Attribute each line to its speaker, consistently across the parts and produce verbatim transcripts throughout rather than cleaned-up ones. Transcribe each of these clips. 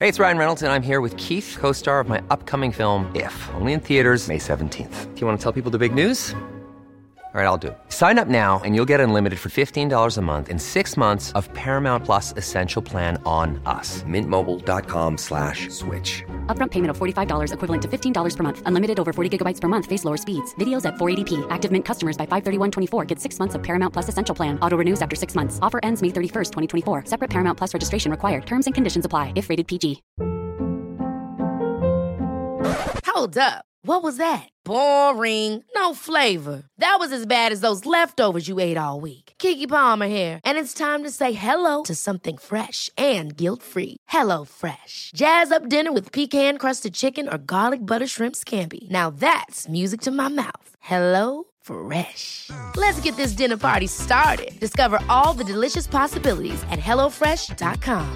Speaker 1: Hey, it's Ryan Reynolds, and I'm here with Keith, co-star of my upcoming film, If, only in theaters May seventeenth. Do you want to tell people the big news? All right, I'll do it. Sign up now and you'll get unlimited for fifteen dollars a month and six months of Paramount Plus Essential Plan on us. Mint Mobile dot com slash switch.
Speaker 2: Upfront payment of forty-five dollars equivalent to fifteen dollars per month. Unlimited over forty gigabytes per month. Face lower speeds. Videos at four eighty p. Active Mint customers by five thirty-one twenty-four get six months of Paramount Plus Essential Plan. Auto renews after six months. Offer ends May thirty-first, twenty twenty-four. Separate Paramount Plus registration required. Terms and conditions apply if rated P G.
Speaker 3: Hold up. What was that? Boring. No flavor. That was as bad as those leftovers you ate all week. Keke Palmer here, and it's time to say hello to something fresh and guilt-free. Hello Fresh. Jazz up dinner with pecan-crusted chicken or garlic butter shrimp scampi. Now that's music to my mouth. Hello Fresh. Let's get this dinner party started. Discover all the delicious possibilities at hello fresh dot com.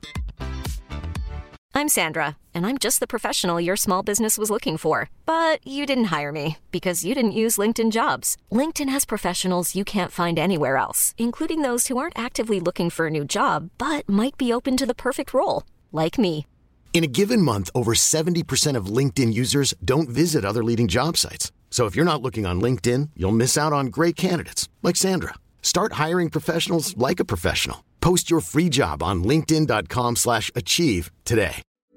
Speaker 4: I'm Sandra, and I'm just the professional your small business was looking for. But you didn't hire me because you didn't use LinkedIn Jobs. LinkedIn has professionals you can't find anywhere else, including those who aren't actively looking for a new job, but might be open to the perfect role, like me.
Speaker 5: In a given month, over seventy percent of LinkedIn users don't visit other leading job sites. So if you're not looking on LinkedIn, you'll miss out on great candidates, like Sandra. Start hiring professionals like a professional. Post your free job on linkedin dot com slash achieve today.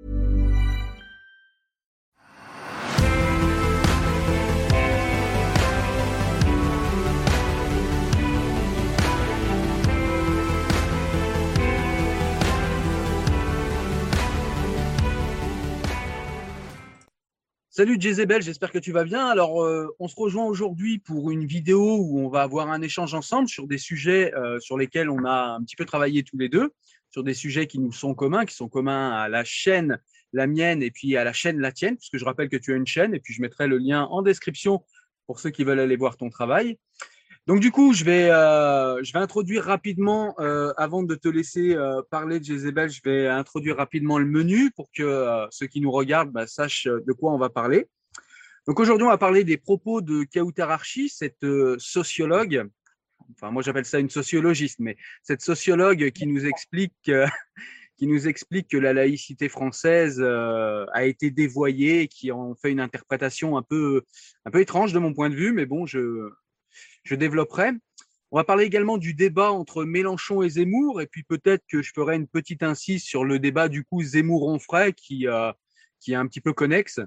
Speaker 6: Salut Jezebel, j'espère que tu vas bien. Alors, euh, on se rejoint aujourd'hui pour une vidéo où on va avoir un échange ensemble sur des sujets euh, sur lesquels on a un petit peu travaillé tous les deux, sur des sujets qui nous sont communs, qui sont communs à la chaîne, la mienne, et puis à la chaîne, la tienne, puisque je rappelle que tu as une chaîne, et puis je mettrai le lien en description pour ceux qui veulent aller voir ton travail. Donc du coup, je vais, euh, je vais introduire rapidement, euh, avant de te laisser euh, parler de Jezebel, je vais introduire rapidement le menu pour que euh, ceux qui nous regardent bah, sachent de quoi on va parler. Donc aujourd'hui, on va parler des propos de Kawtar Archi, cette euh, sociologue, enfin moi j'appelle ça une sociologiste, mais cette sociologue qui nous explique, euh, qui nous explique que la laïcité française euh, a été dévoyée et qui en fait une interprétation un peu, un peu étrange de mon point de vue, mais bon, je Je développerai. On va parler également du débat entre Mélenchon et Zemmour, et puis peut-être que je ferai une petite incise sur le débat du coup Zemmour-Onfray qui, euh, qui est un petit peu connexe.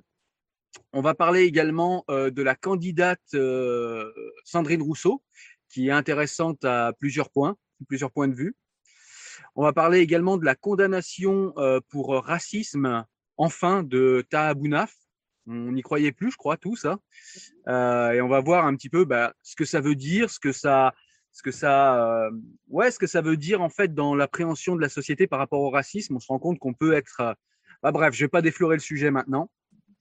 Speaker 6: On va parler également euh, de la candidate euh, Sandrine Rousseau, qui est intéressante à plusieurs points, plusieurs points de vue. On va parler également de la condamnation euh, pour racisme, enfin, de Taha Bounaf. On n'y croyait plus, je crois, tout ça. Euh, et on va voir un petit peu bah, ce que ça veut dire, ce que ça, ce que ça, euh, ouais, ce que ça veut dire en fait dans l'appréhension de la société par rapport au racisme. On se rend compte qu'on peut être. Euh, bah, bref, je vais pas déflorer le sujet maintenant.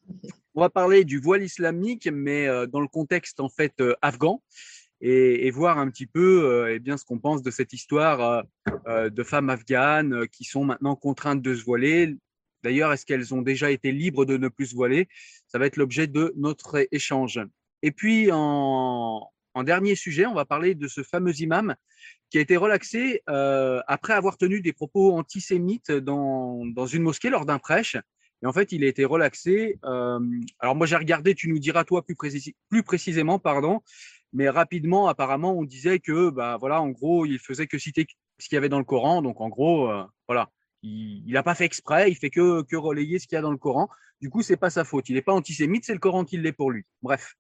Speaker 6: On va parler du voile islamique, mais euh, dans le contexte en fait euh, afghan, et, et voir un petit peu, euh, eh bien, ce qu'on pense de cette histoire euh, euh, de femmes afghanes euh, qui sont maintenant contraintes de se voiler. D'ailleurs, est-ce qu'elles ont déjà été libres de ne plus se voiler? Ça va être l'objet de notre échange. Et puis, en, en dernier sujet, on va parler de ce fameux imam qui a été relaxé euh, après avoir tenu des propos antisémites dans, dans une mosquée lors d'un prêche. Et en fait, il a été relaxé. Euh, alors moi, j'ai regardé, tu nous diras toi plus, précis, plus précisément, pardon. Mais rapidement, apparemment, on disait que, bah voilà, en gros, il faisait que citer ce qu'il y avait dans le Coran. Donc, en gros, euh, voilà. Il n'a pas fait exprès, il fait que, que relayer ce qu'il y a dans le Coran. Du coup, c'est pas sa faute. Il n'est pas antisémite, c'est le Coran qui l'est pour lui. Bref,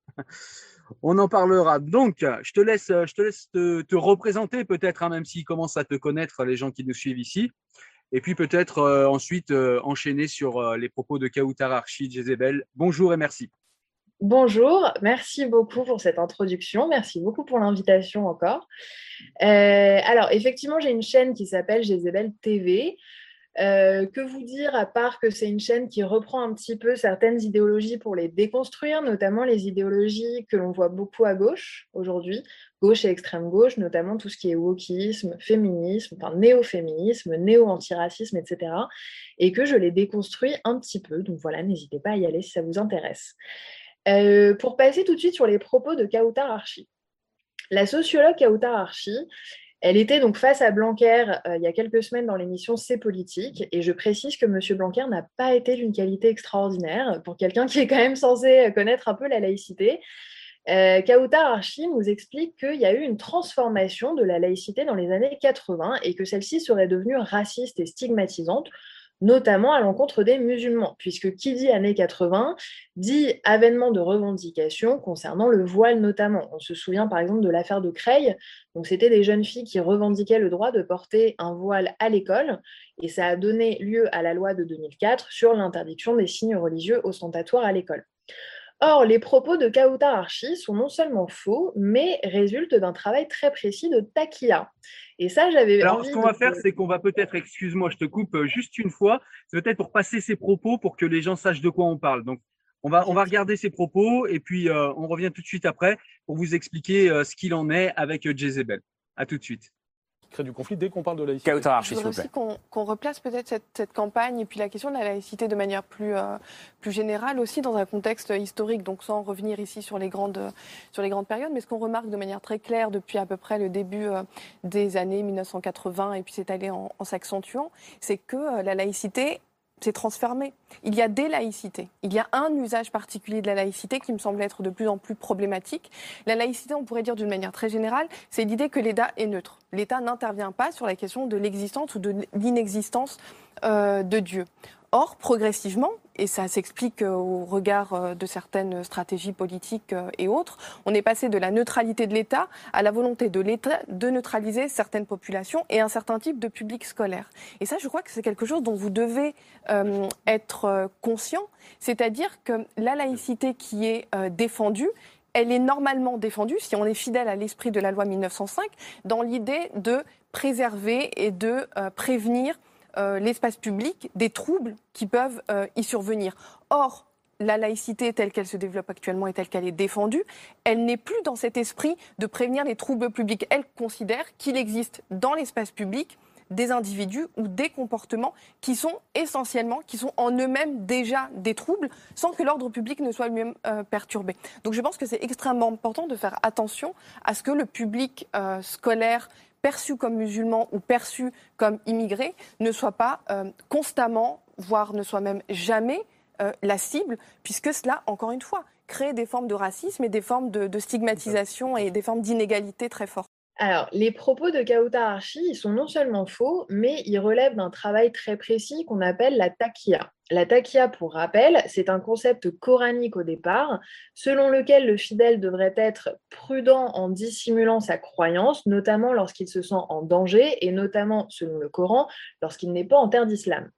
Speaker 6: on en parlera. Donc, je te laisse, je te, laisse te, te représenter peut-être, hein, même s'ils commencent à te connaître, les gens qui nous suivent ici. Et puis peut-être euh, ensuite euh, enchaîner sur euh, les propos de Kawtar Archi, Jezebel. Bonjour et merci.
Speaker 7: Bonjour, merci beaucoup pour cette introduction, merci beaucoup pour l'invitation encore. Euh, alors, effectivement, j'ai une chaîne qui s'appelle Jezebel T V. Euh, que vous dire, à part que c'est une chaîne qui reprend un petit peu certaines idéologies pour les déconstruire, notamment les idéologies que l'on voit beaucoup à gauche aujourd'hui, gauche et extrême gauche, notamment tout ce qui est wokisme, féminisme, enfin néo-féminisme, néo-antiracisme, et cetera. Et que je les déconstruis un petit peu. Donc voilà, n'hésitez pas à y aller si ça vous intéresse. Euh, pour passer tout de suite sur les propos de Kawtar Archi. La sociologue Kawtar Archi Elle était donc face à Blanquer euh, il y a quelques semaines dans l'émission C'est politique, et je précise que M. Blanquer n'a pas été d'une qualité extraordinaire pour quelqu'un qui est quand même censé connaître un peu la laïcité. Euh, Kautar Archi nous explique qu'il y a eu une transformation de la laïcité dans les années quatre-vingts et que celle-ci serait devenue raciste et stigmatisante, notamment à l'encontre des musulmans, puisque qui dit années quatre-vingts dit avènement de revendications concernant le voile notamment. On se souvient par exemple de l'affaire de Creil, donc c'était des jeunes filles qui revendiquaient le droit de porter un voile à l'école, et ça a donné lieu à la loi de deux mille quatre sur l'interdiction des signes religieux ostentatoires à l'école. Or, les propos de Kautar Archi sont non seulement faux, mais résultent d'un travail très précis de Takia. Et ça, j'avais
Speaker 6: Alors,
Speaker 7: envie
Speaker 6: ce qu'on
Speaker 7: de...
Speaker 6: va faire, c'est qu'on va peut-être, excuse-moi, je te coupe euh, juste une fois, c'est peut-être pour passer ces propos pour que les gens sachent de quoi on parle. Donc, on va, on va regarder ces propos et puis euh, on revient tout de suite après pour vous expliquer euh, ce qu'il en est avec euh, Jezebel. À tout de suite.
Speaker 8: Crée du conflit dès qu'on parle de laïcité.
Speaker 9: Kautar Archi,
Speaker 10: Je
Speaker 9: s'il vous
Speaker 10: voudrais
Speaker 9: plaît.
Speaker 10: aussi qu'on qu'on replace peut-être cette, cette campagne et puis la question de la laïcité de manière plus, euh, plus générale aussi dans un contexte historique, donc sans revenir ici sur les grandes, sur les grandes périodes, mais ce qu'on remarque de manière très claire depuis à peu près le début euh, des années mille neuf cent quatre-vingts et puis c'est allé en, en s'accentuant, c'est que euh, la laïcité s'est transformée. Il y a des laïcités. Il y a un usage particulier de la laïcité qui me semble être de plus en plus problématique. La laïcité, on pourrait dire d'une manière très générale, c'est l'idée que l'État est neutre. L'État n'intervient pas sur la question de l'existence ou de l'inexistence euh, de Dieu. Or, progressivement, et ça s'explique au regard de certaines stratégies politiques et autres, on est passé de la neutralité de l'État à la volonté de l'État de neutraliser certaines populations et un certain type de public scolaire. Et ça, je crois que c'est quelque chose dont vous devez euh, être conscient, c'est-à-dire que la laïcité qui est euh, défendue, elle est normalement défendue, si on est fidèle à l'esprit de la loi mille neuf cent cinq, dans l'idée de préserver et de euh, prévenir Euh, l'espace public des troubles qui peuvent euh, y survenir. Or, la laïcité telle qu'elle se développe actuellement et telle qu'elle est défendue, elle n'est plus dans cet esprit de prévenir les troubles publics. Elle considère qu'il existe dans l'espace public des individus ou des comportements qui sont essentiellement, qui sont en eux-mêmes déjà des troubles, sans que l'ordre public ne soit lui-même euh, perturbé. Donc je pense que c'est extrêmement important de faire attention à ce que le public euh, scolaire perçu comme musulman ou perçu comme immigré ne soit pas euh, constamment, voire ne soit même jamais euh, la cible, puisque cela, encore une fois, crée des formes de racisme et des formes de, de stigmatisation et des formes d'inégalité très fortes.
Speaker 7: Alors, les propos de Kautar Archi, ils sont non seulement faux, mais ils relèvent d'un travail très précis qu'on appelle la taqiyya. La taqiyya, pour rappel, c'est un concept coranique au départ, selon lequel le fidèle devrait être prudent en dissimulant sa croyance, notamment lorsqu'il se sent en danger, et notamment, selon le Coran, lorsqu'il n'est pas en terre d'islam.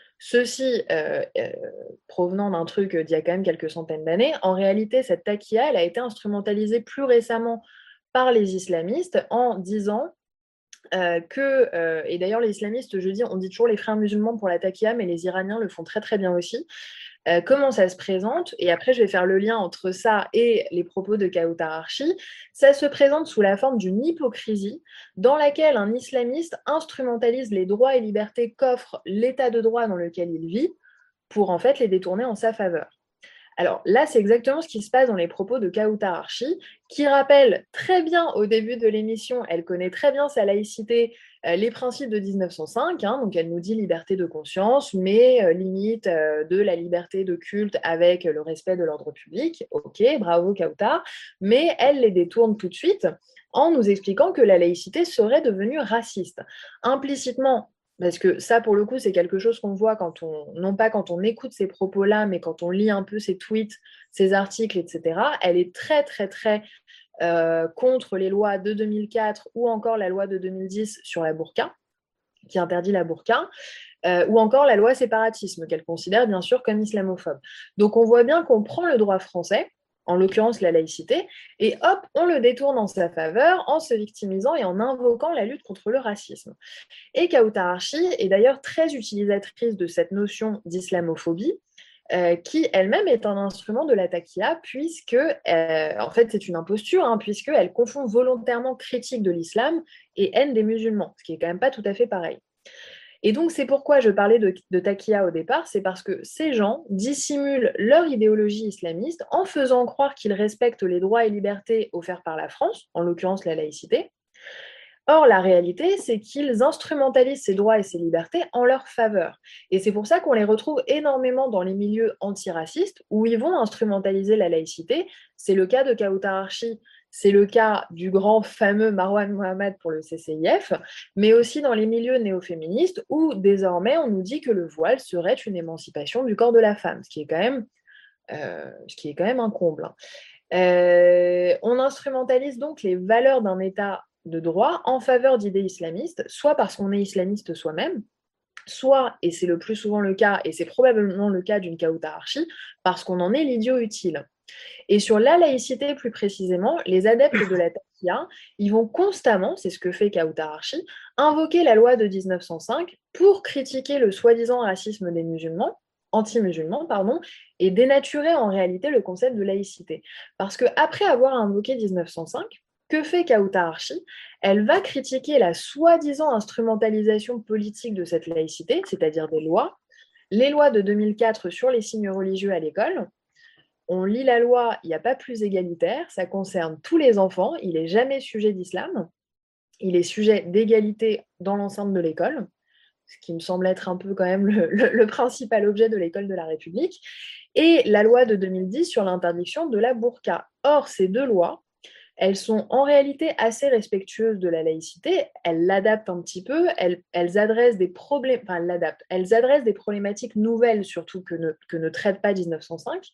Speaker 7: Ceci euh, euh, provenant d'un truc d'il y a quand même quelques centaines d'années, en réalité, cette taqiyya, elle a été instrumentalisée plus récemment par les islamistes en disant euh, que, euh, et d'ailleurs les islamistes, je dis, on dit toujours les frères musulmans pour la taqiyya, mais les Iraniens le font très très bien aussi. Euh, comment ça se présente? Et après, je vais faire le lien entre ça et les propos de Kautar Archi. Ça se présente sous la forme d'une hypocrisie dans laquelle un islamiste instrumentalise les droits et libertés qu'offre l'état de droit dans lequel il vit pour en fait les détourner en sa faveur. Alors là, c'est exactement ce qui se passe dans les propos de Kautar Archi, qui rappelle très bien au début de l'émission, elle connaît très bien sa laïcité, euh, les principes de mille neuf cent cinq, hein, donc elle nous dit liberté de conscience, mais euh, limite euh, de la liberté de culte avec le respect de l'ordre public. Ok, bravo Kautar, mais elle les détourne tout de suite en nous expliquant que la laïcité serait devenue raciste. Implicitement, parce que ça, pour le coup, c'est quelque chose qu'on voit quand on, non pas quand on écoute ces propos-là, mais quand on lit un peu ses tweets, ses articles, et cetera. Elle est très, très, très euh, contre les lois de deux mille quatre ou encore la loi de deux mille dix sur la burqa, qui interdit la burqa, euh, ou encore la loi séparatisme, qu'elle considère bien sûr comme islamophobe. Donc on voit bien qu'on prend le droit français, en l'occurrence la laïcité, et hop, on le détourne en sa faveur en se victimisant et en invoquant la lutte contre le racisme. Et Kautar Archi est d'ailleurs très utilisatrice de cette notion d'islamophobie, euh, qui elle-même est un instrument de la taqiyya, puisque, euh, en fait c'est une imposture, hein, puisqu'elle confond volontairement critique de l'islam et haine des musulmans, ce qui est quand même pas tout à fait pareil. Et donc, c'est pourquoi je parlais de, de taqiyya au départ, c'est parce que ces gens dissimulent leur idéologie islamiste en faisant croire qu'ils respectent les droits et libertés offerts par la France, en l'occurrence la laïcité, Or, la réalité, c'est qu'ils instrumentalisent ces droits et ces libertés en leur faveur. Et c'est pour ça qu'on les retrouve énormément dans les milieux antiracistes, où ils vont instrumentaliser la laïcité. C'est le cas de Kauthar Archi, c'est le cas du grand fameux Marwan Mohamed pour le C C I F, mais aussi dans les milieux néo-féministes, où désormais on nous dit que le voile serait une émancipation du corps de la femme, ce qui est quand même, euh, ce qui est quand même un comble. Euh, on instrumentalise donc les valeurs d'un État de droit en faveur d'idées islamistes, soit parce qu'on est islamiste soi-même, soit, et c'est le plus souvent le cas, et c'est probablement le cas d'une Kauthar Archi, parce qu'on en est l'idiot utile. Et sur la laïcité plus précisément, les adeptes de la taqiyya, ils vont constamment, c'est ce que fait Kauthar Archi, invoquer la loi de dix-neuf cent cinq pour critiquer le soi-disant racisme des musulmans, anti-musulmans, pardon, et dénaturer en réalité le concept de laïcité. Parce qu'après avoir invoqué dix-neuf cent cinq, que fait Kauthar Archi? Elle va critiquer la soi-disant instrumentalisation politique de cette laïcité, c'est-à-dire des lois, les lois de deux mille quatre sur les signes religieux à l'école. On lit la loi, il n'y a pas plus égalitaire, ça concerne tous les enfants, il n'est jamais sujet d'islam, il est sujet d'égalité dans l'enceinte de l'école, ce qui me semble être un peu quand même le, le, le principal objet de l'école de la République, et la loi de deux mille dix sur l'interdiction de la burqa. Or, ces deux lois, elles sont en réalité assez respectueuses de la laïcité, elles l'adaptent un petit peu, elles, elles adressent des problèmes, enfin, elles l'adaptent, elles adressent des problématiques nouvelles, surtout que ne, que ne traite pas dix-neuf cent cinq,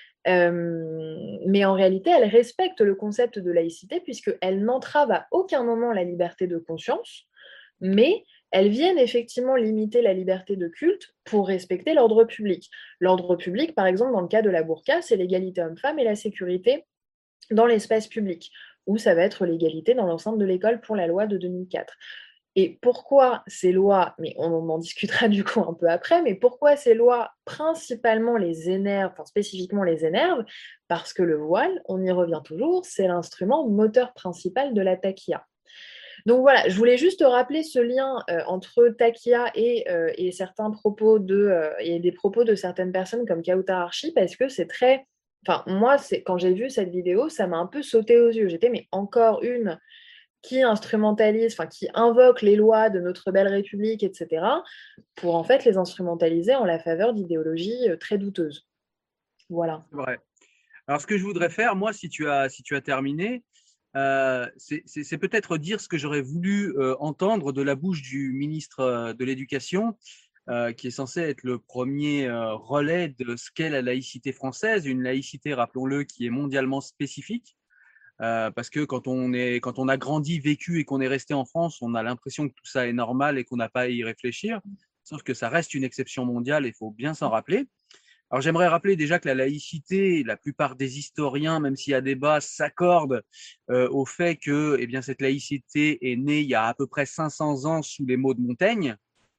Speaker 7: euh, mais en réalité, elles respectent le concept de laïcité puisqu'elles n'entravent à aucun moment la liberté de conscience, mais elles viennent effectivement limiter la liberté de culte pour respecter l'ordre public. L'ordre public, par exemple, dans le cas de la burqa, c'est l'égalité homme-femme et la sécurité dans l'espace public, où ça va être l'égalité dans l'enceinte de l'école pour la loi de deux mille quatre. Et pourquoi ces lois, mais on en discutera du coup un peu après, mais pourquoi ces lois principalement les énervent, enfin spécifiquement les énervent? Parce que le voile, on y revient toujours, c'est l'instrument moteur principal de la taqiyya. Donc voilà, je voulais juste rappeler ce lien euh, entre taqiyya et, euh, et certains propos de, euh, et des propos de certaines personnes comme Kauthar Archi, parce que c'est très... Enfin, moi, c'est, quand j'ai vu cette vidéo, ça m'a un peu sauté aux yeux. J'étais, mais encore une qui instrumentalise, enfin, qui invoque les lois de notre belle République, et cetera, pour en fait les instrumentaliser en la faveur d'idéologies très douteuses. Voilà.
Speaker 6: C'est vrai. Alors, ce que je voudrais faire, moi, si tu as, si tu as terminé, euh, c'est, c'est, c'est peut-être dire ce que j'aurais voulu euh, entendre de la bouche du ministre euh, de l'Éducation, Euh, qui est censé être le premier euh, relais de ce qu'est la laïcité française, une laïcité, rappelons-le, qui est mondialement spécifique, euh, parce que quand on est, quand on a grandi, vécu et qu'on est resté en France, on a l'impression que tout ça est normal et qu'on n'a pas à y réfléchir, sauf que ça reste une exception mondiale et il faut bien s'en rappeler. Alors j'aimerais rappeler déjà que la laïcité, la plupart des historiens, même s'il y a débat, s'accordent euh, au fait que eh bien, cette laïcité est née il y a à peu près cinq cents ans sous les mots de Montaigne,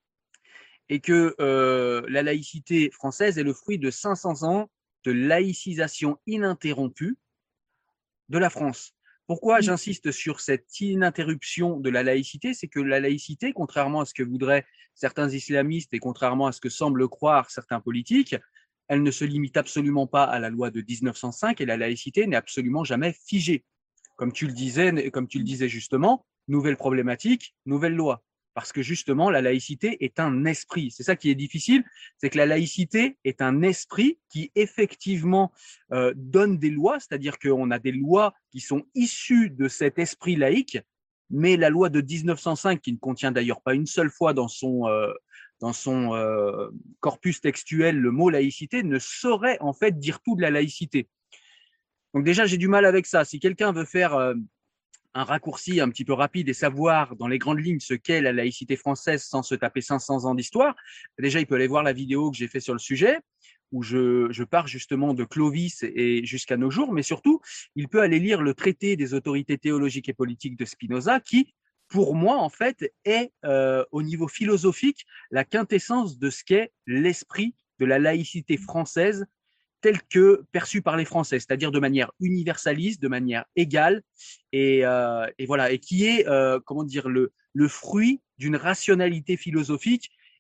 Speaker 6: et que euh, la laïcité française est le fruit de cinq cents ans de laïcisation ininterrompue de la France. Pourquoi j'insiste sur cette ininterruption de la laïcité? C'est que la laïcité, contrairement à ce que voudraient certains islamistes et contrairement à ce que semblent croire certains politiques, elle ne se limite absolument pas à la loi de dix-neuf cent cinq et la laïcité n'est absolument jamais figée. Comme tu le disais, comme tu le disais justement, nouvelle problématique, nouvelle loi. Parce que justement, la laïcité est un esprit. C'est ça qui est difficile, c'est que la laïcité est un esprit qui effectivement euh, donne des lois, c'est-à-dire qu'on a des lois qui sont issues de cet esprit laïque, mais la loi de dix-neuf cent cinq, qui ne contient d'ailleurs pas une seule fois dans son, euh, dans son euh, corpus textuel le mot laïcité, ne saurait en fait dire tout de la laïcité. Donc déjà, j'ai du mal avec ça. Si quelqu'un veut faire... Euh, un raccourci un petit peu rapide et savoir dans les grandes lignes ce qu'est la laïcité française sans se taper cinq cents ans d'histoire, déjà il peut aller voir la vidéo que j'ai fait sur le sujet où je, je pars justement de Clovis et jusqu'à nos jours, mais surtout il peut aller lire le traité des autorités théologiques et politiques de Spinoza qui, pour moi en fait, est euh, au niveau philosophique la quintessence de ce qu'est l'esprit de la laïcité française tel que perçu par les Français, c'est-à-dire de manière universaliste, de manière égale, et, euh, et voilà, et qui est, euh, comment dire, le, le fruit d'une rationalité philosophique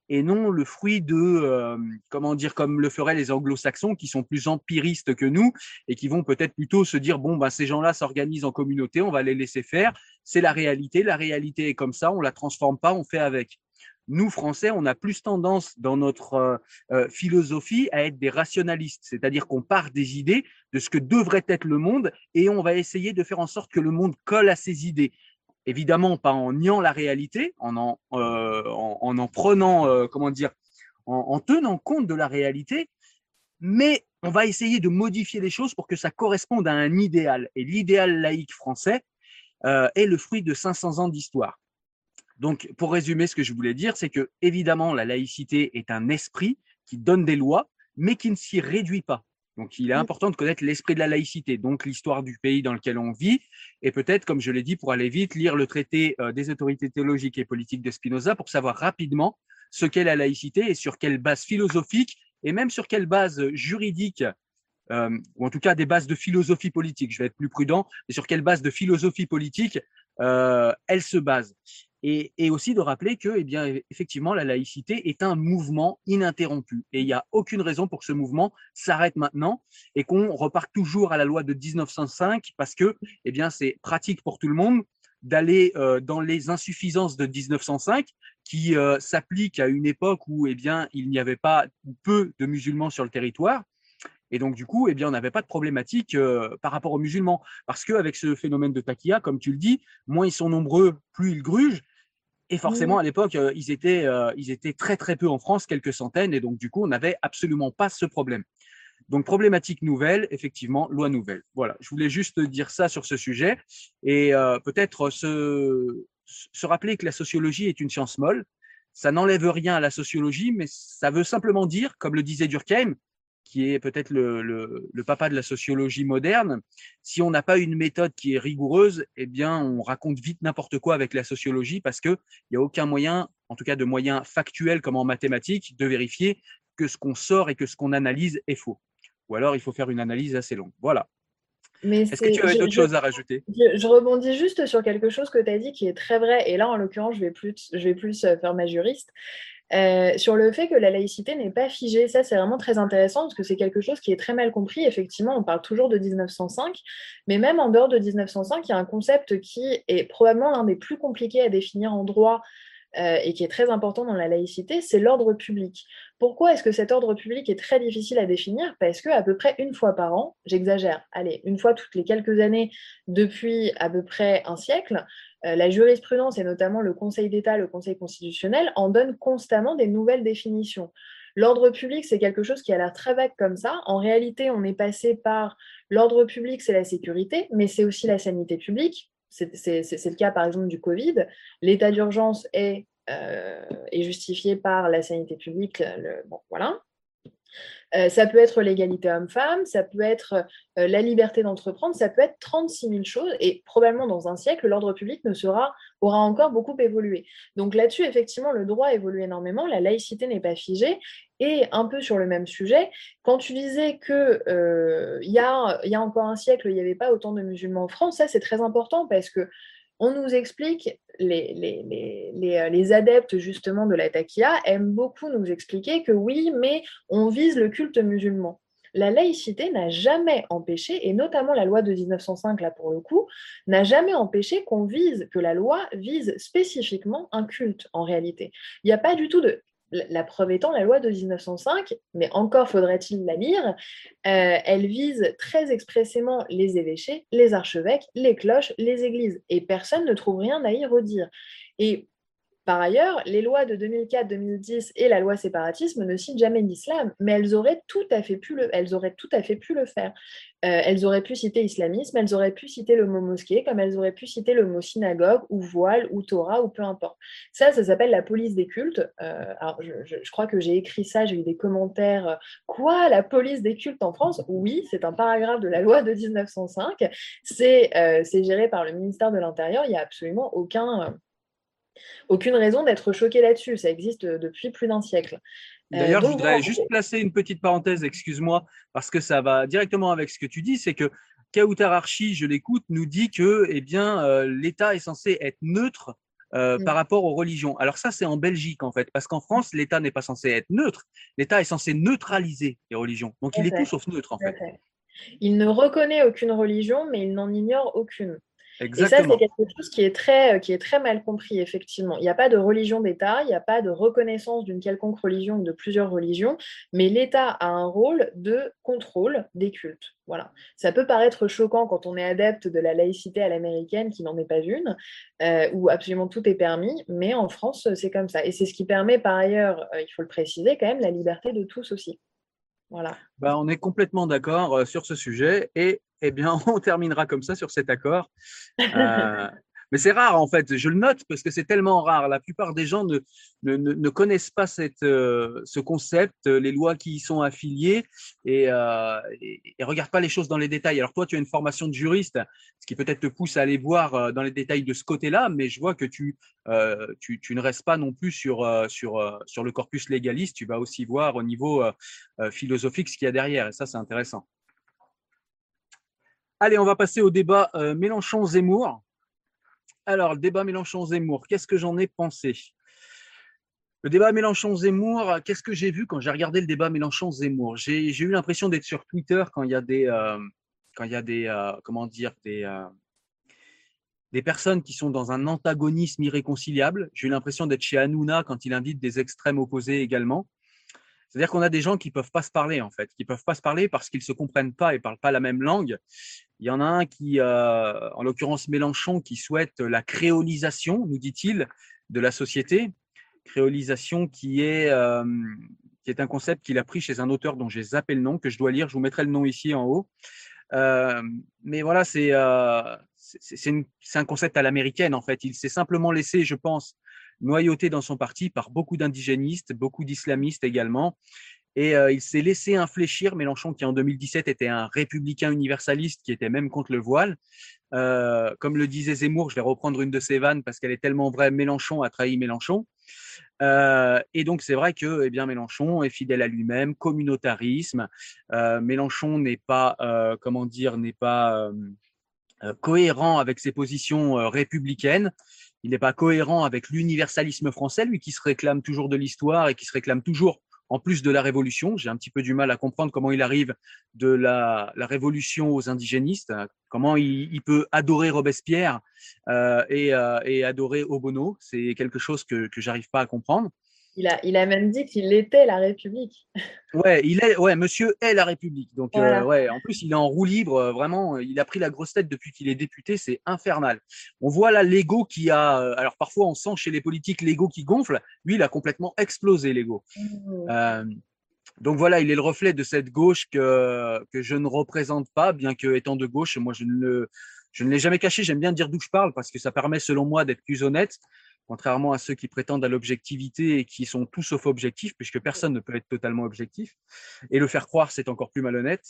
Speaker 6: et non le fruit de, euh, comment dire, comme le feraient les anglo-saxons qui sont plus empiristes que nous et qui vont peut-être plutôt se dire, bon, ben, ces gens-là s'organisent en communauté, on va les laisser faire, c'est la réalité, la réalité est comme ça, on la transforme pas, on fait avec. Nous, Français, on a plus tendance dans notre euh, euh, philosophie à être des rationalistes, c'est-à-dire qu'on part des idées de ce que devrait être le monde et on va essayer de faire en sorte que le monde colle à ces idées. Évidemment, pas en niant la réalité, en en, euh, en, en, en prenant, euh, comment dire, en, en tenant compte de la réalité, mais on va essayer de modifier les choses pour que ça corresponde à un idéal. Et l'idéal laïque français euh, est le fruit de cinq cents ans d'histoire. Donc, pour résumer, ce que je voulais dire, c'est que, évidemment, la laïcité est un esprit qui donne des lois, mais qui ne s'y réduit pas. Donc, il est important de connaître l'esprit de la laïcité, donc l'histoire du pays dans lequel on vit, et peut-être, comme je l'ai dit, pour aller vite, lire le traité euh, des autorités théologiques et politiques de Spinoza pour savoir rapidement ce qu'est la laïcité et sur quelle base philosophique, et même sur quelle base juridique, euh, ou en tout cas des bases de philosophie politique, je vais être plus prudent, et sur quelle base de philosophie politique euh, elle se base. Et, et aussi de rappeler que, eh bien, effectivement, la laïcité est un mouvement ininterrompu. Et il n'y a aucune raison pour que ce mouvement s'arrête maintenant et qu'on reparte toujours à la loi de dix-neuf cent cinq parce que, eh bien, c'est pratique pour tout le monde d'aller euh, dans les insuffisances de dix-neuf cent cinq qui euh, s'appliquent à une époque où, eh bien, il n'y avait pas ou peu de musulmans sur le territoire. Et donc, du coup, eh bien, on n'avait pas de problématique euh, par rapport aux musulmans. Parce qu'avec ce phénomène de taqiya, comme tu le dis, moins ils sont nombreux, plus ils grugent. Et forcément, à l'époque, euh, ils, étaient, euh, ils étaient très, très peu en France, quelques centaines. Et donc, du coup, on n'avait absolument pas ce problème. Donc, problématique nouvelle, effectivement, loi nouvelle. Voilà, je voulais juste dire ça sur ce sujet. Et euh, peut-être se, se rappeler que la sociologie est une science molle. Ça n'enlève rien à la sociologie, mais ça veut simplement dire, comme le disait Durkheim, qui est peut-être le, le, le papa de la sociologie moderne, si on n'a pas une méthode qui est rigoureuse, eh bien, on raconte vite n'importe quoi avec la sociologie parce qu'il n'y a aucun moyen, en tout cas de moyen factuel comme en mathématiques, de vérifier que ce qu'on sort et que ce qu'on analyse est faux. Ou alors, il faut faire une analyse assez longue. Voilà.
Speaker 7: Mais
Speaker 6: Est-ce que tu avais d'autres choses à rajouter?
Speaker 7: je, je rebondis juste sur quelque chose que tu as dit qui est très vrai. Et là, en l'occurrence, je vais plus, je vais plus faire ma juriste. Euh, sur le fait que la laïcité n'est pas figée. Ça, c'est vraiment très intéressant parce que c'est quelque chose qui est très mal compris. Effectivement, on parle toujours de dix-neuf cent cinq, mais même en dehors de dix-neuf cent cinq, il y a un concept qui est probablement l'un des plus compliqués à définir en droit euh, et qui est très important dans la laïcité, c'est l'ordre public. Pourquoi est-ce que cet ordre public est très difficile à définir? Parce qu'à peu près une fois par an, j'exagère, allez, une fois toutes les quelques années depuis à peu près un siècle, euh, la jurisprudence et notamment le Conseil d'État, le Conseil constitutionnel en donnent constamment des nouvelles définitions. L'ordre public, c'est quelque chose qui a l'air très vague comme ça. En réalité, on est passé par l'ordre public, c'est la sécurité, mais c'est aussi la sanité publique. C'est, c'est, c'est le cas par exemple du Covid. L'état d'urgence est, euh, est justifié par la sanité publique. Le, bon, voilà. Euh, ça peut être l'égalité homme-femme, ça peut être euh, la liberté d'entreprendre, ça peut être trente-six mille choses et probablement dans un siècle, l'ordre public ne sera, aura encore beaucoup évolué. Donc là-dessus, effectivement, le droit évolue énormément, la laïcité n'est pas figée. Et un peu sur le même sujet, quand tu disais qu'il euh, y, a, y a encore un siècle, il n'y avait pas autant de musulmans en France, ça c'est très important parce que on nous explique, les, les, les, les, les adeptes justement de la taqiya aiment beaucoup nous expliquer que oui, mais on vise le culte musulman. La laïcité n'a jamais empêché, et notamment la loi de dix-neuf cent cinq, là pour le coup, n'a jamais empêché qu'on vise, que la loi vise spécifiquement un culte en réalité. Il n'y a pas du tout de... La preuve étant la loi de dix-neuf cent cinq, mais encore faudrait-il la lire, euh, elle vise très expressément les évêchés, les archevêques, les cloches, les églises, et personne ne trouve rien à y redire. Et par ailleurs, les lois de deux mille quatre deux mille dix et la loi séparatisme ne citent jamais l'islam, mais elles auraient tout à fait pu le, elles auraient tout à fait pu le faire. Euh, elles auraient pu citer islamisme, elles auraient pu citer le mot mosquée, comme elles auraient pu citer le mot synagogue, ou voile, ou Torah, ou peu importe. Ça, ça s'appelle la police des cultes. Euh, alors, je, je, je crois que j'ai écrit ça, j'ai eu des commentaires. Euh, Quoi, la police des cultes en France? Oui, c'est un paragraphe de la loi de dix-neuf cent cinq. C'est, euh, c'est géré par le ministère de l'Intérieur. Il n'y a absolument aucun... Euh, Aucune raison d'être choqué là-dessus, ça existe depuis plus d'un siècle.
Speaker 6: D'ailleurs,
Speaker 7: euh,
Speaker 6: je voudrais juste placer une petite parenthèse, excuse-moi, parce que ça va directement avec ce que tu dis, c'est que Kautar Archi, je l'écoute, nous dit que eh bien, euh, l'État est censé être neutre euh,
Speaker 7: Mm.
Speaker 6: par rapport aux religions. Alors ça, c'est en Belgique en fait, parce qu'en France, l'État n'est pas censé être neutre. L'État est censé neutraliser les religions. Donc
Speaker 7: Tout à
Speaker 6: il est tout
Speaker 7: fait,
Speaker 6: sauf neutre en
Speaker 7: tout à
Speaker 6: fait.
Speaker 7: fait. Il ne reconnaît aucune religion, mais il n'en ignore aucune. Et ça, c'est
Speaker 6: Exactement.
Speaker 7: quelque chose qui est très, qui est très mal compris, effectivement. Il n'y a pas de religion d'État, il n'y a pas de reconnaissance d'une quelconque religion ou de plusieurs religions, mais l'État a un rôle de contrôle des cultes. Voilà. Ça peut paraître choquant quand on est adepte de la laïcité à l'américaine, qui n'en est pas une, euh, où absolument tout est permis, mais en France, c'est comme ça. Et c'est ce qui permet, par ailleurs, euh, il faut le préciser, quand même, la liberté de tous aussi. Voilà.
Speaker 6: Bah, on est complètement d'accord euh, sur ce sujet et eh bien, on terminera comme ça sur cet accord. Euh, mais c'est rare en fait, je le note parce que c'est tellement rare. La plupart des gens ne, ne, ne ne connaissent pas cette, euh, ce concept, les lois qui y sont affiliées et, euh, et, et regardent pas les choses dans les détails. Alors toi, tu as une formation de juriste, ce qui peut-être te pousse à aller voir euh, dans les détails de ce côté-là, mais je vois que tu, euh, tu, tu ne restes pas non plus sur, euh, sur, euh, sur le corpus légaliste, tu vas aussi voir au niveau euh, euh, philosophique ce qu'il y a derrière et ça, c'est intéressant. Allez, on va passer au débat euh, Mélenchon-Zemmour. Alors, le débat Mélenchon-Zemmour, qu'est-ce que j'en ai pensé? Le débat Mélenchon-Zemmour, qu'est-ce que j'ai vu quand j'ai regardé le débat Mélenchon-Zemmour? J'ai, j'ai eu l'impression d'être sur Twitter quand il y a des, euh, quand il y a des, euh, comment dire, des, euh, des personnes qui sont dans un antagonisme irréconciliable. J'ai eu l'impression d'être chez Hanouna quand il invite des extrêmes opposés également. C'est-à-dire qu'on a des gens qui peuvent pas se parler en fait, qui peuvent pas se parler parce qu'ils se comprennent pas et parlent pas la même langue. Il y en a un qui, euh, en l'occurrence Mélenchon, qui souhaite la créolisation, nous dit-il, de la société. Créolisation qui est, euh, qui est un concept qu'il a pris chez un auteur dont j'ai zappé le nom, que je dois lire. Je vous mettrai le nom ici en haut. Euh, mais voilà, c'est, euh, c'est, c'est, une, c'est un concept à l'américaine en fait. Il s'est simplement laissé, je pense, noyauté dans son parti par beaucoup d'indigénistes, beaucoup d'islamistes également. Et euh, il s'est laissé infléchir, Mélenchon, qui en deux mille dix-sept était un républicain universaliste, qui était même contre le voile. Euh, comme le disait Zemmour, je vais reprendre une de ses vannes parce qu'elle est tellement vraie, Mélenchon a trahi Mélenchon. Euh, et donc c'est vrai que eh bien, Mélenchon est fidèle à lui-même, communautarisme. Euh, Mélenchon n'est pas, euh, comment dire, n'est pas euh, cohérent avec ses positions euh, républicaines. Il n'est pas cohérent avec l'universalisme français, lui qui se réclame toujours de l'histoire et qui se réclame toujours en plus de la Révolution. J'ai un petit peu du mal à comprendre comment il arrive de la, la Révolution aux indigénistes, comment il, il peut adorer Robespierre euh, et, euh, et adorer Obono. C'est quelque chose que, que j'arrive pas à comprendre.
Speaker 7: Il a, il a même dit qu'il était la République.
Speaker 6: Ouais, il est, ouais, monsieur est la République. Donc,
Speaker 7: Voilà.
Speaker 6: euh, ouais, en plus, il est en roue libre, euh, vraiment. Il a pris la grosse tête depuis qu'il est député, c'est infernal. On voit là l'ego qui a. euh, Alors, parfois, on sent chez les politiques l'ego qui gonfle. Lui, il a complètement explosé l'ego.
Speaker 7: Mmh.
Speaker 6: Euh, donc voilà, il est le reflet de cette gauche que que je ne représente pas, bien que étant de gauche, moi, je ne le, je ne l'ai jamais caché. J'aime bien dire d'où je parle parce que ça permet, selon moi, d'être plus honnête. Contrairement à ceux qui prétendent à l'objectivité et qui sont tout sauf objectifs, puisque personne ne peut être totalement objectif. Et le faire croire, c'est encore plus malhonnête.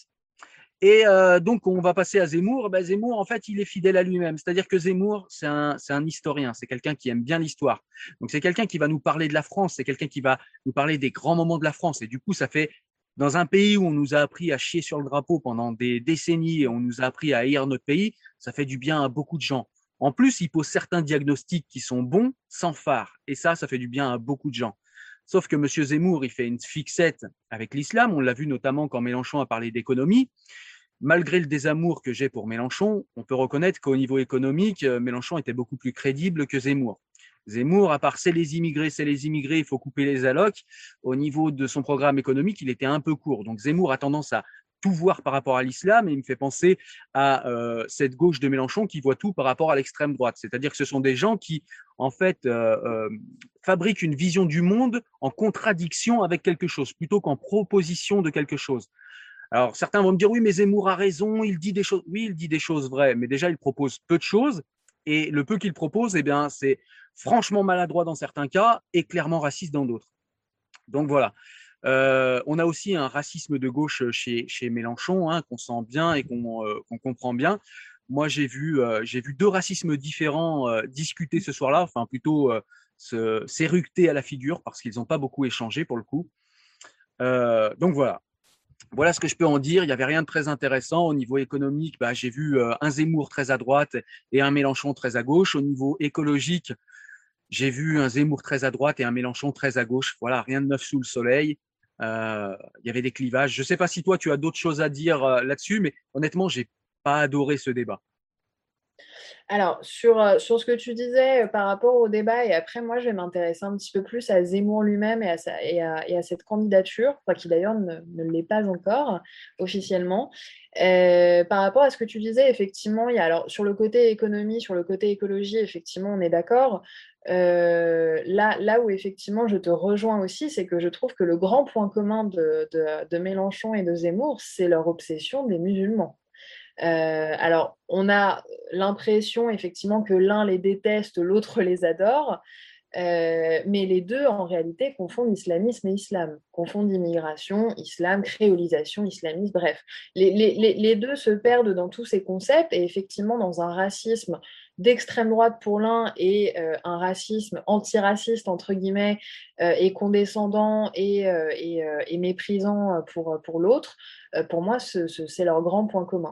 Speaker 6: Et euh, donc, on va passer à Zemmour. Ben, Zemmour, en fait, il est fidèle à lui-même. C'est-à-dire que Zemmour, c'est un, c'est un historien. C'est quelqu'un qui aime bien l'histoire. Donc, c'est quelqu'un qui va nous parler de la France. C'est quelqu'un qui va nous parler des grands moments de la France. Et du coup, ça fait, dans un pays où on nous a appris à chier sur le drapeau pendant des décennies et on nous a appris à haïr notre pays, ça fait du bien à beaucoup de gens. En plus, il pose certains diagnostics qui sont bons, sans phare. Et ça, ça fait du bien à beaucoup de gens. Sauf que M. Zemmour, il fait une fixette avec l'islam. On l'a vu notamment quand Mélenchon a parlé d'économie. Malgré le désamour que j'ai pour Mélenchon, on peut reconnaître qu'au niveau économique, Mélenchon était beaucoup plus crédible que Zemmour. Zemmour, à part c'est les immigrés, c'est les immigrés, il faut couper les allocs, au niveau de son programme économique, il était un peu court. Donc Zemmour a tendance à tout voir par rapport à l'islam et il me fait penser à euh, cette gauche de Mélenchon qui voit tout par rapport à l'extrême droite. C'est-à-dire que ce sont des gens qui, en fait, euh, euh, fabriquent une vision du monde en contradiction avec quelque chose, plutôt qu'en proposition de quelque chose. Alors, certains vont me dire, oui, mais Zemmour a raison, il dit des choses. Oui, il dit des choses vraies, mais déjà, il propose peu de choses. Et le peu qu'il propose, eh bien, c'est franchement maladroit dans certains cas et clairement raciste dans d'autres. Donc, voilà. Euh, on a aussi un racisme de gauche chez, chez Mélenchon, hein, qu'on sent bien et qu'on, euh, qu'on comprend bien. Moi, j'ai vu, euh, j'ai vu deux racismes différents euh, discuter ce soir-là, enfin plutôt euh, se, s'éructer à la figure parce qu'ils n'ont pas beaucoup échangé pour le coup. Euh, donc voilà. Voilà ce que je peux en dire. Il n'y avait rien de très intéressant. Au niveau économique, bah, j'ai vu euh, un Zemmour très à droite et un Mélenchon très à gauche. Au niveau écologique, j'ai vu un Zemmour très à droite et un Mélenchon très à gauche. Voilà, rien de neuf sous le soleil. Euh, Il y avait des clivages. Je ne sais pas si toi, tu as d'autres choses à dire euh, là-dessus, mais honnêtement, j'ai pas adoré ce débat.
Speaker 7: Alors, sur, euh, sur ce que tu disais euh, par rapport au débat, et après, moi, je vais m'intéresser un petit peu plus à Zemmour lui-même et à, sa- et à, et à cette candidature, enfin, qui d'ailleurs ne, ne l'est pas encore officiellement. Euh, par rapport à ce que tu disais, effectivement, il y a, alors, sur le côté économie, sur le côté écologie, effectivement, on est d'accord. Euh, là, là où effectivement je te rejoins aussi, c'est que je trouve que le grand point commun de, de, de Mélenchon et de Zemmour, c'est leur obsession des musulmans. Euh, alors, on a l'impression effectivement que l'un les déteste, l'autre les adore, euh, mais les deux, en réalité, confondent islamisme et islam, confondent immigration, islam, créolisation, islamisme, bref. Les, les, les, les deux se perdent dans tous ces concepts et effectivement dans un racisme d'extrême droite pour l'un et euh, un racisme antiraciste, entre guillemets, euh, et condescendant et, euh, et, euh, et méprisant pour, pour l'autre, euh, pour moi, ce, ce, c'est leur grand point commun.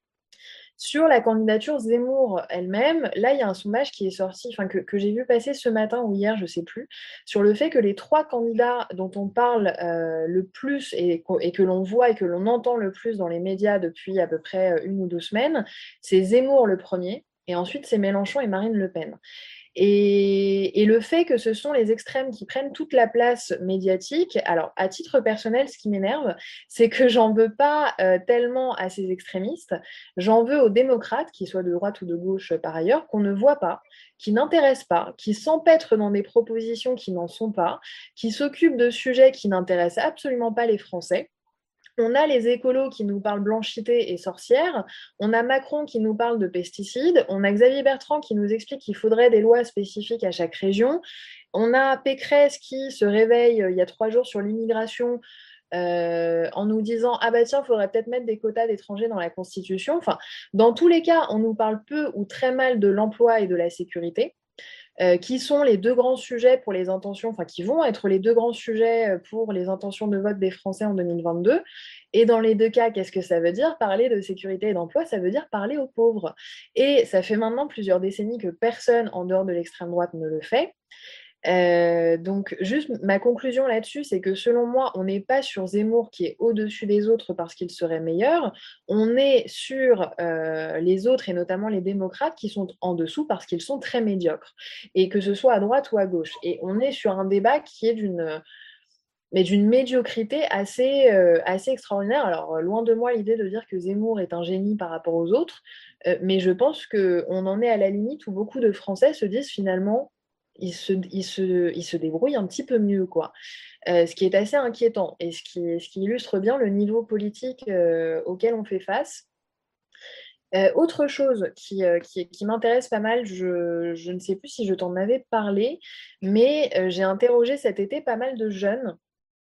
Speaker 7: Sur la candidature Zemmour elle-même, là, il y a un sondage qui est sorti, enfin, que, que j'ai vu passer ce matin ou hier, je ne sais plus, sur le fait que les trois candidats dont on parle euh, le plus et, et que l'on voit et que l'on entend le plus dans les médias depuis à peu près une ou deux semaines, c'est Zemmour le premier, et ensuite c'est Mélenchon et Marine Le Pen. Et, et, le fait que ce sont les extrêmes qui prennent toute la place médiatique, alors à titre personnel, ce qui m'énerve, c'est que j'en veux pas euh, tellement à ces extrémistes, j'en veux aux démocrates, qu'ils soient de droite ou de gauche par ailleurs, qu'on ne voit pas, qui n'intéressent pas, qui s'empêtrent dans des propositions qui n'en sont pas, qui s'occupent de sujets qui n'intéressent absolument pas les Français. On a les écolos qui nous parlent blanchité et sorcières, on a Macron qui nous parle de pesticides, on a Xavier Bertrand qui nous explique qu'il faudrait des lois spécifiques à chaque région, on a Pécresse qui se réveille euh, il y a trois jours sur l'immigration euh, en nous disant « Ah bah tiens, il faudrait peut-être mettre des quotas d'étrangers dans la Constitution ». Enfin, dans tous les cas, on nous parle peu ou très mal de l'emploi et de la sécurité. Euh, qui sont les deux grands sujets pour les intentions, enfin qui vont être les deux grands sujets pour les intentions de vote des Français en deux mille vingt-deux. Et dans les deux cas, qu'est-ce que ça veut dire? Parler de sécurité et d'emploi, ça veut dire parler aux pauvres. Et ça fait maintenant plusieurs décennies que personne en dehors de l'extrême droite ne le fait. Euh, donc, juste ma conclusion là-dessus, c'est que selon moi, on n'est pas sur Zemmour qui est au-dessus des autres parce qu'il serait meilleur, on est sur euh, les autres et notamment les démocrates qui sont en dessous parce qu'ils sont très médiocres, et que ce soit à droite ou à gauche. Et on est sur un débat qui est d'une... mais d'une médiocrité assez, euh, assez extraordinaire. Alors, loin de moi l'idée de dire que Zemmour est un génie par rapport aux autres, euh, mais je pense qu'on en est à la limite où beaucoup de Français se disent finalement il se, il, se, il se débrouille un petit peu mieux, quoi. Euh, ce qui est assez inquiétant et ce qui, ce qui illustre bien le niveau politique euh, auquel on fait face. Euh, autre chose qui, euh, qui, qui m'intéresse pas mal, je, je ne sais plus si je t'en avais parlé, mais euh, j'ai interrogé cet été pas mal de jeunes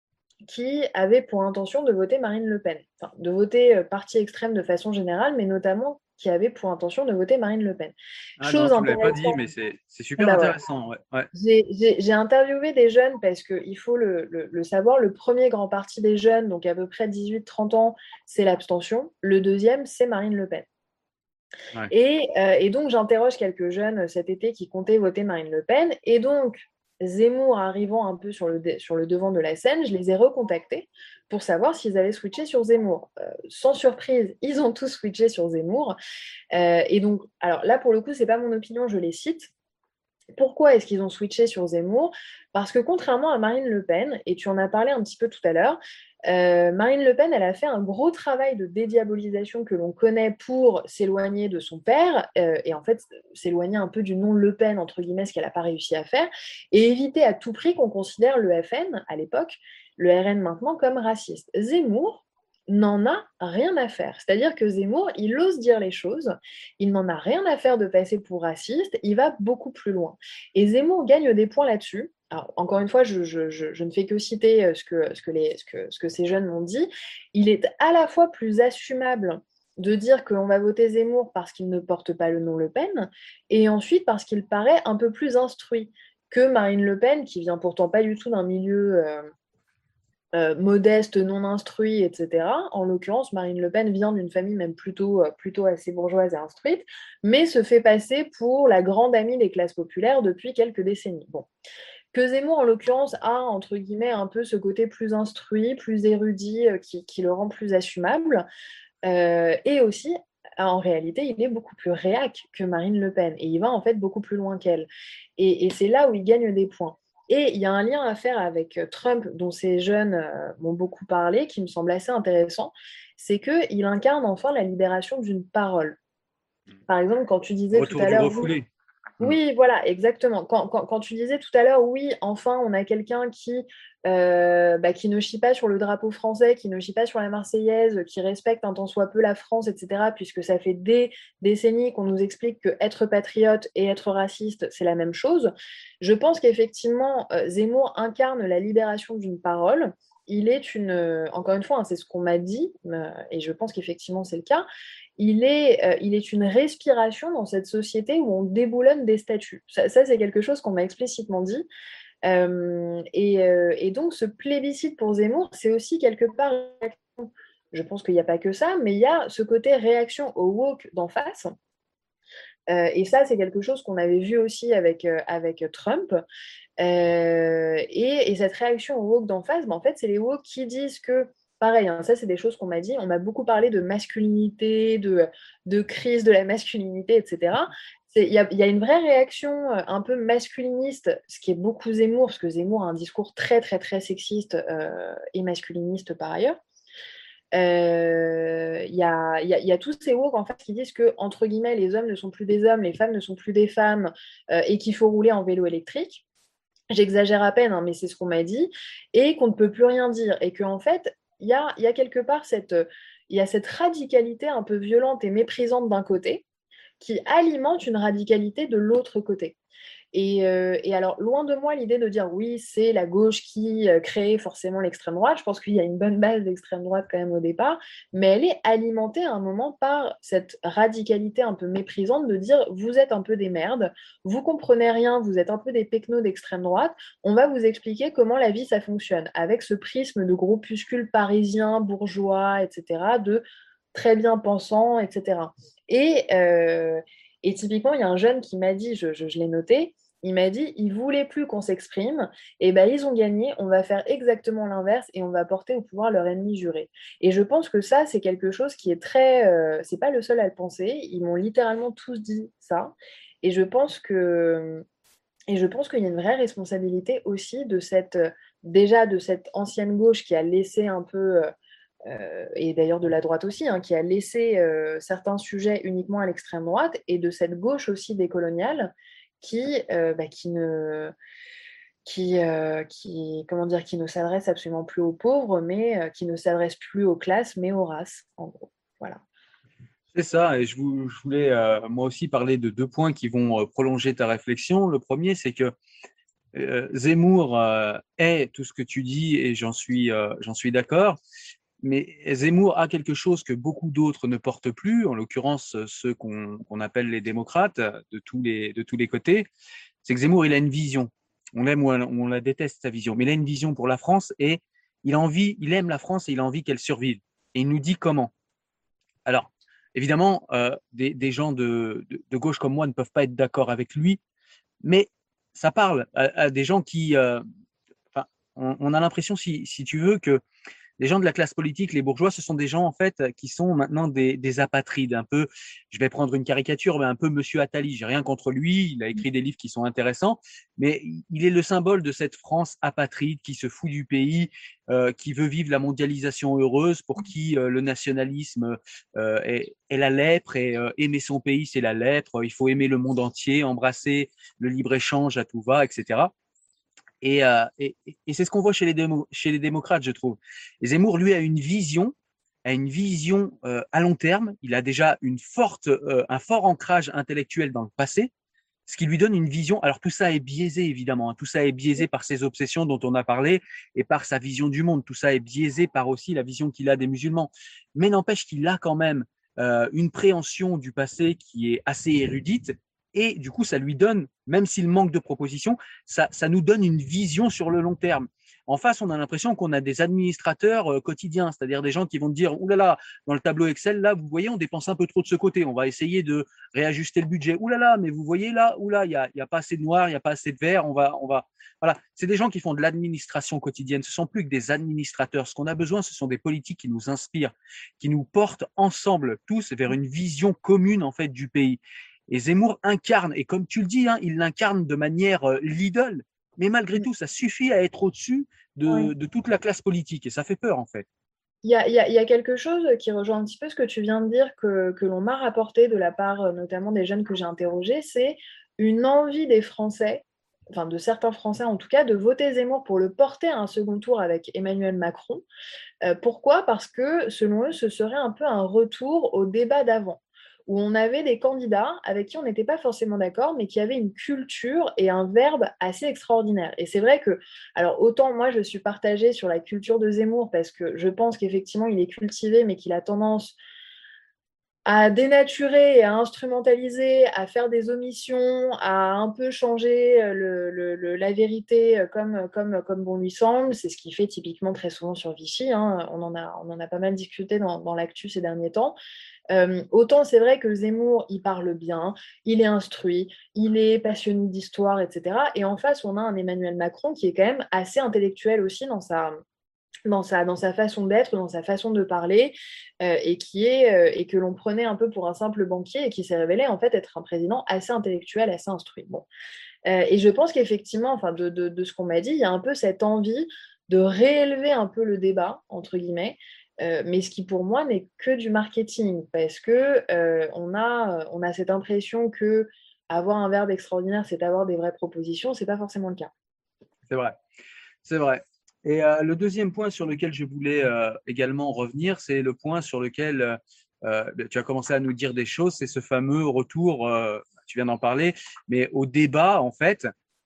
Speaker 7: qui avaient pour intention de voter Marine Le Pen, enfin, de voter euh, parti extrême de façon générale, mais notamment qui avaient pour intention de voter Marine Le Pen.
Speaker 6: Ah
Speaker 7: Chose
Speaker 6: non, tu ne l'avais pas dit,
Speaker 7: intéressante.
Speaker 6: mais c'est, c'est super
Speaker 7: Bah ouais.
Speaker 6: intéressant. Ouais. Ouais.
Speaker 7: J'ai, j'ai, j'ai interviewé des jeunes parce qu'il faut le, le, le savoir, le premier grand parti des jeunes, donc à peu près dix-huit trente ans, c'est l'abstention. Le deuxième, c'est Marine Le Pen. Ouais. Et, euh, et donc, j'interroge quelques jeunes cet été qui comptaient voter Marine Le Pen. Et donc, Zemmour arrivant un peu sur le, de, sur le devant de la scène, je les ai recontactés pour savoir s'ils allaient switcher sur Zemmour. Euh, sans surprise, ils ont tous switché sur Zemmour. Euh, et donc, alors là, pour le coup, ce n'est pas mon opinion, je les cite. Pourquoi est-ce qu'ils ont switché sur Zemmour? Parce que contrairement à Marine Le Pen, et tu en as parlé un petit peu tout à l'heure, euh, Marine Le Pen, elle a fait un gros travail de dédiabolisation que l'on connaît pour s'éloigner de son père, euh, et en fait s'éloigner un peu du nom Le Pen, entre guillemets, ce qu'elle n'a pas réussi à faire, et éviter à tout prix qu'on considère le F N, à l'époque, le R N maintenant, comme raciste. Zemmour n'en a rien à faire. C'est-à-dire que Zemmour, il ose dire les choses, il n'en a rien à faire de passer pour raciste, il va beaucoup plus loin. Et Zemmour gagne des points là-dessus. Alors, encore une fois, je, je, je, je ne fais que citer ce que, ce que, les, ce que, ce que ces jeunes m'ont dit. Il est à la fois plus assumable de dire qu'on va voter Zemmour parce qu'il ne porte pas le nom Le Pen, et ensuite parce qu'il paraît un peu plus instruit que Marine Le Pen, qui vient pourtant pas du tout d'un milieu... Euh, euh, modeste, non instruit, et cetera. En l'occurrence, Marine Le Pen vient d'une famille même plutôt, euh, plutôt assez bourgeoise et instruite, mais se fait passer pour la grande amie des classes populaires depuis quelques décennies. Bon. Que Zemmour, en l'occurrence, a, entre guillemets, un peu ce côté plus instruit, plus érudit, euh, qui, qui le rend plus assumable. Euh, et aussi, en réalité, il est beaucoup plus réac que Marine Le Pen. Et il va, en fait, beaucoup plus loin qu'elle. Et, et c'est là où il gagne des points. Et il y a un lien à faire avec Trump, dont ces jeunes euh, m'ont beaucoup parlé, qui me semble assez intéressant. C'est qu'il incarne enfin la libération d'une parole. Par exemple, quand tu disais
Speaker 6: Retour
Speaker 7: tout à
Speaker 6: du
Speaker 7: l'heure...
Speaker 6: refoulé.
Speaker 7: Oui, voilà, exactement. Quand, quand, quand tu disais tout à l'heure, oui, enfin, on a quelqu'un qui, euh, bah, qui ne chie pas sur le drapeau français, qui ne chie pas sur la Marseillaise, qui respecte un tant soit peu la France, et cetera, puisque ça fait des décennies qu'on nous explique que être patriote et être raciste, c'est la même chose. Je pense qu'effectivement, euh, Zemmour incarne la libération d'une parole. Il est une, euh, encore une fois, hein, c'est ce qu'on m'a dit, euh, et je pense qu'effectivement c'est le cas. Il est, euh, il est une respiration dans cette société où on déboulonne des statuts. Ça, ça c'est quelque chose qu'on m'a explicitement dit. Euh, et, euh, et donc, ce plébiscite pour Zemmour, c'est aussi quelque part, je pense qu'il n'y a pas que ça, mais il y a ce côté réaction au woke d'en face. Euh, et ça, c'est quelque chose qu'on avait vu aussi avec, euh, avec Trump. Euh, et, et cette réaction au woke d'en face, ben, en fait, c'est les woke qui disent que pareil, hein, ça c'est des choses qu'on m'a dit. On m'a beaucoup parlé de masculinité, de, de crise de la masculinité, et cetera. Il y a, y a une vraie réaction euh, un peu masculiniste, ce qui est beaucoup Zemmour, parce que Zemmour a un discours très très très sexiste euh, et masculiniste par ailleurs. Il euh, y, a, y, a, y a tous ces woke en fait, qui disent que, entre guillemets, les hommes ne sont plus des hommes, les femmes ne sont plus des femmes euh, et qu'il faut rouler en vélo électrique. J'exagère à peine, hein, mais c'est ce qu'on m'a dit, et qu'on ne peut plus rien dire. Et qu'en fait, il y a, y a quelque part cette, y a cette radicalité un peu violente et méprisante d'un côté qui alimente une radicalité de l'autre côté. Et, euh, et alors, loin de moi l'idée de dire oui, c'est la gauche qui euh, crée forcément l'extrême droite. Je pense qu'il y a une bonne base d'extrême droite quand même au départ, mais elle est alimentée à un moment par cette radicalité un peu méprisante de dire vous êtes un peu des merdes, vous comprenez rien, vous êtes un peu des pecnos d'extrême droite, on va vous expliquer comment la vie ça fonctionne, avec ce prisme de groupuscules parisiens, bourgeois, et cetera, de très bien pensants, et cetera. Et, euh, et typiquement, il y a un jeune qui m'a dit, je, je, je l'ai noté, il m'a dit, ils ne voulaient plus qu'on s'exprime, et ben ils ont gagné, on va faire exactement l'inverse et on va porter au pouvoir leur ennemi juré. Et je pense que ça, c'est quelque chose qui est très... Euh, c'est pas le seul à le penser, ils m'ont littéralement tous dit ça, et je pense que... Et je pense qu'il y a une vraie responsabilité aussi de cette... déjà de cette ancienne gauche qui a laissé un peu... Euh, et d'ailleurs de la droite aussi, hein, qui a laissé euh, certains sujets uniquement à l'extrême droite, et de cette gauche aussi décoloniale, qui, euh, bah, qui ne qui, euh, qui comment dire qui ne s'adresse absolument plus aux pauvres, mais euh, qui ne s'adresse plus aux classes, mais aux races, en gros. Voilà.
Speaker 6: C'est ça, et je, vous, je voulais euh, moi aussi parler de deux points qui vont euh, prolonger ta réflexion. Le premier, c'est que euh, Zemmour euh, est tout ce que tu dis, et j'en suis, euh, j'en suis d'accord. Mais Zemmour a quelque chose que beaucoup d'autres ne portent plus, en l'occurrence ceux qu'on, qu'on appelle les démocrates de tous les, de tous les côtés. C'est que Zemmour, il a une vision. On l'aime ou on la déteste, sa vision. Mais il a une vision pour la France et il a envie, il aime la France et il a envie qu'elle survive. Et il nous dit comment. Alors, évidemment, euh, des, des gens de, de, de gauche comme moi ne peuvent pas être d'accord avec lui, mais ça parle à, à des gens qui... Euh, enfin, on, on a l'impression, si, si tu veux, que les gens de la classe politique, les bourgeois, ce sont des gens en fait qui sont maintenant des, des apatrides, un peu. Je vais prendre une caricature, mais un peu Monsieur Attali. J'ai rien contre lui. Il a écrit des livres qui sont intéressants, mais il est le symbole de cette France apatride qui se fout du pays, euh, qui veut vivre la mondialisation heureuse, pour qui euh, le nationalisme euh, est, est la lèpre, et euh, aimer son pays c'est la lèpre. Il faut aimer le monde entier, embrasser le libre échange à tout va, et cetera. Et, euh, et, et c'est ce qu'on voit chez les, démo, chez les démocrates, je trouve. Et Zemmour, lui, a une vision, a une vision euh, à long terme. Il a déjà une forte, euh, un fort ancrage intellectuel dans le passé, ce qui lui donne une vision. Alors tout ça est biaisé, évidemment. Hein. Tout ça est biaisé par ses obsessions dont on a parlé et par sa vision du monde. Tout ça est biaisé par aussi la vision qu'il a des musulmans. Mais n'empêche qu'il a quand même euh, une préhension du passé qui est assez érudite. Et du coup, ça lui donne, même s'il manque de propositions, ça, ça nous donne une vision sur le long terme. En face, on a l'impression qu'on a des administrateurs euh, quotidiens, c'est-à-dire des gens qui vont te dire, oulala, là là, dans le tableau Excel, là, vous voyez, on dépense un peu trop de ce côté, on va essayer de réajuster le budget. Oulala, là là, mais vous voyez là, oula, il y a, il y a pas assez de noir, il y a pas assez de vert, on va, on va, voilà. C'est des gens qui font de l'administration quotidienne. Ce sont plus que des administrateurs. Ce qu'on a besoin, ce sont des politiques qui nous inspirent, qui nous portent ensemble tous vers une vision commune en fait du pays. Et Zemmour incarne, et comme tu le dis, hein, il l'incarne de manière euh, l'idole. Mais malgré tout, ça suffit à être au-dessus de,
Speaker 7: Oui.
Speaker 6: de toute la classe politique. Et ça fait peur, en fait.
Speaker 7: Il y a, il y a- il y a quelque chose qui rejoint un petit peu ce que tu viens de dire, que, que l'on m'a rapporté de la part euh, notamment des jeunes que j'ai interrogés, c'est une envie des Français, enfin de certains Français en tout cas, de voter Zemmour pour le porter à un second tour avec Emmanuel Macron. Euh, pourquoi? Parce que selon eux, ce serait un peu un retour au débat d'avant, où on avait des candidats avec qui on n'était pas forcément d'accord, mais qui avaient une culture et un verbe assez extraordinaire. Et c'est vrai que, alors autant moi je suis partagée sur la culture de Zemmour, parce que je pense qu'effectivement il est cultivé, mais qu'il a tendance à dénaturer et à instrumentaliser, à faire des omissions, à un peu changer euh, le, le- le- la vérité euh, comme, comme, comme bon lui semble. C'est ce qu'il fait typiquement très souvent sur Vichy, hein. On en a, on en a pas mal discuté dans, dans l'actu ces derniers temps. Euh, autant c'est vrai que Zemmour, il parle bien, il est instruit, il est passionné d'histoire, et cetera. Et en face, on a un Emmanuel Macron qui est quand même assez intellectuel aussi dans sa, dans sa, dans sa façon d'être, dans sa façon de parler, euh, et, qui est, euh, et que l'on prenait un peu pour un simple banquier et qui s'est révélé en fait être un président assez intellectuel, assez instruit. Bon. Euh, et je pense qu'effectivement, enfin, de, de, de ce qu'on m'a dit, il y a un peu cette envie de réélever un peu le débat, entre guillemets, euh, mais ce qui pour moi n'est que du marketing, parce que euh, on a, on a cette impression que avoir un verbe extraordinaire, c'est avoir des vraies propositions, c'est pas forcément le cas.
Speaker 6: C'est vrai. C'est vrai. Et euh, le deuxième point sur lequel je voulais euh, également revenir, c'est le point sur lequel euh, euh, tu as commencé à nous dire des choses, c'est ce fameux retour, euh, tu viens d'en parler, mais au débat, en fait,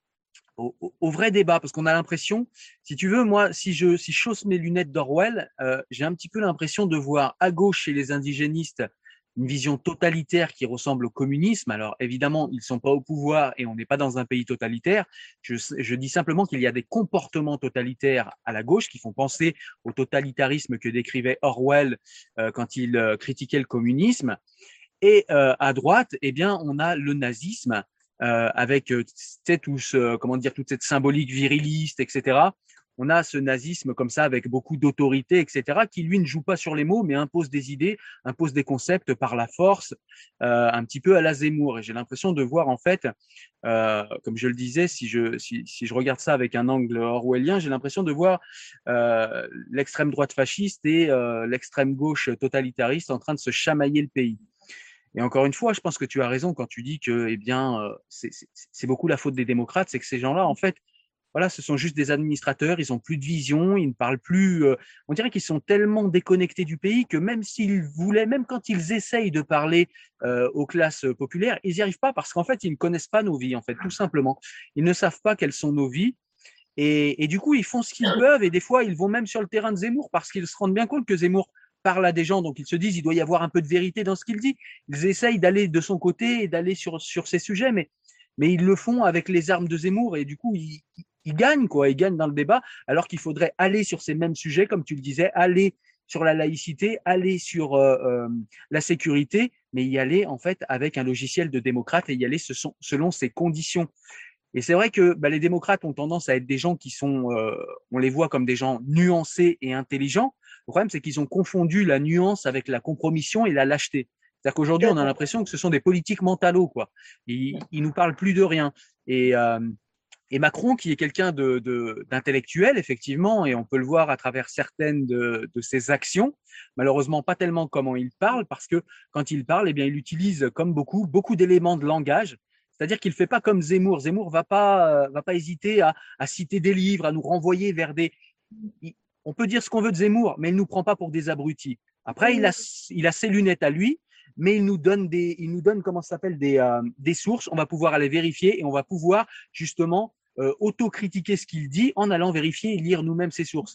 Speaker 6: au, au- au vrai débat, parce qu'on a l'impression, si tu veux, moi, si je, si je chausse mes lunettes d'Orwell, euh, j'ai un petit peu l'impression de voir à gauche chez les indigénistes une vision totalitaire qui ressemble au communisme. Alors évidemment, ils ne sont pas au pouvoir et on n'est pas dans un pays totalitaire. Je, je dis simplement qu'il y a des comportements totalitaires à la gauche qui font penser au totalitarisme que décrivait Orwell euh, quand il euh, critiquait le communisme. Et euh, à droite, eh bien, on a le nazisme euh, avec euh, tout ce, comment dire, toute cette symbolique viriliste, et cetera. On a ce nazisme comme ça avec beaucoup d'autorité, et cetera, qui lui ne joue pas sur les mots, mais impose des idées, impose des concepts par la force, euh, un petit peu à la Zemmour. Et j'ai l'impression de voir en fait, euh, comme je le disais, si je si, si je regarde ça avec un angle orwellien, j'ai l'impression de voir euh, l'extrême droite fasciste et euh, l'extrême gauche totalitariste en train de se chamailler le pays. Et encore une fois, je pense que tu as raison quand tu dis que, eh bien, euh, c'est, c'est, c'est beaucoup la faute des démocrates, c'est que ces gens-là, en fait, voilà, ce sont juste des administrateurs, ils ont plus de vision, ils ne parlent plus. Euh, on dirait qu'ils sont tellement déconnectés du pays que même s'ils voulaient, même quand ils essayent de parler euh, aux classes populaires, ils n'y arrivent pas parce qu'en fait, ils ne connaissent pas nos vies, en fait, tout simplement. Ils ne savent pas quelles sont nos vies. Et, et du coup, ils font ce qu'ils peuvent et des fois, ils vont même sur le terrain de Zemmour parce qu'ils se rendent bien compte que Zemmour parle à des gens, donc ils se disent il doit y avoir un peu de vérité dans ce qu'il dit. Ils essayent d'aller de son côté et d'aller sur, sur ces sujets, mais, mais ils le font avec les armes de Zemmour et du coup, ils, ils gagnent, quoi, ils gagnent dans le débat, alors qu'il faudrait aller sur ces mêmes sujets, comme tu le disais, aller sur la laïcité, aller sur euh, euh, la sécurité, mais y aller en fait avec un logiciel de démocrate et y aller ce sont, selon ses conditions. Et c'est vrai que bah, les démocrates ont tendance à être des gens qui sont, euh, on les voit comme des gens nuancés et intelligents. Le problème, c'est qu'ils ont confondu la nuance avec la compromission et la lâcheté. C'est-à-dire qu'aujourd'hui, on a l'impression que ce sont des politiques mentalos, quoi. Ils, ils nous parlent plus de rien. Et, euh, et Macron, qui est quelqu'un de, de, d'intellectuel, effectivement, et on peut le voir à travers certaines de, de ses actions, malheureusement pas tellement comment il parle, parce que quand il parle, eh bien, il utilise, comme beaucoup, beaucoup d'éléments de langage. C'est-à-dire qu'il ne fait pas comme Zemmour. Zemmour ne va pas, euh, va pas hésiter à, à citer des livres, à nous renvoyer vers des… Il, on peut dire ce qu'on veut de Zemmour, mais il ne nous prend pas pour des abrutis. Après, il a, il a ses lunettes à lui, mais il nous donne des, il nous donne comment ça s'appelle des, euh, des sources. On va pouvoir aller vérifier et on va pouvoir justement euh, autocritiquer ce qu'il dit en allant vérifier et lire nous-mêmes ses sources.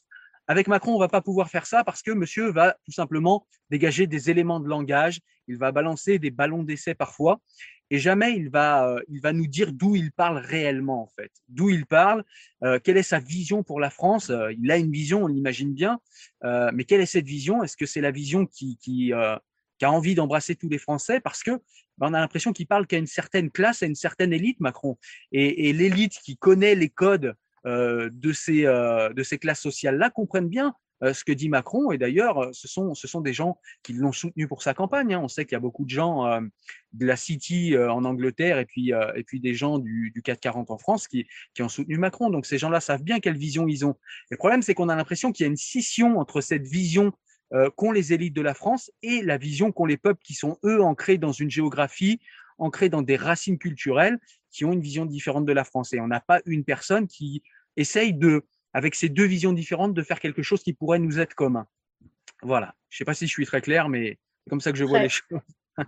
Speaker 6: Avec Macron, on ne va pas pouvoir faire ça parce que monsieur va tout simplement dégager des éléments de langage, il va balancer des ballons d'essai parfois, et jamais il va, euh, il va nous dire d'où il parle réellement, en fait. D'où il parle, euh, quelle est sa vision pour la France. Euh, il a une vision, on l'imagine bien, euh, mais quelle est cette vision? Est-ce que c'est la vision qui, qui, euh, qui a envie d'embrasser tous les Français? Parce que ben, on a l'impression qu'il parle qu'à une certaine classe, à une certaine élite, Macron. Et, et l'élite qui connaît les codes euh, de ces, euh, de ces classes sociales-là comprennent bien euh, ce que dit Macron. Et d'ailleurs, ce sont, ce sont des gens qui l'ont soutenu pour sa campagne. Hein. On sait qu'il y a beaucoup de gens euh, de la City euh, en Angleterre et puis, euh, et puis des gens du, du quatre quarante en France qui, qui ont soutenu Macron. Donc ces gens-là savent bien quelle vision ils ont. Et le problème, c'est qu'on a l'impression qu'il y a une scission entre cette vision euh, qu'ont les élites de la France et la vision qu'ont les peuples qui sont, eux, ancrés dans une géographie, ancrés dans des racines culturelles, qui ont une vision différente de la France. Et on n'a pas une personne qui essaye de, avec ces deux visions différentes, de faire quelque chose qui pourrait nous être commun. Voilà. Je ne sais pas si je suis très clair, mais c'est comme ça que je vois
Speaker 7: Ouais.
Speaker 6: les choses.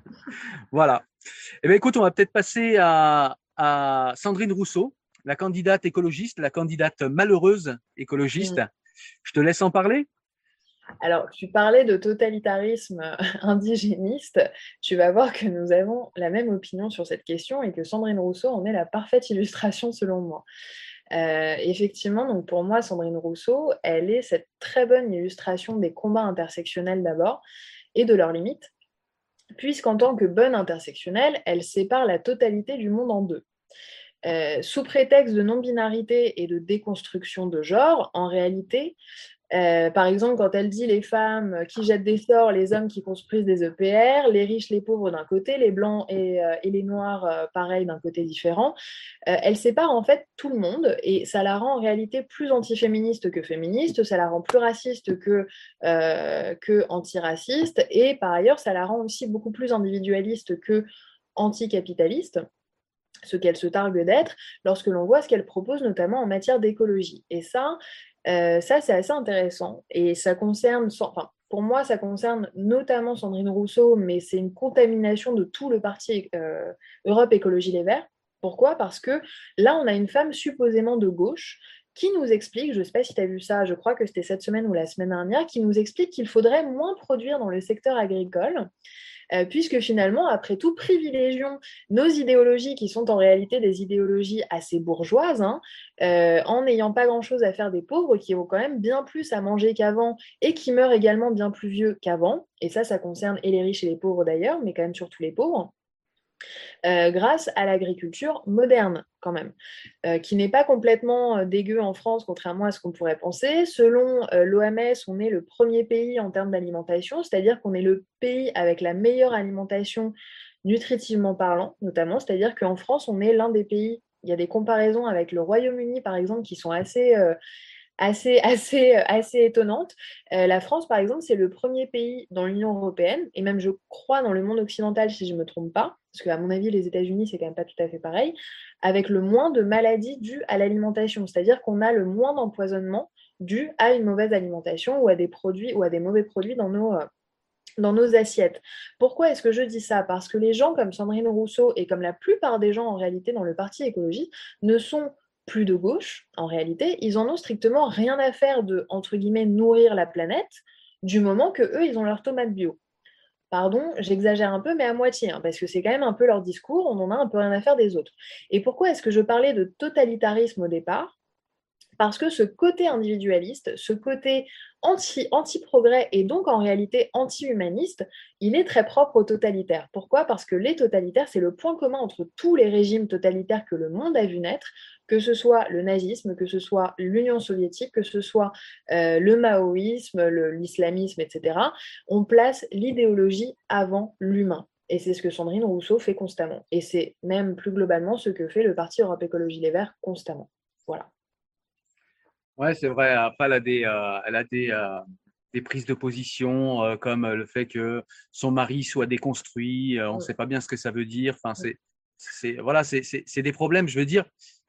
Speaker 6: Voilà. Eh bien, écoute, on va peut-être passer à, à Sandrine Rousseau, la candidate écologiste, la candidate malheureuse écologiste.
Speaker 7: Mmh.
Speaker 6: Je te laisse en parler.
Speaker 7: Alors, tu parlais de totalitarisme indigéniste. Tu vas voir que nous avons la même opinion sur cette question et que Sandrine Rousseau en est la parfaite illustration selon moi. Euh, effectivement, donc pour moi, Sandrine Rousseau, elle est cette très bonne illustration des combats intersectionnels d'abord et de leurs limites, puisqu'en tant que bonne intersectionnelle, elle sépare la totalité du monde en deux. Euh, sous prétexte de non-binarité et de déconstruction de genre, en réalité, Euh, par exemple, quand elle dit les femmes qui jettent des sorts, les hommes qui construisent des E P R, les riches, les pauvres d'un côté, les blancs et, euh, et les noirs, euh, pareil, d'un côté différent, euh, elle sépare en fait tout le monde et ça la rend en réalité plus antiféministe que féministe, ça la rend plus raciste que, euh, que antiraciste et par ailleurs, ça la rend aussi beaucoup plus individualiste que anticapitaliste, ce qu'elle se targue d'être, lorsque l'on voit ce qu'elle propose notamment en matière d'écologie. Et ça, euh, ça c'est assez intéressant. Et ça concerne, enfin, pour moi, ça concerne notamment Sandrine Rousseau, mais c'est une contamination de tout le parti euh, Europe Écologie Les Verts. Pourquoi? Parce que là, on a une femme supposément de gauche qui nous explique, je ne sais pas si tu as vu ça, je crois que c'était cette semaine ou la semaine dernière, qui nous explique qu'il faudrait moins produire dans le secteur agricole, Euh, puisque finalement, après tout, privilégions nos idéologies qui sont en réalité des idéologies assez bourgeoises, hein, euh, en n'ayant pas grand-chose à faire des pauvres, qui ont quand même bien plus à manger qu'avant et qui meurent également bien plus vieux qu'avant. Et ça, ça concerne et les riches et les pauvres d'ailleurs, mais quand même surtout les pauvres. Euh, grâce à l'agriculture moderne quand même, euh, qui n'est pas complètement euh, dégueu en France, contrairement à ce qu'on pourrait penser. Selon euh, l'O M S, on est le premier pays en termes d'alimentation, c'est-à-dire qu'on est le pays avec la meilleure alimentation nutritivement parlant, notamment, c'est-à-dire qu'en France, on est l'un des pays, il y a des comparaisons avec le Royaume-Uni, par exemple, qui sont assez... Euh, assez, assez, assez étonnante. Euh, la France, par exemple, c'est le premier pays dans l'Union européenne, et même, je crois, dans le monde occidental, si je ne me trompe pas, parce qu'à mon avis, les États-Unis, c'est quand même pas tout à fait pareil, avec le moins de maladies dues à l'alimentation. C'est-à-dire qu'on a le moins d'empoisonnement dû à une mauvaise alimentation ou à des produits ou à des mauvais produits dans nos... Euh, dans nos assiettes. Pourquoi est-ce que je dis ça? Parce que les gens comme Sandrine Rousseau et comme la plupart des gens en réalité dans le parti écologie ne sont plus de gauche, en réalité, ils en ont strictement rien à faire de, entre guillemets, nourrir la planète, du moment que eux, ils ont leur tomate bio. Pardon, j'exagère un peu, mais à moitié, hein, parce que c'est quand même un peu leur discours, on en a un peu rien à faire des autres. Et pourquoi est-ce que je parlais de totalitarisme au départ? Parce que ce côté individualiste, ce côté anti, anti-progrès et donc en réalité anti-humaniste, il est très propre aux totalitaires. Pourquoi? Parce que les totalitaires, c'est le point commun entre tous les régimes totalitaires que le monde a vu naître, que ce soit le nazisme, que ce soit l'Union soviétique, que ce soit euh, le maoïsme, le, l'islamisme, et cetera. On place l'idéologie avant l'humain. Et c'est ce que Sandrine Rousseau fait constamment. Et c'est même plus globalement ce que fait le Parti Europe Écologie Les Verts constamment. Voilà.
Speaker 6: Ouais, c'est vrai. Après, elle a des, euh, elle a des, euh, des prises de position, euh, comme le fait que son mari soit déconstruit. Euh, on ne
Speaker 7: Oui.
Speaker 6: sait pas bien ce que ça veut dire. Enfin, c'est, c'est, voilà, c'est, c'est, c'est des problèmes. Je veux dire,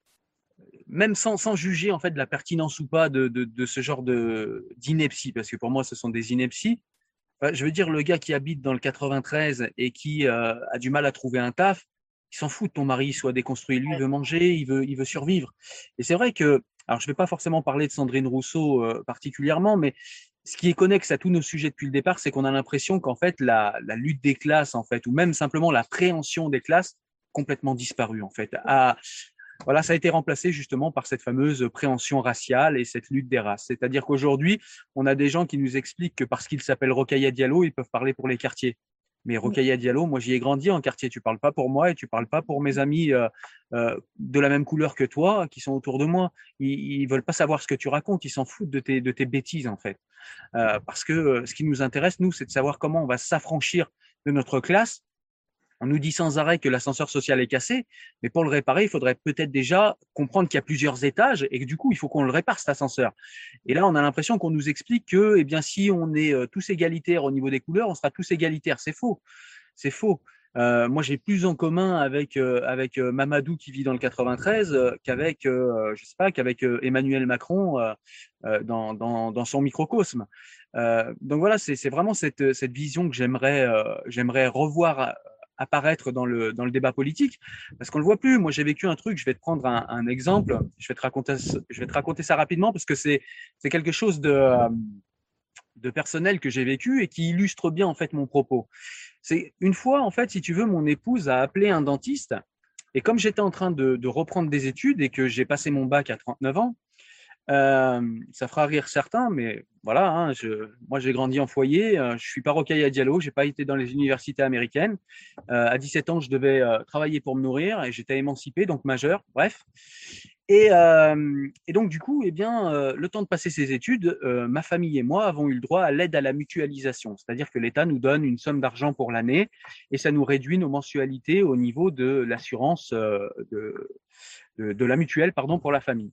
Speaker 6: même sans, sans juger en fait de la pertinence ou pas de, de, de ce genre de d'ineptie, parce que pour moi, ce sont des inepties. Enfin, je veux dire, le gars qui habite dans le quatre-vingt-treize et qui euh, a du mal à trouver un taf, il s'en fout de ton mari soit déconstruit. Lui, il veut manger, il veut, il veut survivre. Et c'est vrai que alors je ne vais pas forcément parler de Sandrine Rousseau euh, particulièrement, mais ce qui est connexe à tous nos sujets depuis le départ, c'est qu'on a l'impression qu'en fait, la, la lutte des classes, en fait, ou même simplement la préhension des classes, complètement disparu, en fait. A, voilà, ça a été remplacé justement par cette fameuse préhension raciale et cette lutte des races. C'est-à-dire qu'aujourd'hui, on a des gens qui nous expliquent que parce qu'ils s'appellent Rokhaya Diallo, ils peuvent parler pour les quartiers. Mais Rokhaya Diallo, moi, j'y ai grandi en quartier. Tu parles pas pour moi et tu parles pas pour mes amis euh, euh, de la même couleur que toi qui sont autour de moi. Ils, ils veulent pas savoir ce que tu racontes. Ils s'en foutent de tes, de tes bêtises, en fait. Euh, parce que euh, ce qui nous intéresse, nous, c'est de savoir comment on va s'affranchir de notre classe. On nous dit sans arrêt que l'ascenseur social est cassé, mais pour le réparer, il faudrait peut-être déjà comprendre qu'il y a plusieurs étages et que du coup, il faut qu'on le répare, cet ascenseur. Et là, on a l'impression qu'on nous explique que, eh bien, si on est euh, tous égalitaires au niveau des couleurs, on sera tous égalitaires. C'est faux. C'est faux. Euh, moi, j'ai plus en commun avec euh, avec euh, Mamadou qui vit dans le quatre-vingt-treize euh, qu'avec, euh, je sais pas, qu'avec euh, Emmanuel Macron euh, euh, dans, dans dans son microcosme. Euh, donc voilà, c'est c'est vraiment cette cette vision que j'aimerais euh, j'aimerais revoir apparaître dans le dans le débat politique, parce qu'on le voit plus. Moi, j'ai vécu un truc. Je vais te prendre un, un exemple. Je vais te raconter je vais te raconter ça rapidement parce que c'est c'est quelque chose de euh, de personnel que j'ai vécu et qui illustre bien en fait mon propos. C'est une fois, en fait, si tu veux, mon épouse a appelé un dentiste et comme j'étais en train de, de reprendre des études et que j'ai passé mon bac à trente-neuf ans, euh, ça fera rire certains, mais voilà, hein, je, moi j'ai grandi en foyer, euh, je suis pas Rokhaya Diallo, j'ai pas été dans les universités américaines. Euh, à dix-sept ans, je devais euh, travailler pour me nourrir et j'étais émancipé, donc majeur, bref. Et, euh, et donc, du coup, eh bien, euh, le temps de passer ses études, euh, ma famille et moi avons eu le droit à l'aide à la mutualisation. C'est-à-dire que l'État nous donne une somme d'argent pour l'année et ça nous réduit nos mensualités au niveau de l'assurance euh, de, de, de la mutuelle, pardon, pour la famille.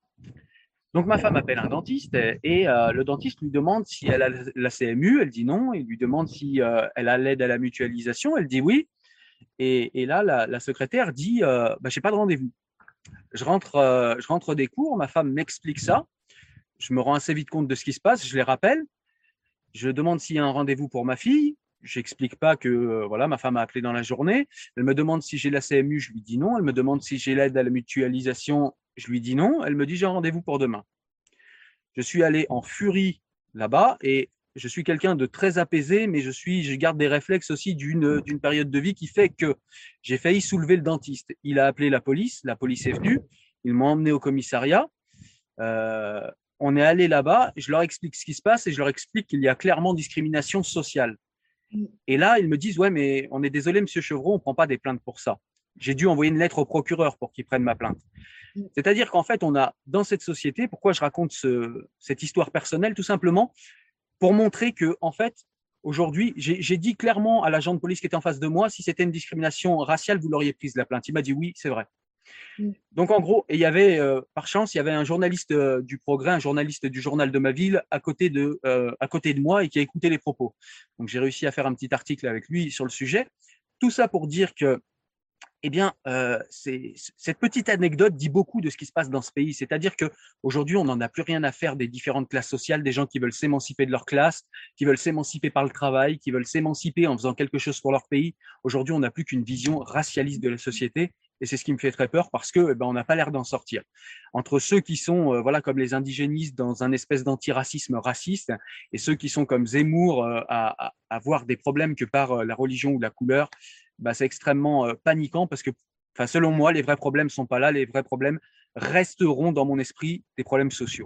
Speaker 6: Donc, ma femme appelle un dentiste et euh, le dentiste lui demande si elle a la C M U, elle dit non. Il lui demande si euh, elle a l'aide à la mutualisation, elle dit oui. Et, et là, la, la secrétaire dit euh, bah, « j'ai pas de rendez-vous ». Je rentre, euh, je rentre des cours, ma femme m'explique ça. Je me rends assez vite compte de ce qui se passe, je les rappelle. Je demande s'il y a un rendez-vous pour ma fille. Je n'explique pas que euh, voilà, ma femme a appelé dans la journée. Elle me demande si j'ai la C M U, je lui dis non. Elle me demande si j'ai l'aide à la mutualisation, je lui dis non. Elle me dit j'ai un rendez-vous pour demain. Je suis allé en furie là-bas et je suis quelqu'un de très apaisé, mais je suis, je garde des réflexes aussi d'une d'une période de vie qui fait que j'ai failli soulever le dentiste. Il a appelé la police, la police est venue, ils m'ont emmené au commissariat. Euh, on est allé là-bas, je leur explique ce qui se passe et je leur explique qu'il y a clairement discrimination sociale. Et là, ils me disent ouais, mais on est désolé, Monsieur Chevreau, on prend pas des plaintes pour ça. J'ai dû envoyer une lettre au procureur pour qu'il prenne ma plainte. C'est-à-dire qu'en fait, on a dans cette société, pourquoi je raconte ce, cette histoire personnelle, tout simplement pour montrer que, en fait, aujourd'hui, j'ai, j'ai dit clairement à l'agent de police qui était en face de moi, si c'était une discrimination raciale, vous l'auriez prise la plainte. Il m'a dit oui, c'est vrai. Mm. Donc, en gros, et il y avait, euh, par chance, il y avait un journaliste euh, du Progrès, un journaliste du journal de ma ville à côté de, euh, à côté de moi et qui a écouté les propos. Donc, j'ai réussi à faire un petit article avec lui sur le sujet. Tout ça pour dire que eh bien, euh, c'est, cette petite anecdote dit beaucoup de ce qui se passe dans ce pays. C'est-à-dire qu'aujourd'hui, on n'en a plus rien à faire des différentes classes sociales, des gens qui veulent s'émanciper de leur classe, qui veulent s'émanciper par le travail, qui veulent s'émanciper en faisant quelque chose pour leur pays. Aujourd'hui, on n'a plus qu'une vision racialiste de la société. Et c'est ce qui me fait très peur parce que eh ben, on n'a pas l'air d'en sortir. Entre ceux qui sont euh, voilà comme les indigénistes dans un espèce d'antiracisme raciste et ceux qui sont comme Zemmour euh, à, à, à voir des problèmes que par euh, la religion ou la couleur, bah, c'est extrêmement euh, paniquant parce que, enfin, selon moi, les vrais problèmes sont pas là. Les vrais problèmes resteront dans mon esprit des problèmes sociaux.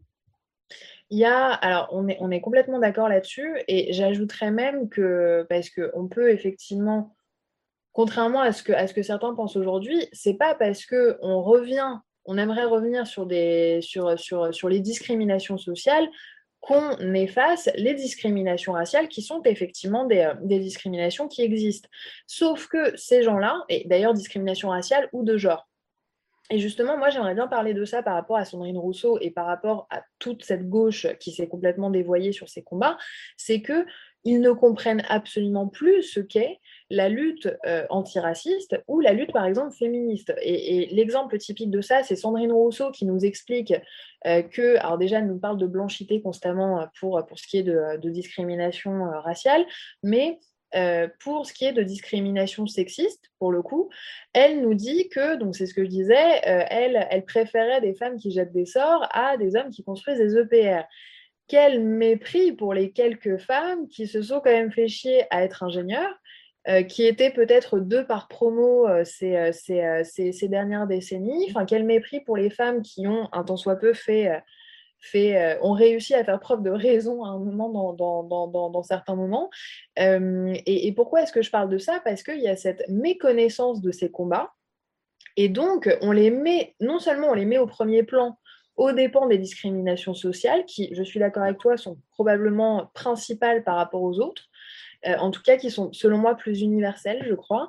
Speaker 7: Il y a, alors on est, on est complètement d'accord là-dessus et j'ajouterais même que, parce qu'on peut effectivement, contrairement à ce que, à ce que certains pensent aujourd'hui, c'est pas parce qu'on revient, on aimerait revenir sur, des, sur, sur, sur les discriminations sociales qu'on efface les discriminations raciales qui sont effectivement des, des discriminations qui existent. Sauf que ces gens-là, et d'ailleurs discrimination raciale ou de genre, et justement, moi, j'aimerais bien parler de ça par rapport à Sandrine Rousseau et par rapport à toute cette gauche qui s'est complètement dévoyée sur ces combats, c'est qu'ils ne comprennent absolument plus ce qu'est la lutte euh, antiraciste ou la lutte, par exemple, féministe. Et, et l'exemple typique de ça, c'est Sandrine Rousseau qui nous explique euh, que, alors déjà, elle nous parle de blanchité constamment pour, pour ce qui est de, de discrimination euh, raciale, mais Euh, pour ce qui est de discrimination sexiste, pour le coup, elle nous dit que, donc c'est ce que je disais, euh, elle, elle préférait des femmes qui jettent des sorts à des hommes qui construisent des E P R. Quel mépris pour les quelques femmes qui se sont quand même fait chier à être ingénieurs, euh, qui étaient peut-être deux par promo euh, ces, euh, ces, euh, ces, ces dernières décennies. Enfin, quel mépris pour les femmes qui ont, un tant soit peu, fait... Euh, Fait, euh, ont réussi à faire preuve de raison à un moment dans, dans, dans, dans, dans certains moments. Euh, et, et pourquoi est-ce que je parle de ça? Parce qu'il y a cette méconnaissance de ces combats. Et donc, on les met, non seulement on les met au premier plan aux dépens des discriminations sociales, qui, je suis d'accord avec toi, sont probablement principales par rapport aux autres, euh, en tout cas qui sont, selon moi, plus universelles, je crois.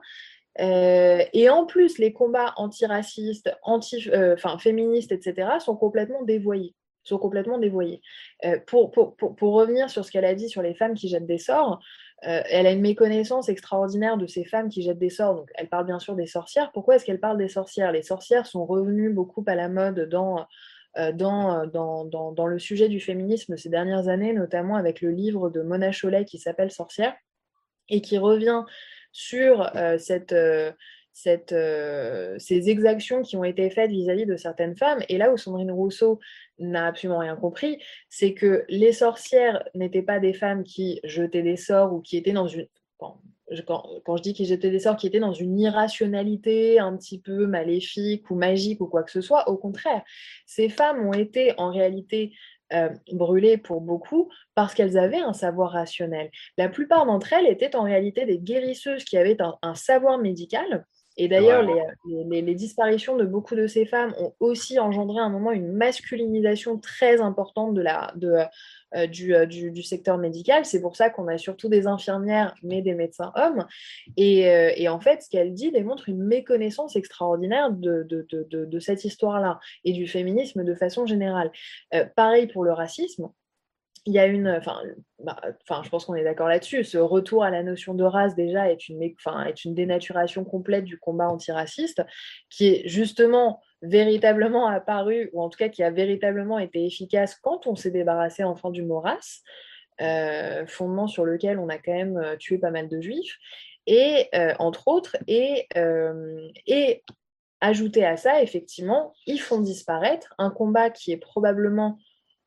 Speaker 7: Euh, et en plus, les combats antiracistes, anti, euh, enfin, féministes, et cetera, sont complètement dévoyés. sont complètement dévoyés. Euh, pour, pour, pour, pour revenir sur ce qu'elle a dit sur les femmes qui jettent des sorts, euh, elle a une méconnaissance extraordinaire de ces femmes qui jettent des sorts. Donc, elle parle bien sûr des sorcières. Pourquoi est-ce qu'elle parle des sorcières? Les sorcières sont revenues beaucoup à la mode dans, euh, dans, dans, dans, dans le sujet du féminisme ces dernières années, notamment avec le livre de Mona Chollet qui s'appelle Sorcières, et qui revient sur euh, cette... Euh, Cette, euh, ces exactions qui ont été faites vis-à-vis de certaines femmes. Et là où Sandrine Rousseau n'a absolument rien compris, c'est que les sorcières n'étaient pas des femmes qui jetaient des sorts ou qui étaient dans une... Quand je, quand, quand je dis qu'ils jetaient des sorts, qui étaient dans une irrationalité un petit peu maléfique ou magique ou quoi que ce soit. Au contraire, ces femmes ont été en réalité... Euh, brûlées pour beaucoup parce qu'elles avaient un savoir rationnel. La plupart d'entre elles étaient en réalité des guérisseuses qui avaient un, un savoir médical. Et d'ailleurs, ouais. les, les, les disparitions de beaucoup de ces femmes ont aussi engendré à un moment une masculinisation très importante de la, de, euh, du, euh, du, du secteur médical. C'est pour ça qu'on a surtout des infirmières, mais des médecins hommes. Et, euh, et en fait, ce qu'elle dit démontre une méconnaissance extraordinaire de, de, de, de, de cette histoire-là et du féminisme de façon générale. Euh, pareil pour le racisme. Il y a une, enfin, bah, enfin, je pense qu'on est d'accord là-dessus. Ce retour à la notion de race déjà est une, enfin, est une dénaturation complète du combat antiraciste, qui est justement véritablement apparu, ou en tout cas qui a véritablement été efficace quand on s'est débarrassé enfin du mot race, euh, fondement sur lequel on a quand même tué pas mal de juifs, et euh, entre autres, et, euh, et ajouté à ça, effectivement, ils font disparaître un combat qui est probablement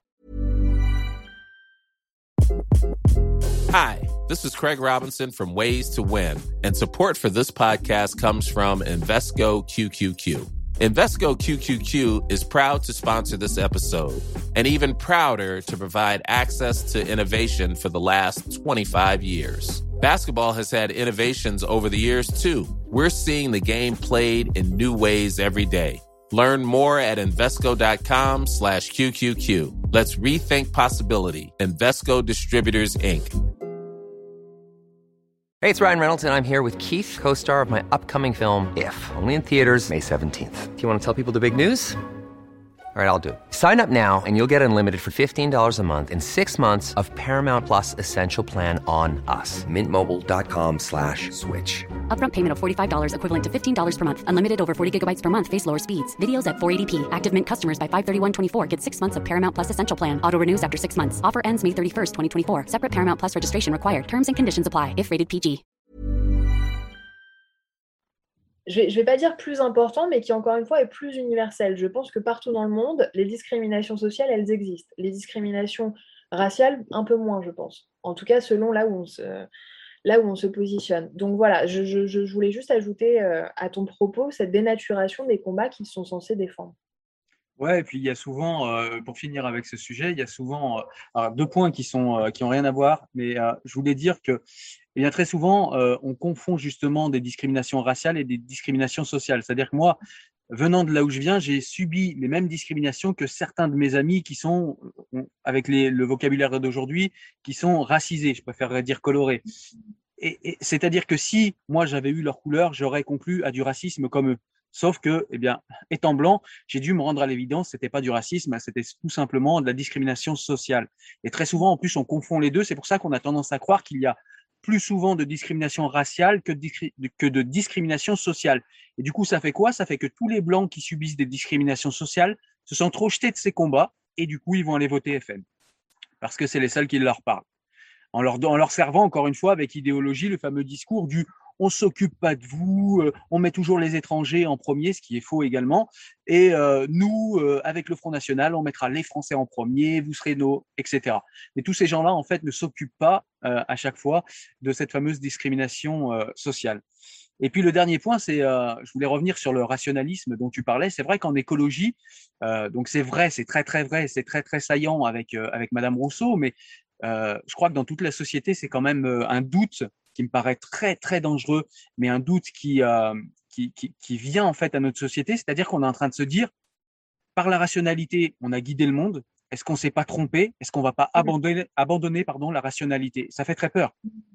Speaker 9: Hi, this is Craig Robinson from Ways to Win, and support for this podcast comes from Invesco Q Q Q. Invesco Q Q Q is proud to sponsor this episode, and even prouder to provide access to innovation for the last twenty-five years. Basketball has had innovations over the years, too. We're seeing the game played in new ways every day. Learn more at Invesco.com slash QQQ. Let's rethink possibility. Invesco Distributors, Incorporated.
Speaker 1: Hey, it's Ryan Reynolds, and I'm here with Keith, co-star of my upcoming film, If, only in theaters May seventeenth. Do you want to tell people the big news? All right, I'll do it. Sign up now and you'll get unlimited for fifteen dollars a month and six months of Paramount Plus Essential Plan on us. Mint Mobile dot com slash switch.
Speaker 2: Upfront payment of forty-five dollars equivalent to fifteen dollars per month. Unlimited over forty gigabytes per month. Face lower speeds. Videos at four eighty p. Active Mint customers by five thirty-one twenty-four get six months of Paramount Plus Essential Plan. Auto renews after six months. Offer ends May thirty-first, twenty twenty-four. Separate Paramount Plus registration required. Terms and conditions apply if rated P G.
Speaker 7: Je vais, je vais pas dire plus important, mais qui encore une fois est plus universel. Je pense que partout dans le monde, les discriminations sociales, elles existent. Les discriminations raciales, un peu moins, je pense. En tout cas, selon là où on se, là où on se positionne. Donc voilà, je, je, je voulais juste ajouter euh, à ton propos cette dénaturation des combats qu'ils sont censés défendre.
Speaker 6: Ouais, et puis il y a souvent, euh, pour finir avec ce sujet, il y a souvent euh, alors, deux points qui sont euh, qui ont rien à voir, mais euh, je voulais dire que eh bien, très souvent, euh, on confond justement des discriminations raciales et des discriminations sociales. C'est-à-dire que moi, venant de là où je viens, j'ai subi les mêmes discriminations que certains de mes amis qui sont, avec les, le vocabulaire d'aujourd'hui, qui sont racisés, je préférerais dire colorés. Et, et, c'est-à-dire que si moi j'avais eu leur couleur, j'aurais conclu à du racisme comme eux. Sauf que, eh bien, étant blanc, j'ai dû me rendre à l'évidence, c'était pas du racisme, c'était tout simplement de la discrimination sociale. Et très souvent, en plus, on confond les deux. C'est pour ça qu'on a tendance à croire qu'il y a plus souvent de discrimination raciale que de, que de discrimination sociale. Et du coup, ça fait quoi? Ça fait que tous les Blancs qui subissent des discriminations sociales se sont trop jetés de ces combats et du coup, ils vont aller voter F N parce que c'est les seuls qui leur parlent. en leur, en leur servant encore une fois avec idéologie le fameux discours du on s'occupe pas de vous, euh, on met toujours les étrangers en premier, ce qui est faux également. Et euh, nous, euh, avec le Front National, on mettra les Français en premier, vous serez nos, et cetera. Mais tous ces gens-là, en fait, ne s'occupent pas euh, à chaque fois de cette fameuse discrimination euh, sociale. Et puis le dernier point, c'est, euh, je voulais revenir sur le rationalisme dont tu parlais. C'est vrai qu'en écologie, euh, donc c'est vrai, c'est très très vrai, c'est très très saillant avec euh, avec Madame Rousseau, mais euh, je crois que dans toute la société, c'est quand même euh, un doute qui me paraît très très dangereux, mais un doute qui, euh, qui qui qui vient en fait à notre société, c'est-à-dire qu'on est en train de se dire, par la rationalité, on a guidé le monde. Est-ce qu'on s'est pas trompé? Est-ce qu'on va pas abandonner abandonner pardon la rationalité? Ça fait très peur.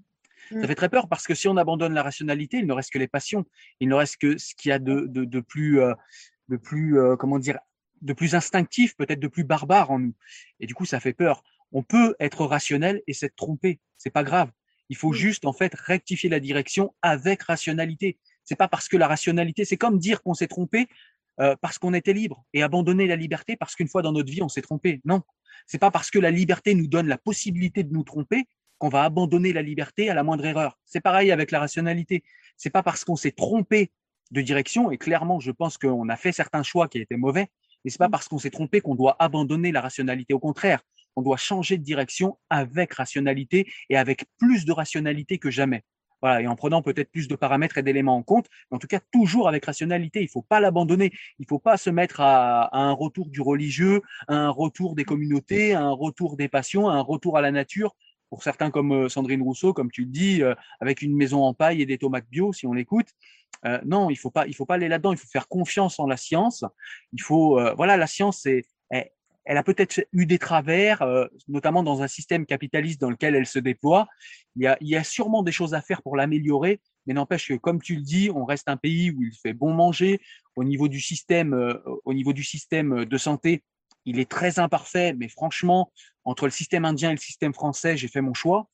Speaker 6: Ça fait très peur parce que si on abandonne la rationalité, il ne reste que les passions. Il ne reste que ce qu'il y a de, de, de plus, euh, de plus, euh, comment dire, de plus instinctif, peut-être de plus barbare en nous. Et du coup, ça fait peur. On peut être rationnel et s'être trompé. C'est pas grave. Il faut juste, en fait, rectifier la direction avec rationalité. C'est pas parce que la rationalité, c'est comme dire qu'on s'est trompé euh, parce qu'on était libre et abandonner la liberté parce qu'une fois dans notre vie, on s'est trompé. Non. C'est pas parce que la liberté nous donne la possibilité de nous tromper qu'on va abandonner la liberté à la moindre erreur. C'est pareil avec la rationalité. C'est pas parce qu'on s'est trompé de direction, et clairement, je pense qu'on a fait certains choix qui étaient mauvais, mais c'est pas parce qu'on s'est trompé qu'on doit abandonner la rationalité. Au contraire, on doit changer de direction avec rationalité et avec plus de rationalité que jamais. Voilà, et en prenant peut-être plus de paramètres et d'éléments en compte, mais en tout cas toujours avec rationalité. Il faut pas l'abandonner. Il faut pas se mettre à, à un retour du religieux, à un retour des communautés, à un retour des passions, à un retour à la nature. Pour certains comme Sandrine Rousseau, comme tu le dis, euh, avec une maison en paille et des tomates bio, si on l'écoute. Euh, non, il faut pas, il faut pas aller là-dedans. Il faut faire confiance en la science. Il faut, euh, voilà, la science, c'est, elle, elle a peut-être eu des travers, euh, notamment dans un système capitaliste dans lequel elle se déploie. Il y a, il y a sûrement des choses à faire pour l'améliorer, mais n'empêche que, comme tu le dis, on reste un pays où il fait bon manger. Au niveau du système, euh, au niveau du système de santé, il est très imparfait, mais franchement, entre le système indien et le système français, j'ai fait mon choix.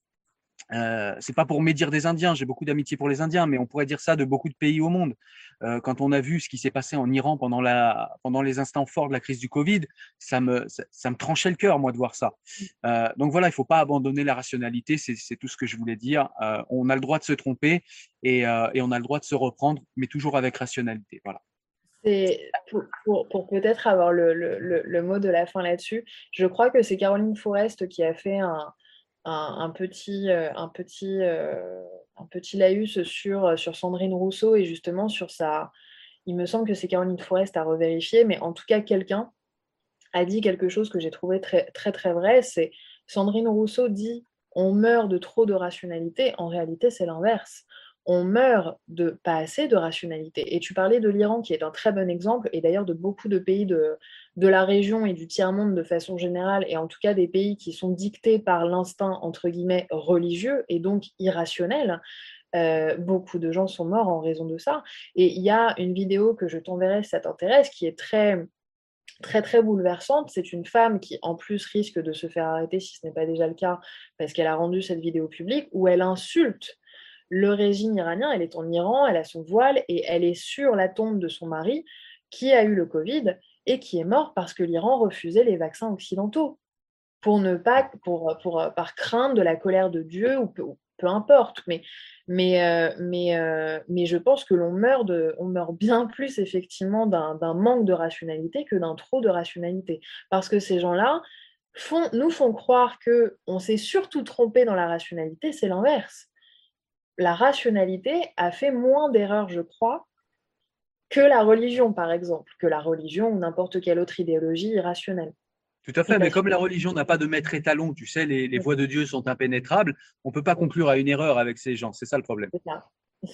Speaker 6: Euh, c'est pas pour médire des Indiens, j'ai beaucoup d'amitié pour les Indiens, mais on pourrait dire ça de beaucoup de pays au monde. Euh, quand on a vu ce qui s'est passé en Iran pendant la, pendant les instants forts de la crise du Covid, ça me, ça, ça me tranchait le cœur, moi, de voir ça. Euh, donc voilà, il faut pas abandonner la rationalité, c'est, c'est tout ce que je voulais dire. Euh, on a le droit de se tromper et, euh, et on a le droit de se reprendre, mais toujours avec rationalité. Voilà.
Speaker 7: C'est pour, pour, pour peut-être avoir le, le, le, le mot de la fin là-dessus, je crois que c'est Caroline Forest qui a fait un, un, un petit, un, petit, euh, un petit laïus sur, sur Sandrine Rousseau et justement sur sa... Il me semble que c'est Caroline Forest à revérifier, mais en tout cas, quelqu'un a dit quelque chose que j'ai trouvé très, très, très vrai, c'est Sandrine Rousseau dit « on meurt de trop de rationalité », en réalité, c'est l'inverse. On meurt de pas assez de rationalité. Et tu parlais de l'Iran, qui est un très bon exemple, et d'ailleurs de beaucoup de pays de, de la région et du tiers-monde de façon générale, et en tout cas des pays qui sont dictés par l'instinct, entre guillemets, religieux, et donc irrationnel. Euh, beaucoup de gens sont morts en raison de ça. Et il y a une vidéo que je t'enverrai si ça t'intéresse, qui est très... très très bouleversante. C'est une femme qui en plus risque de se faire arrêter si ce n'est pas déjà le cas parce qu'elle a rendu cette vidéo publique où elle insulte le régime iranien. Elle est en Iran, elle a son voile et elle est sur la tombe de son mari qui a eu le Covid et qui est mort parce que l'Iran refusait les vaccins occidentaux pour ne pas, pour, pour, par crainte de la colère de Dieu ou peu, peu importe. Mais, mais, euh, mais, euh, mais je pense que l'on meurt, de, on meurt bien plus effectivement d'un, d'un manque de rationalité que d'un trop de rationalité. Parce que ces gens-là font, nous font croire qu'on s'est surtout trompé dans la rationalité, c'est l'inverse. La rationalité a fait moins d'erreurs, je crois, que la religion, par exemple, que la religion ou n'importe quelle autre idéologie irrationnelle.
Speaker 6: Tout à fait, mais comme la religion n'a pas de maître étalon, tu sais, les, les voies de Dieu sont impénétrables, on ne peut pas conclure à une erreur avec ces gens, c'est ça le problème.
Speaker 7: C'est ça.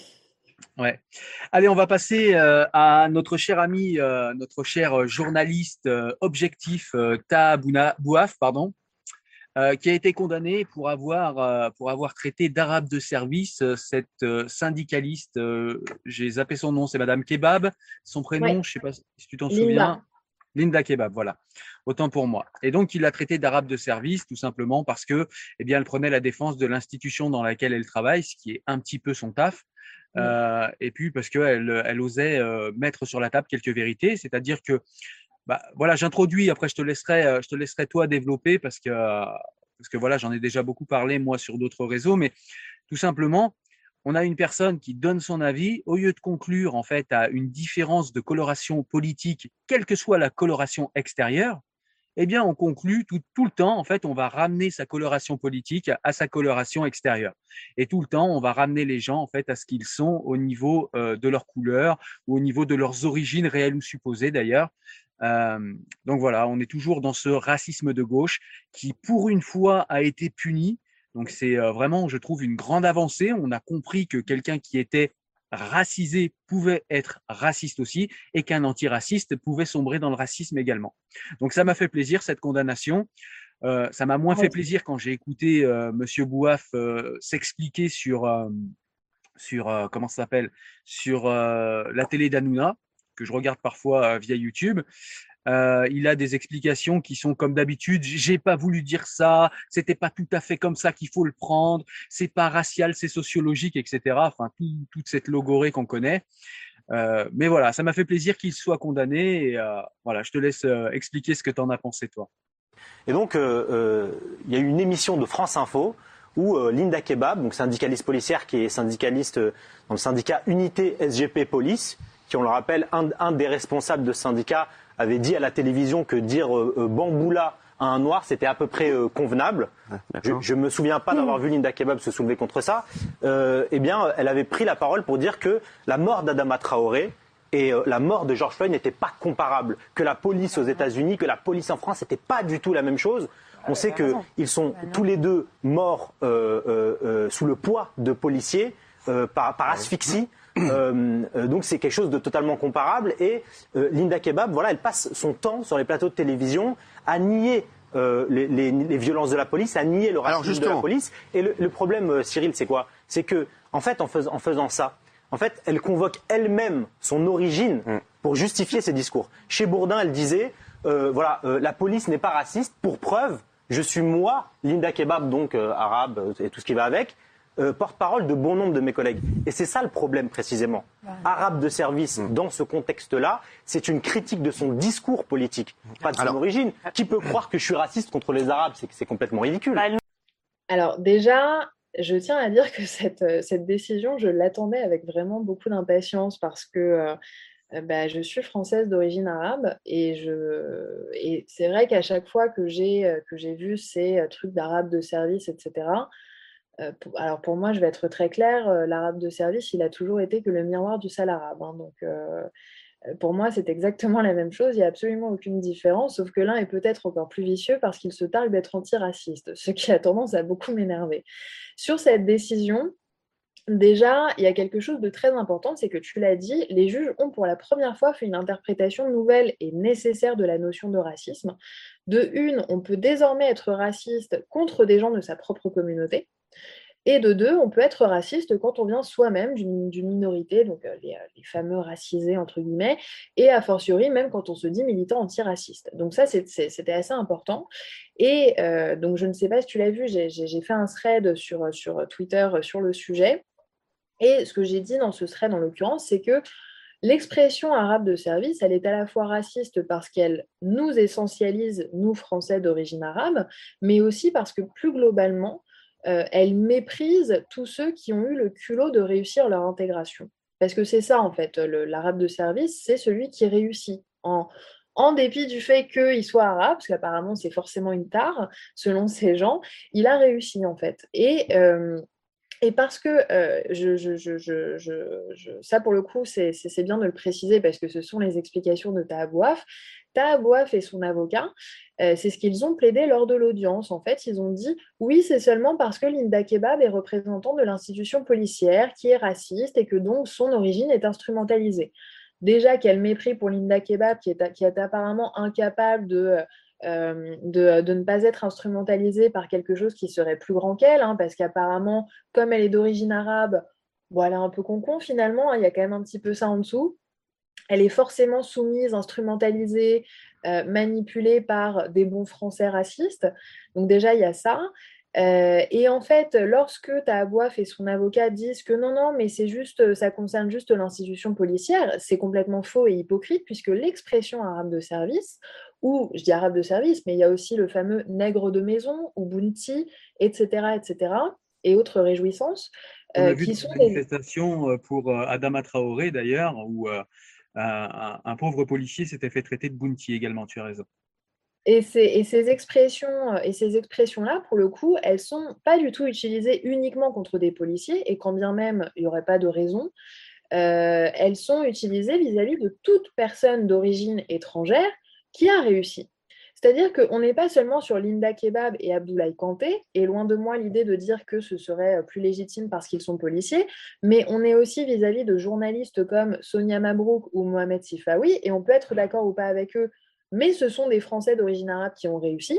Speaker 6: Ouais. Allez, on va passer euh, à notre cher ami, euh, notre cher journaliste euh, objectif, euh, Taha Bouaf, pardon, euh, qui a été condamné pour avoir, euh, pour avoir traité d'arabe de service euh, cette euh, syndicaliste, euh, j'ai zappé son nom, c'est Madame Kebab, son prénom, ouais. Je ne sais pas si tu t'en
Speaker 7: Linda.
Speaker 6: souviens. Linda Kebab, voilà. Autant pour moi. Et donc, il l'a traité d'arabe de service, tout simplement parce que, eh bien, elle prenait la défense de l'institution dans laquelle elle travaille, ce qui est un petit peu son taf. Mmh. Euh, et puis, parce qu'elle elle osait euh, mettre sur la table quelques vérités, c'est-à-dire que, bah, voilà, j'introduis, après je te laisserai, je te laisserai toi développer parce que, parce que voilà, j'en ai déjà beaucoup parlé moi sur d'autres réseaux, mais tout simplement, on a une personne qui donne son avis, au lieu de conclure en fait à une différence de coloration politique, quelle que soit la coloration extérieure, eh bien on conclut tout, tout le temps, en fait, on va ramener sa coloration politique à sa coloration extérieure. Et tout le temps, on va ramener les gens en fait à ce qu'ils sont au niveau euh, de leur couleur ou au niveau de leurs origines réelles ou supposées d'ailleurs. Euh, donc voilà, on est toujours dans ce racisme de gauche qui, pour une fois, a été puni. Donc c'est euh, vraiment, je trouve, une grande avancée. On a compris que quelqu'un qui était racisé pouvait être raciste aussi et qu'un antiraciste pouvait sombrer dans le racisme également. Donc ça m'a fait plaisir, cette condamnation. Euh, ça m'a moins fait plaisir quand j'ai écouté euh, Monsieur Bouaf euh, s'expliquer sur, euh, sur euh, comment ça s'appelle, sur euh, la télé d'Hanouna, que je regarde parfois euh, via YouTube. Euh, il a des explications qui sont comme d'habitude. J'ai pas voulu dire ça. C'était pas tout à fait comme ça qu'il faut le prendre. C'est pas racial, c'est sociologique, et cetera. Enfin, tout, toute cette logorée qu'on connaît. Euh, mais voilà, ça m'a fait plaisir qu'il soit condamné. Et euh, voilà, je te laisse euh, expliquer ce que tu en as pensé, toi.
Speaker 11: Et donc, euh, euh, il y a eu une émission de France Info où euh, Linda Kebab, donc syndicaliste policière qui est syndicaliste euh, dans le syndicat Unité S G P Police, qui, on le rappelle, un, un des responsables de ce syndicat avait dit à la télévision que dire euh, euh, bamboula à un noir, c'était à peu près euh, convenable. Je ne me souviens pas d'avoir vu Linda Kebab se soulever contre ça. Euh, eh bien, elle avait pris la parole pour dire que la mort d'Adama Traoré et euh, la mort de George Floyd n'étaient pas comparables, que la police aux États-Unis, que la police en France, c'était pas du tout la même chose. On sait qu'ils sont tous les deux morts euh, euh, euh, sous le poids de policiers euh, par, par asphyxie. Euh, euh, donc c'est quelque chose de totalement comparable et euh, Linda Kebab, voilà, elle passe son temps sur les plateaux de télévision à nier euh, les, les, les violences de la police, à nier le racisme de la police. Et le, le problème, euh, Cyril, c'est quoi? C'est que, en fait, en, fais, en faisant ça, en fait, elle convoque elle-même son origine pour justifier ses discours. Chez Bourdin, elle disait, euh, voilà, euh, la police n'est pas raciste. Pour preuve, je suis moi, Linda Kebab, donc euh, arabe et tout ce qui va avec. Euh, porte-parole de bon nombre de mes collègues. Et c'est ça le problème précisément. Ouais. Arabe de service, mmh. dans ce contexte-là, c'est une critique de son discours politique, pas de son Alors, origine. Qui peut croire que je suis raciste contre les Arabes? C'est, c'est complètement ridicule.
Speaker 7: Alors déjà, je tiens à dire que cette, cette décision, je l'attendais avec vraiment beaucoup d'impatience parce que euh, bah, je suis française d'origine arabe et, je, et c'est vrai qu'à chaque fois que j'ai, que j'ai vu ces trucs d'arabe de service, et cetera, Euh, pour, alors pour moi, je vais être très claire, euh, l'arabe de service, il a toujours été que le miroir du sale arabe. Hein, donc euh, pour moi, c'est exactement la même chose, il n'y a absolument aucune différence, sauf que l'un est peut-être encore plus vicieux parce qu'il se targue d'être antiraciste, ce qui a tendance à beaucoup m'énerver. Sur cette décision, déjà, il y a quelque chose de très important, c'est que tu l'as dit, les juges ont pour la première fois fait une interprétation nouvelle et nécessaire de la notion de racisme. De une, on peut désormais être raciste contre des gens de sa propre communauté. Et de deux, on peut être raciste quand on vient soi-même d'une, d'une minorité, donc euh, les, les fameux racisés, entre guillemets, et a fortiori même quand on se dit militant antiraciste. Donc ça, c'est, c'est, c'était assez important. Et euh, donc je ne sais pas si tu l'as vu, j'ai, j'ai, j'ai fait un thread sur, sur Twitter sur le sujet. Et ce que j'ai dit dans ce thread, en l'occurrence, c'est que l'expression arabe de service, elle est à la fois raciste parce qu'elle nous essentialise, nous, Français d'origine arabe, mais aussi parce que plus globalement, Euh, elle méprise tous ceux qui ont eu le culot de réussir leur intégration. Parce que c'est ça, en fait, le, l'arabe de service, c'est celui qui réussit. En, en dépit du fait qu'il soit arabe, parce qu'apparemment c'est forcément une tare, selon ces gens, il a réussi, en fait. Et, euh, et parce que, euh, je, je, je, je, je, je, ça pour le coup, c'est, c'est, c'est bien de le préciser, parce que ce sont les explications de Taha Bouaf. Taha Bouaf et son avocat, euh, c'est ce qu'ils ont plaidé lors de l'audience. En fait, ils ont dit « Oui, c'est seulement parce que Linda Kebab est représentante de l'institution policière qui est raciste et que donc son origine est instrumentalisée. » Déjà, quel mépris pour Linda Kebab qui est, qui est apparemment incapable de, euh, de, de ne pas être instrumentalisée par quelque chose qui serait plus grand qu'elle, hein, parce qu'apparemment, comme elle est d'origine arabe, bon, elle est un peu con-con finalement, hein, il y a quand même un petit peu ça en dessous. Elle est forcément soumise, instrumentalisée, euh, manipulée par des bons Français racistes. Donc déjà, il y a ça. Euh, et en fait, lorsque Taha Bouaf et son avocat disent que non, non, mais c'est juste, ça concerne juste l'institution policière, c'est complètement faux et hypocrite, puisque l'expression arabe de service, ou je dis arabe de service, mais il y a aussi le fameux nègre de maison, Ubuntu, et cetera, et cetera, et autres réjouissances.
Speaker 6: On a
Speaker 7: euh,
Speaker 6: vu
Speaker 7: qui
Speaker 6: des
Speaker 7: sont des...
Speaker 6: manifestations euh, pour euh, Adama Traoré d'ailleurs, où euh, un, un pauvre policier s'était fait traiter de bounty également, tu as raison.
Speaker 7: Et ces, et ces expressions, et ces expressions-là, pour le coup, elles sont pas du tout utilisées uniquement contre des policiers, et quand bien même il n'y aurait pas de raison, euh, elles sont utilisées vis-à-vis de toute personne d'origine étrangère qui a réussi. C'est-à-dire qu'on n'est pas seulement sur Linda Kebab et Abdoulaye Kanté, et loin de moi l'idée de dire que ce serait plus légitime parce qu'ils sont policiers, mais on est aussi vis-à-vis de journalistes comme Sonia Mabrouk ou Mohamed Sifawi, et on peut être d'accord ou pas avec eux, mais ce sont des Français d'origine arabe qui ont réussi.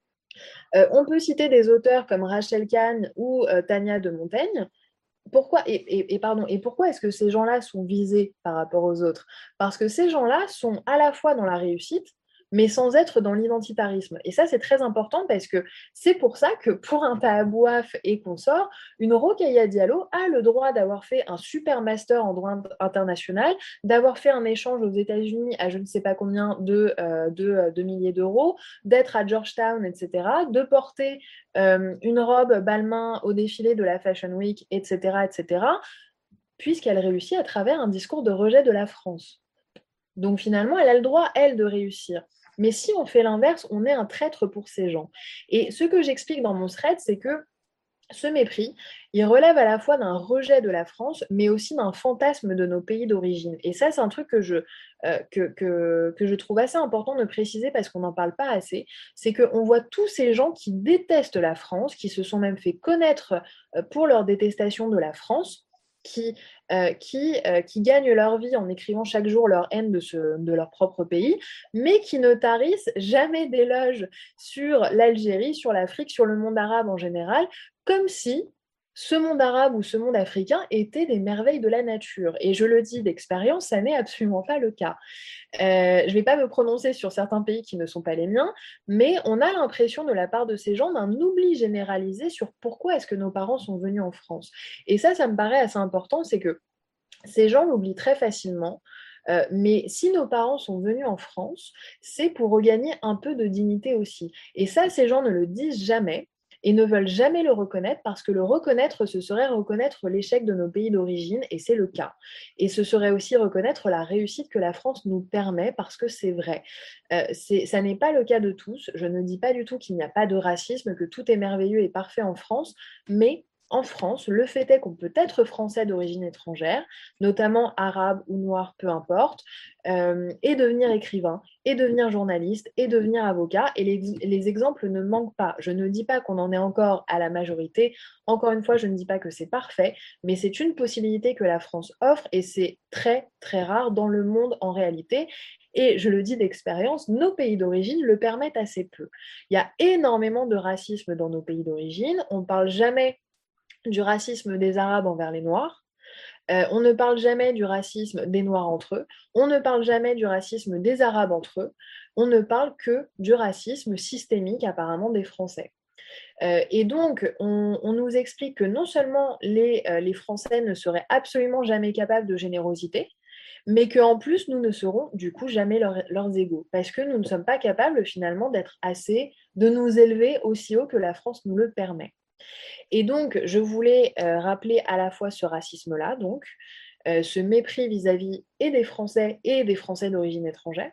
Speaker 7: Euh, on peut citer des auteurs comme Rachel Kahn ou euh, Tania de Montaigne. Pourquoi, et, et, et, pardon, et pourquoi est-ce que ces gens-là sont visés par rapport aux autres? Parce que ces gens-là sont à la fois dans la réussite, mais sans être dans l'identitarisme. Et ça, c'est très important parce que c'est pour ça que pour un Taha Bouaf et consorts, une Rokhaya Diallo a le droit d'avoir fait un super master en droit international, d'avoir fait un échange aux États-Unis à je ne sais pas combien de, euh, de, de milliers d'euros, d'être à Georgetown, et cetera, de porter euh, une robe Balmain au défilé de la Fashion Week, et cetera, et cetera, puisqu'elle réussit à travers un discours de rejet de la France. Donc finalement, elle a le droit, elle, de réussir. Mais si on fait l'inverse, on est un traître pour ces gens. Et ce que j'explique dans mon thread, c'est que ce mépris, il relève à la fois d'un rejet de la France, mais aussi d'un fantasme de nos pays d'origine. Et ça, c'est un truc que je, euh, que, que, que je trouve assez important de préciser parce qu'on n'en parle pas assez. C'est qu'on voit tous ces gens qui détestent la France, qui se sont même fait connaître pour leur détestation de la France, qui, euh, qui, euh, qui gagnent leur vie en écrivant chaque jour leur haine de, ce, de leur propre pays, mais qui ne tarissent jamais d'éloges sur l'Algérie, sur l'Afrique, sur le monde arabe en général, comme si ce monde arabe ou ce monde africain était des merveilles de la nature. Et je le dis d'expérience, ça n'est absolument pas le cas. Euh, je ne vais pas me prononcer sur certains pays qui ne sont pas les miens, mais on a l'impression de la part de ces gens d'un oubli généralisé sur pourquoi est-ce que nos parents sont venus en France. Et ça, ça me paraît assez important, c'est que ces gens l'oublient très facilement. Euh, mais si nos parents sont venus en France, c'est pour regagner un peu de dignité aussi. Et ça, ces gens ne le disent jamais et ne veulent jamais le reconnaître parce que le reconnaître, ce serait reconnaître l'échec de nos pays d'origine, et c'est le cas. Et ce serait aussi reconnaître la réussite que la France nous permet parce que c'est vrai. Euh, c'est, ça n'est pas le cas de tous. Je ne dis pas du tout qu'il n'y a pas de racisme, que tout est merveilleux et parfait en France, mais en France, le fait est qu'on peut être français d'origine étrangère, notamment arabe ou noir, peu importe, euh, et devenir écrivain, et devenir journaliste, et devenir avocat. Et les, les exemples ne manquent pas. Je ne dis pas qu'on en est encore à la majorité. Encore une fois, je ne dis pas que c'est parfait, mais c'est une possibilité que la France offre, et c'est très, très rare dans le monde en réalité. Et je le dis d'expérience, nos pays d'origine le permettent assez peu. Il y a énormément de racisme dans nos pays d'origine. On ne parle jamais du racisme des Arabes envers les Noirs. Euh, on ne parle jamais du racisme des Noirs entre eux. On ne parle jamais du racisme des Arabes entre eux. On ne parle que du racisme systémique apparemment des Français. Euh, et donc, on, on nous explique que non seulement les, euh, les Français ne seraient absolument jamais capables de générosité, mais qu'en plus, nous ne serons du coup jamais leur, leurs égaux, parce que nous ne sommes pas capables finalement d'être assez, de nous élever aussi haut que la France nous le permet. Et donc, je voulais euh, rappeler à la fois ce racisme-là, donc, euh, ce mépris vis-à-vis et des Français et des Français d'origine étrangère,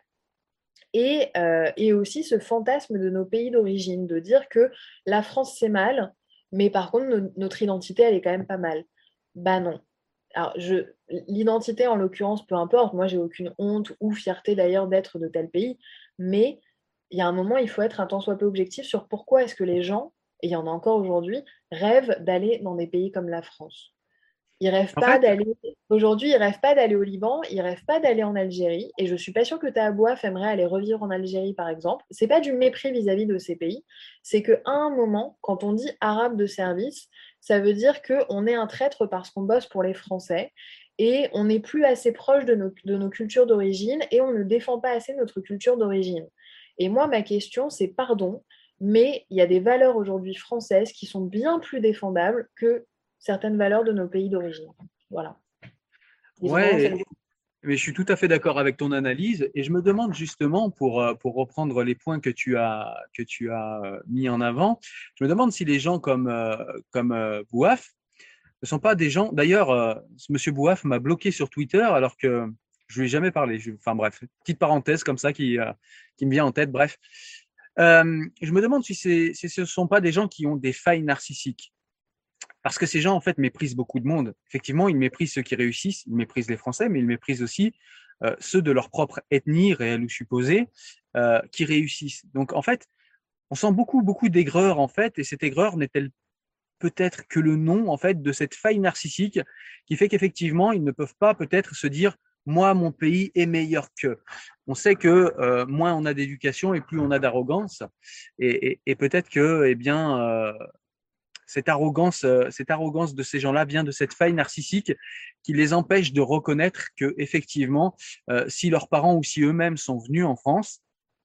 Speaker 7: et, euh, et aussi ce fantasme de nos pays d'origine, de dire que la France c'est mal, mais par contre, no- notre identité, elle est quand même pas mal. Bah non. Alors, je, l'identité, en l'occurrence, peu importe, moi, j'ai aucune honte ou fierté d'ailleurs d'être de tel pays, mais il y a un moment, il faut être un tant soit peu objectif sur pourquoi est-ce que les gens, et il y en a encore aujourd'hui, rêvent d'aller dans des pays comme la France. Ils rêvent
Speaker 6: En
Speaker 7: pas
Speaker 6: fait,
Speaker 7: d'aller, aujourd'hui, ils rêvent pas d'aller au Liban, ils rêvent pas d'aller en Algérie, et je suis pas sûre que Taha Bouaf aimerait aller revivre en Algérie, par exemple. C'est pas du mépris vis-à-vis de ces pays, c'est qu'à un moment, quand on dit arabe de service, ça veut dire qu'on est un traître parce qu'on bosse pour les Français, et on n'est plus assez proche de nos, de nos cultures d'origine, et on ne défend pas assez notre culture d'origine. Et moi, ma question, c'est pardon, mais il y a des valeurs aujourd'hui françaises qui sont bien plus défendables que certaines valeurs de nos pays d'origine. Voilà. Ils ont vraiment
Speaker 6: ouais,
Speaker 7: cette-
Speaker 6: Mais je suis tout à fait d'accord avec ton analyse et je me demande justement, pour, euh, pour reprendre les points que tu as, que tu as euh, mis en avant, je me demande si les gens comme, euh, comme euh, Bouaf ne sont pas des gens… D'ailleurs, euh, ce monsieur Bouaf m'a bloqué sur Twitter alors que je lui ai jamais parlé. Je- Enfin bref, petite parenthèse comme ça qui, euh, qui me vient en tête. Bref, Euh, je me demande si, c'est- si ce ne sont pas des gens qui ont des failles narcissiques. Parce que ces gens, en fait, méprisent beaucoup de monde. Effectivement, ils méprisent ceux qui réussissent, ils méprisent les Français, mais ils méprisent aussi euh, ceux de leur propre ethnie, réelle ou supposée, euh, qui réussissent. Donc, en fait, on sent beaucoup, beaucoup d'aigreur, en fait, et cette aigreur n'est-elle peut-être que le nom, en fait, de cette faille narcissique qui fait qu'effectivement, ils ne peuvent pas peut-être se dire moi, mon pays est meilleur qu'eux. On sait que euh, moins on a d'éducation et plus on a d'arrogance, et, et, et peut-être que, eh bien, euh, cette arrogance, euh, cette arrogance de ces gens-là vient de cette faille narcissique qui les empêche de reconnaître que, effectivement, euh, si leurs parents ou si eux-mêmes sont venus en France,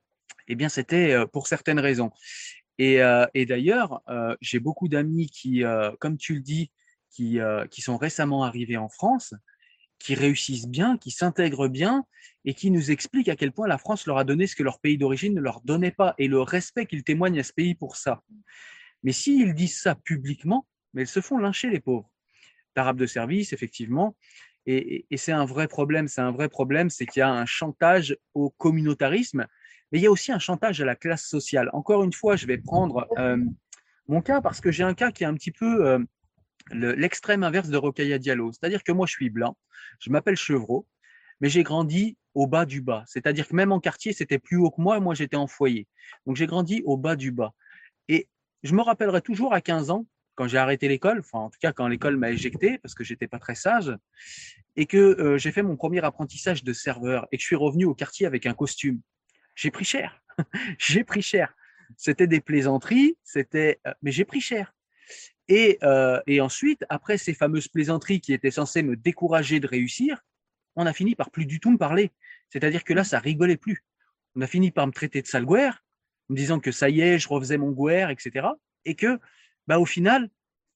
Speaker 6: eh bien, c'était euh, pour certaines raisons. Et, euh, et d'ailleurs, euh, j'ai beaucoup d'amis qui, euh, comme tu le dis, qui, euh, qui sont récemment arrivés en France, qui réussissent bien, qui s'intègrent bien et qui nous expliquent à quel point la France leur a donné ce que leur pays d'origine ne leur donnait pas et le respect qu'ils témoignent à ce pays pour ça. Mais s'ils disent ça publiquement, mais ils se font lyncher les pauvres. D'arabes de service, effectivement. Et, et, et c'est un vrai problème. C'est un vrai problème, c'est qu'il y a un chantage au communautarisme, mais il y a aussi un chantage à la classe sociale. Encore une fois, je vais prendre euh, mon cas parce que j'ai un cas qui est un petit peu euh, le, l'extrême inverse de Rokhaya Diallo. C'est-à-dire que moi, je suis blanc, je m'appelle Chevreau, mais j'ai grandi au bas du bas. C'est-à-dire que même en quartier, c'était plus haut que moi, moi j'étais en foyer. Donc j'ai grandi au bas du bas. Et je me rappellerai toujours à quinze ans, quand j'ai arrêté l'école, enfin en tout cas quand l'école m'a éjecté parce que j'étais pas très sage, et que euh, j'ai fait mon premier apprentissage de serveur et que je suis revenu au quartier avec un costume. J'ai pris cher, j'ai pris cher. C'était des plaisanteries, c'était, euh, mais j'ai pris cher. Et, euh, et ensuite, après ces fameuses plaisanteries qui étaient censées me décourager de réussir, on a fini par plus du tout me parler. C'est-à-dire que là, ça rigolait plus. On a fini par me traiter de sale gouère, me disant que ça y est, je refaisais mon gouère, et cetera. Et que, bah, au final,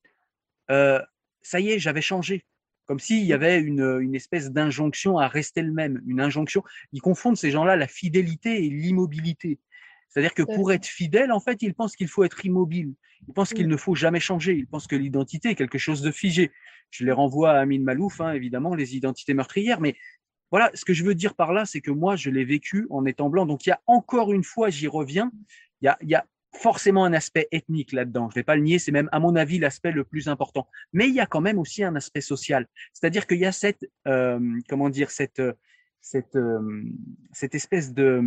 Speaker 6: euh, ça y est, j'avais changé. Comme s'il y avait une, une espèce d'injonction à rester le même, une injonction. Ils confondent ces gens-là la fidélité et l'immobilité. C'est-à-dire que pour être fidèle, en fait, ils pensent qu'il faut être immobile. Ils pensent qu'il ne faut jamais changer. Ils pensent que l'identité est quelque chose de figé. Je les renvoie à Amin Malouf, hein, évidemment, les identités meurtrières. Mais voilà, ce que je veux dire par là, c'est que moi, je l'ai vécu en étant blanc. Donc, il y a encore une fois, j'y reviens, il y a, il y a forcément un aspect ethnique là-dedans. Je ne vais pas le nier, c'est même, à mon avis, l'aspect le plus important. Mais il y a quand même aussi un aspect social. C'est-à-dire qu'il y a cette, euh, comment dire, cette, cette, euh, cette espèce de,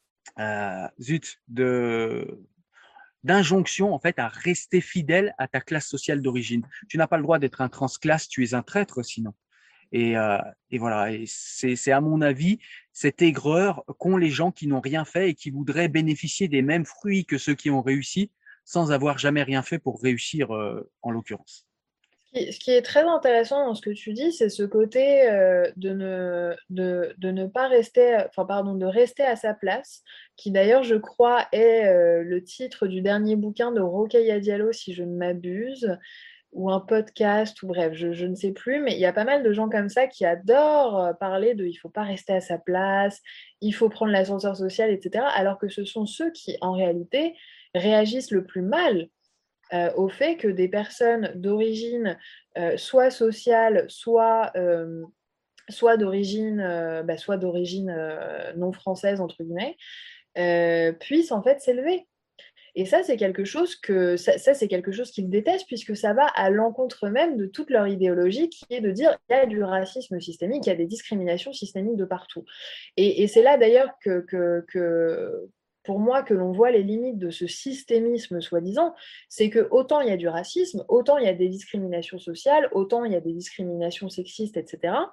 Speaker 6: euh, zut, de, d'injonction, en fait, à rester fidèle à ta classe sociale d'origine. Tu n'as pas le droit d'être un transclasse, tu es un traître sinon. Et, euh, et voilà, et c'est, c'est à mon avis cette aigreur qu'ont les gens qui n'ont rien fait et qui voudraient bénéficier des mêmes fruits que ceux qui ont réussi sans avoir jamais rien fait pour réussir, euh, en l'occurrence.
Speaker 7: Ce qui, ce qui est très intéressant dans ce que tu dis, c'est ce côté euh, de, ne, de, de ne pas rester, enfin pardon, de rester à sa place, qui d'ailleurs, je crois, est euh, le titre du dernier bouquin de Rokhaya Diallo, si je ne m'abuse, ou un podcast, ou bref, je, je ne sais plus, mais il y a pas mal de gens comme ça qui adorent parler de il ne faut pas rester à sa place, il faut prendre l'ascenseur social, et cetera, alors que ce sont ceux qui, en réalité, réagissent le plus mal euh, au fait que des personnes d'origine euh, soit sociale, soit, euh, soit d'origine, euh, bah, soit d'origine euh, non française, entre guillemets, euh, puissent en fait s'élever. Et ça, c'est quelque chose que ça, ça c'est quelque chose qu'ils détestent puisque ça va à l'encontre même de toute leur idéologie qui est de dire qu'il y a du racisme systémique, il y a des discriminations systémiques de partout. Et, et c'est là d'ailleurs que, que, que, pour moi, que l'on voit les limites de ce systémisme soi-disant, c'est que autant il y a du racisme, autant il y a des discriminations sociales, autant il y a des discriminations sexistes, et cetera,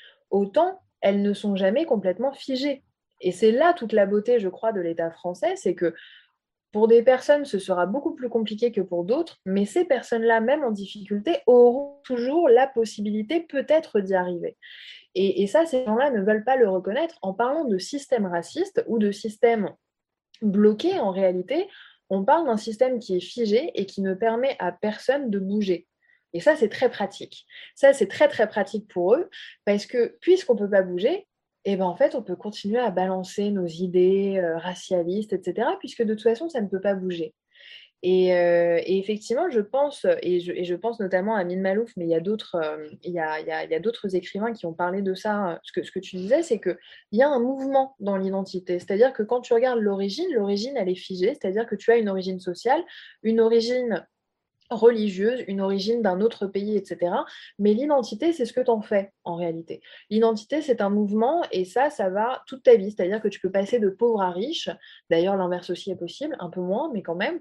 Speaker 7: autant elles ne sont jamais complètement figées. Et c'est là toute la beauté, je crois, de l'État français, c'est que pour des personnes, ce sera beaucoup plus compliqué que pour d'autres, mais ces personnes-là, même en difficulté, auront toujours la possibilité peut-être d'y arriver. Et, et ça, ces gens-là ne veulent pas le reconnaître. En parlant de système raciste ou de système bloqué, en réalité, on parle d'un système qui est figé et qui ne permet à personne de bouger. Et ça, c'est très pratique. Ça, c'est très, très pratique pour eux parce que puisqu'on ne peut pas bouger, eh ben, en fait, on peut continuer à balancer nos idées euh, racialistes, et cetera, puisque de toute façon, ça ne peut pas bouger. Et, euh, et effectivement, je pense, et je, et je pense notamment à Amin Malouf, mais il y a d'autres, euh, il y a, il y a, il y a d'autres écrivains qui ont parlé de ça. Ce que, ce que tu disais, c'est qu'il y a un mouvement dans l'identité. C'est-à-dire que quand tu regardes l'origine, l'origine, elle est figée. C'est-à-dire que tu as une origine sociale, une origine religieuse, une origine d'un autre pays, et cetera. Mais l'identité, c'est ce que tu en fais en réalité. L'identité, c'est un mouvement et ça, ça va toute ta vie. C'est-à-dire que tu peux passer de pauvre à riche. D'ailleurs, l'inverse aussi est possible, un peu moins, mais quand même.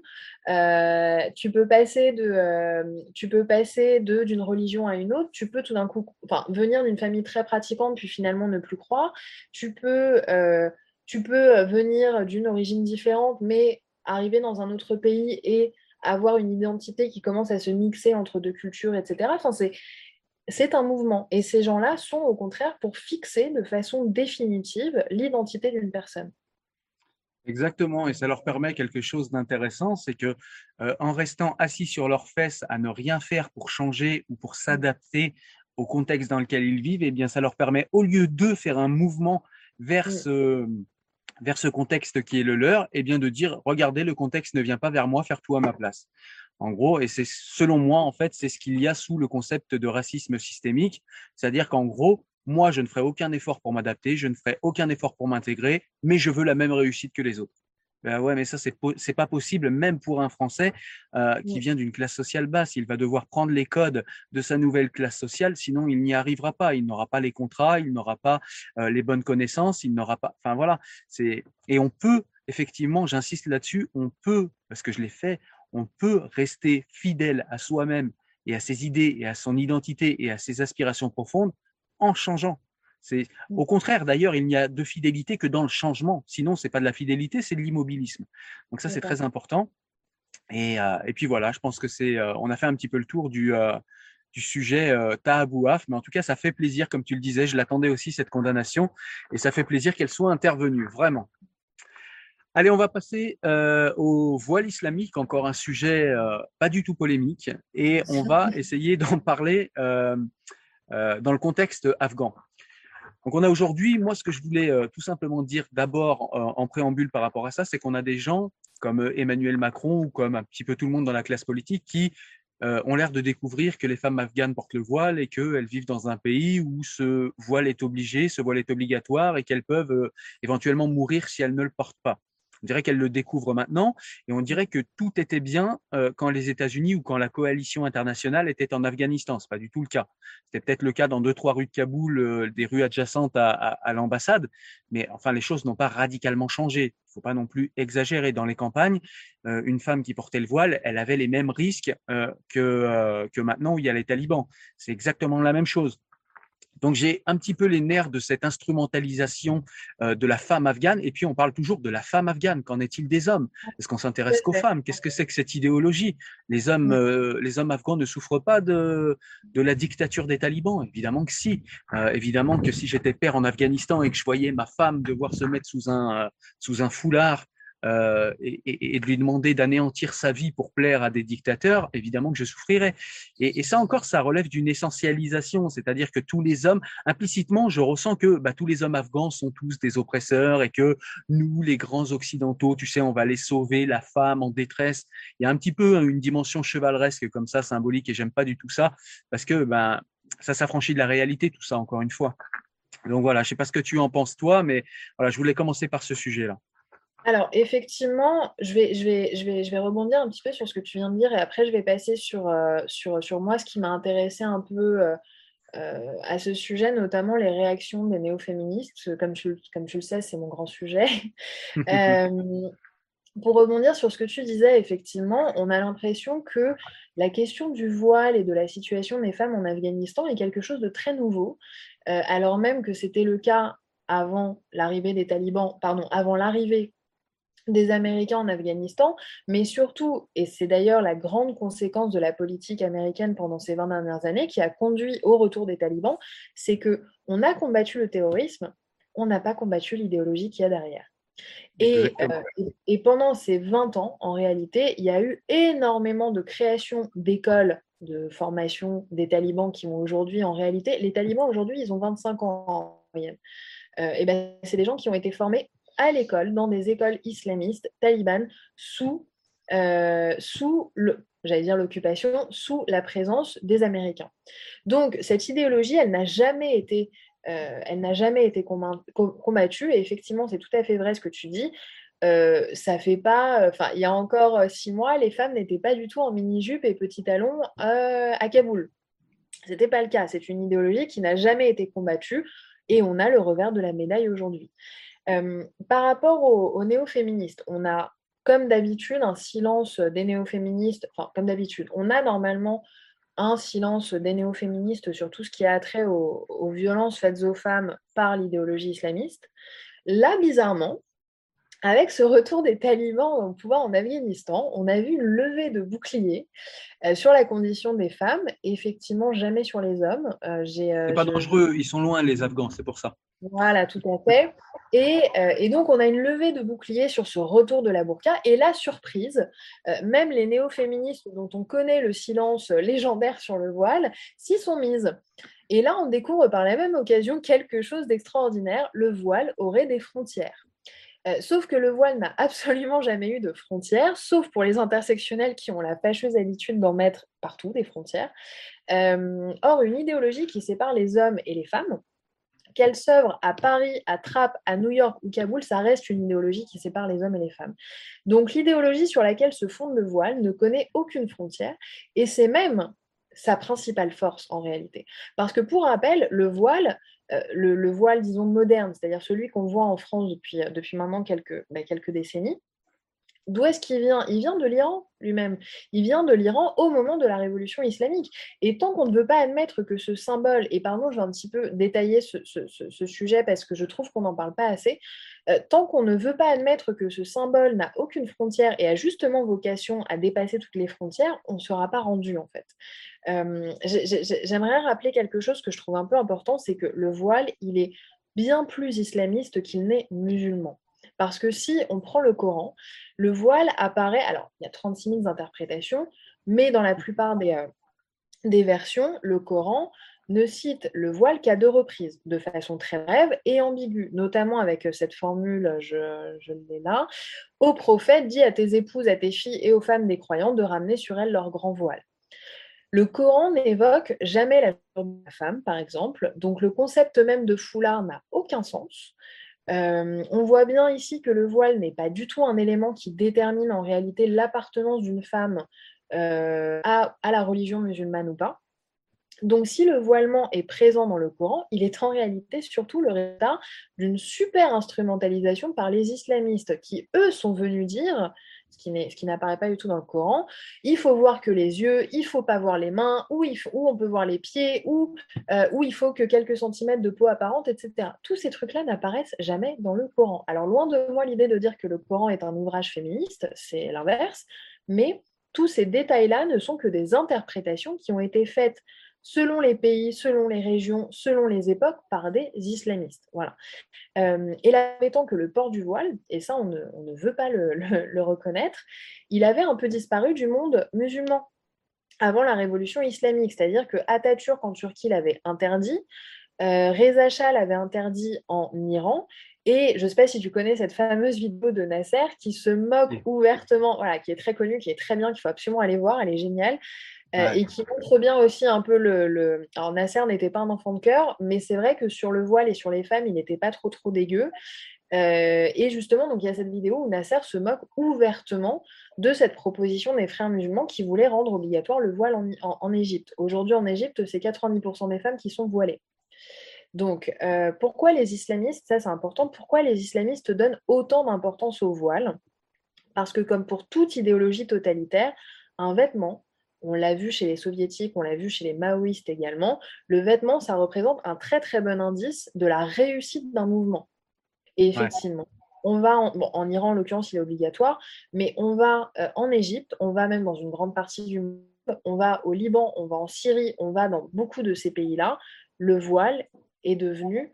Speaker 7: Euh, tu peux passer de, euh, tu peux passer de d'une religion à une autre. Tu peux tout d'un coup, enfin, venir d'une famille très pratiquante puis finalement ne plus croire. Tu peux, euh, tu peux venir d'une origine différente, mais arriver dans un autre pays et avoir une identité qui commence à se mixer entre deux cultures, et cetera. Enfin, c'est, c'est un mouvement. Et ces gens-là sont au contraire pour fixer de façon définitive l'identité d'une personne.
Speaker 6: Exactement, et ça leur permet quelque chose d'intéressant, c'est que euh, en restant assis sur leurs fesses à ne rien faire pour changer ou pour s'adapter au contexte dans lequel ils vivent, eh bien, ça leur permet, au lieu de faire un mouvement vers ce vers ce contexte qui est le leur, et bien de dire, regardez, le contexte ne vient pas vers moi, faire tout à ma place. En gros, et c'est selon moi, en fait, c'est ce qu'il y a sous le concept de racisme systémique, c'est-à-dire qu'en gros, moi, je ne ferai aucun effort pour m'adapter, je ne ferai aucun effort pour m'intégrer, mais je veux la même réussite que les autres. Ben ouais, mais ça, c'est po- c'est pas possible, même pour un Français euh, qui vient d'une classe sociale basse. Il va devoir prendre les codes de sa nouvelle classe sociale, sinon il n'y arrivera pas. Il n'aura pas les contrats, il n'aura pas euh, les bonnes connaissances, il n'aura pas. Enfin voilà. C'est et on peut effectivement, j'insiste là-dessus, on peut, parce que je l'ai fait, on peut rester fidèle à soi-même et à ses idées et à son identité et à ses aspirations profondes en changeant. C'est, au contraire, d'ailleurs, il n'y a de fidélité que dans le changement. Sinon, c'est pas de la fidélité, c'est de l'immobilisme. Donc ça, c'est très important. Et, euh, et puis voilà, je pense que c'est, euh, on a fait un petit peu le tour du, euh, du sujet euh, Taha Bouaf, mais en tout cas, ça fait plaisir, comme tu le disais, je l'attendais aussi, cette condamnation, et ça fait plaisir qu'elle soit intervenue, vraiment. Allez, on va passer euh, au voile islamique, encore un sujet euh, pas du tout polémique, et on va essayer d'en parler euh, euh, dans le contexte afghan. Donc, on a aujourd'hui, moi, ce que je voulais euh, tout simplement dire d'abord euh, en préambule par rapport à ça, c'est qu'on a des gens comme euh, Emmanuel Macron ou comme un petit peu tout le monde dans la classe politique qui euh, ont l'air de découvrir que les femmes afghanes portent le voile et qu'elles vivent dans un pays où ce voile est obligé, ce voile est obligatoire et qu'elles peuvent euh, éventuellement mourir si elles ne le portent pas. On dirait qu'elles le découvrent maintenant et on dirait que tout était bien euh, quand les États-Unis ou quand la coalition internationale était en Afghanistan. C'est pas du tout le cas. C'était peut-être le cas dans deux, trois rues de Kaboul, euh, des rues adjacentes à, à, à l'ambassade, mais enfin les choses n'ont pas radicalement changé. Il faut pas non plus exagérer. Dans les campagnes, euh, une femme qui portait le voile, elle avait les mêmes risques euh, que, euh, que maintenant où il y a les talibans. C'est exactement la même chose. Donc, j'ai un petit peu les nerfs de cette instrumentalisation euh, de la femme afghane. Et puis, on parle toujours de la femme afghane. Qu'en est-il des hommes? Est-ce qu'on s'intéresse qu'aux femmes? Qu'est-ce que c'est que cette idéologie? Les hommes, euh, les hommes afghans ne souffrent pas de, de la dictature des talibans? Évidemment que si. Euh, évidemment que si j'étais père en Afghanistan et que je voyais ma femme devoir se mettre sous un, euh, sous un foulard, Euh, et, et, et de lui demander d'anéantir sa vie pour plaire à des dictateurs, évidemment que je souffrirais. Et, et ça encore, ça relève d'une essentialisation, c'est-à-dire que tous les hommes, implicitement, je ressens que bah, tous les hommes afghans sont tous des oppresseurs et que nous, les grands occidentaux, tu sais, on va les sauver, la femme en détresse. Il y a un petit peu une dimension chevaleresque comme ça, symbolique, et j'aime pas du tout ça, parce que ben, ça s'affranchit de la réalité, tout ça, encore une fois. Donc voilà, je sais pas ce que tu en penses toi, mais voilà, je voulais commencer par ce sujet-là.
Speaker 7: Alors, effectivement, je vais, je, vais, je, vais, je vais rebondir un petit peu sur ce que tu viens de dire et après, je vais passer sur, euh, sur, sur moi, ce qui m'a intéressé un peu euh, euh, à ce sujet, notamment les réactions des néo-féministes. Comme tu, comme tu le sais, c'est mon grand sujet. euh, pour rebondir sur ce que tu disais, effectivement, on a l'impression que la question du voile et de la situation des femmes en Afghanistan est quelque chose de très nouveau, euh, alors même que c'était le cas avant l'arrivée des talibans, pardon, avant l'arrivée des Américains en Afghanistan, mais surtout, et c'est d'ailleurs la grande conséquence de la politique américaine pendant ces vingt dernières années qui a conduit au retour des talibans, c'est qu'on a combattu le terrorisme, on n'a pas combattu l'idéologie qu'il y a derrière. Et, euh, et, et pendant ces vingt ans, en réalité, il y a eu énormément de création d'écoles de formation des talibans qui ont aujourd'hui, en réalité, les talibans aujourd'hui, ils ont vingt-cinq ans en moyenne. Euh, et ben, c'est des gens qui ont été formés à l'école, dans des écoles islamistes talibanes, sous, euh, sous le, j'allais dire l'occupation, sous la présence des Américains. Donc, cette idéologie, elle n'a jamais été, euh, elle n'a jamais été combattue. Et effectivement, c'est tout à fait vrai ce que tu dis. Euh, ça fait pas, enfin, il y a encore six mois, les femmes n'étaient pas du tout en mini-jupe et petits talons euh, à Kaboul. C'était pas le cas. C'est une idéologie qui n'a jamais été combattue et on a le revers de la médaille aujourd'hui. Euh, par rapport aux, aux néo-féministes, on a, comme d'habitude, un silence des néo-féministes. Enfin, comme d'habitude, on a normalement un silence des néo-féministes sur tout ce qui a trait aux, aux violences faites aux femmes par l'idéologie islamiste. Là, bizarrement, avec ce retour des talibans au pouvoir en Afghanistan, on a vu une levée de boucliers euh, sur la condition des femmes, et effectivement jamais sur les hommes. Euh, j'ai, euh,
Speaker 6: c'est pas
Speaker 7: j'ai...
Speaker 6: dangereux, ils sont loin les Afghans, c'est pour ça.
Speaker 7: Voilà, tout à fait. Et, euh, et donc, on a une levée de boucliers sur ce retour de la burqa. Et la surprise, euh, même les néo-féministes dont on connaît le silence légendaire sur le voile, s'y sont mises. Et là, on découvre par la même occasion quelque chose d'extraordinaire. Le voile aurait des frontières. Euh, sauf que le voile n'a absolument jamais eu de frontières, sauf pour les intersectionnels qui ont la fâcheuse habitude d'en mettre partout des frontières. Euh, or, une idéologie qui sépare les hommes et les femmes, qu'elle s'œuvre à Paris, à Trappes, à New York ou Kaboul, ça reste une idéologie qui sépare les hommes et les femmes. Donc l'idéologie sur laquelle se fonde le voile ne connaît aucune frontière, et c'est même sa principale force en réalité. Parce que pour rappel, le voile, euh, le, le voile disons moderne, c'est-à-dire celui qu'on voit en France depuis, depuis maintenant quelques, bah, quelques décennies, d'où est-ce qu'il vient? Il vient de l'Iran lui-même. Il vient de l'Iran au moment de la révolution islamique. Et tant qu'on ne veut pas admettre que ce symbole, et pardon, je vais un petit peu détailler ce, ce, ce, ce sujet parce que je trouve qu'on n'en parle pas assez, euh, tant qu'on ne veut pas admettre que ce symbole n'a aucune frontière et a justement vocation à dépasser toutes les frontières, on ne sera pas rendu en fait. Euh, j'aimerais rappeler quelque chose que je trouve un peu important, c'est que le voile, il est bien plus islamiste qu'il n'est musulman. Parce que si on prend le Coran, le voile apparaît, alors il y a trente-six mille interprétations, mais dans la plupart des, euh, des versions, le Coran ne cite le voile qu'à deux reprises, de façon très brève et ambiguë, notamment avec cette formule, je, je l'ai là, « Ô prophète, dis à tes épouses, à tes filles et aux femmes des croyants de ramener sur elles leur grand voile. » Le Coran n'évoque jamais la figure de la femme, par exemple, donc le concept même de foulard n'a aucun sens. Euh, on voit bien ici que le voile n'est pas du tout un élément qui détermine en réalité l'appartenance d'une femme euh, à, à la religion musulmane ou pas. Donc si le voilement est présent dans le Coran, il est en réalité surtout le résultat d'une super instrumentalisation par les islamistes qui, eux, sont venus dire, ce qui, n'est, ce qui n'apparaît pas du tout dans le Coran, il faut voir que les yeux, il ne faut pas voir les mains, ou, il faut, ou on peut voir les pieds, ou, euh, ou il faut que quelques centimètres de peau apparente, et cetera. Tous ces trucs-là n'apparaissent jamais dans le Coran. Alors loin de moi l'idée de dire que le Coran est un ouvrage féministe, c'est l'inverse, mais tous ces détails-là ne sont que des interprétations qui ont été faites selon les pays, selon les régions, selon les époques, par des islamistes. Voilà. Euh, et là, étant que le port du voile, et ça on ne, on ne veut pas le, le, le reconnaître, il avait un peu disparu du monde musulman avant la révolution islamique, c'est-à-dire que Atatürk en Turquie l'avait interdit, euh, Reza Shah l'avait interdit en Iran, et je ne sais pas si tu connais cette fameuse vidéo de Nasser qui se moque oui. ouvertement, voilà, qui est très connue, qui est très bien, qu'il faut absolument aller voir, elle est géniale, euh, ouais. et qui montre bien aussi un peu le, le... Alors Nasser n'était pas un enfant de cœur, mais c'est vrai que sur le voile et sur les femmes, il n'était pas trop trop dégueu. Euh, et justement, donc il y a cette vidéo où Nasser se moque ouvertement de cette proposition des frères musulmans qui voulaient rendre obligatoire le voile en, en, en Égypte. Aujourd'hui en Égypte, c'est quatre-vingt-dix pour cent des femmes qui sont voilées. Donc, euh, pourquoi les islamistes, ça c'est important, pourquoi les islamistes donnent autant d'importance au voile? Parce que comme pour toute idéologie totalitaire, un vêtement, on l'a vu chez les soviétiques, on l'a vu chez les maoïstes également, le vêtement, ça représente un très très bon indice de la réussite d'un mouvement. Et effectivement, ouais. on va, en, bon, en Iran en l'occurrence il est obligatoire, mais on va euh, en Égypte, on va même dans une grande partie du monde, on va au Liban, on va en Syrie, on va dans beaucoup de ces pays-là, le voile est devenu,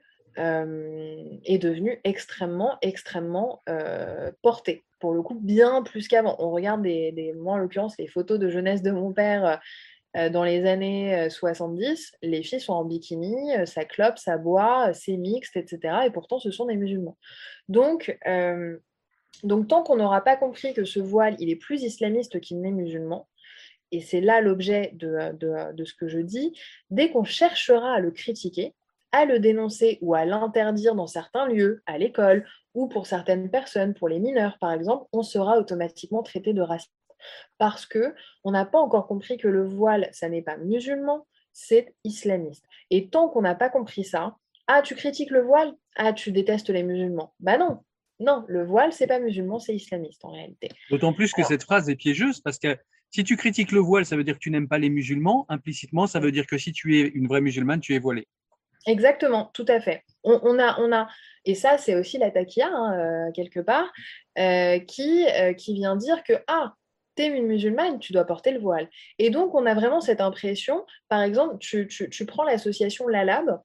Speaker 7: euh, est devenu extrêmement, extrêmement euh, porté. Pour le coup, bien plus qu'avant. On regarde, des, des, moi en l'occurrence, les photos de jeunesse de mon père, euh, dans les années euh, soixante-dix, les filles sont en bikini, euh, ça clope, ça boit, euh, c'est mixte, et cetera. Et pourtant, ce sont des musulmans. Donc, euh, donc tant qu'on n'aura pas compris que ce voile, il est plus islamiste qu'il n'est musulman, et c'est là l'objet de, de, de ce que je dis, dès qu'on cherchera à le critiquer, à le dénoncer ou à l'interdire dans certains lieux, à l'école, ou pour certaines personnes, pour les mineurs par exemple, on sera automatiquement traité de raciste. Parce qu'on n'a pas encore compris que le voile, ça n'est pas musulman, c'est islamiste. Et tant qu'on n'a pas compris ça, ah, tu critiques le voile? Ah, tu détestes les musulmans. Bah non, non, le voile, c'est pas musulman, c'est islamiste en réalité.
Speaker 6: D'autant plus que Alors, cette phrase est piégeuse parce que si tu critiques le voile, ça veut dire que tu n'aimes pas les musulmans. Implicitement, ça veut dire que si tu es une vraie musulmane, tu es voilée.
Speaker 7: Exactement, tout à fait. On, on a, on a, et ça, c'est aussi la taquilla, hein, euh, quelque part, euh, qui, euh, qui vient dire que, ah, t'es une musulmane, tu dois porter le voile. Et donc, on a vraiment cette impression, par exemple, tu, tu, tu prends l'association Lalab,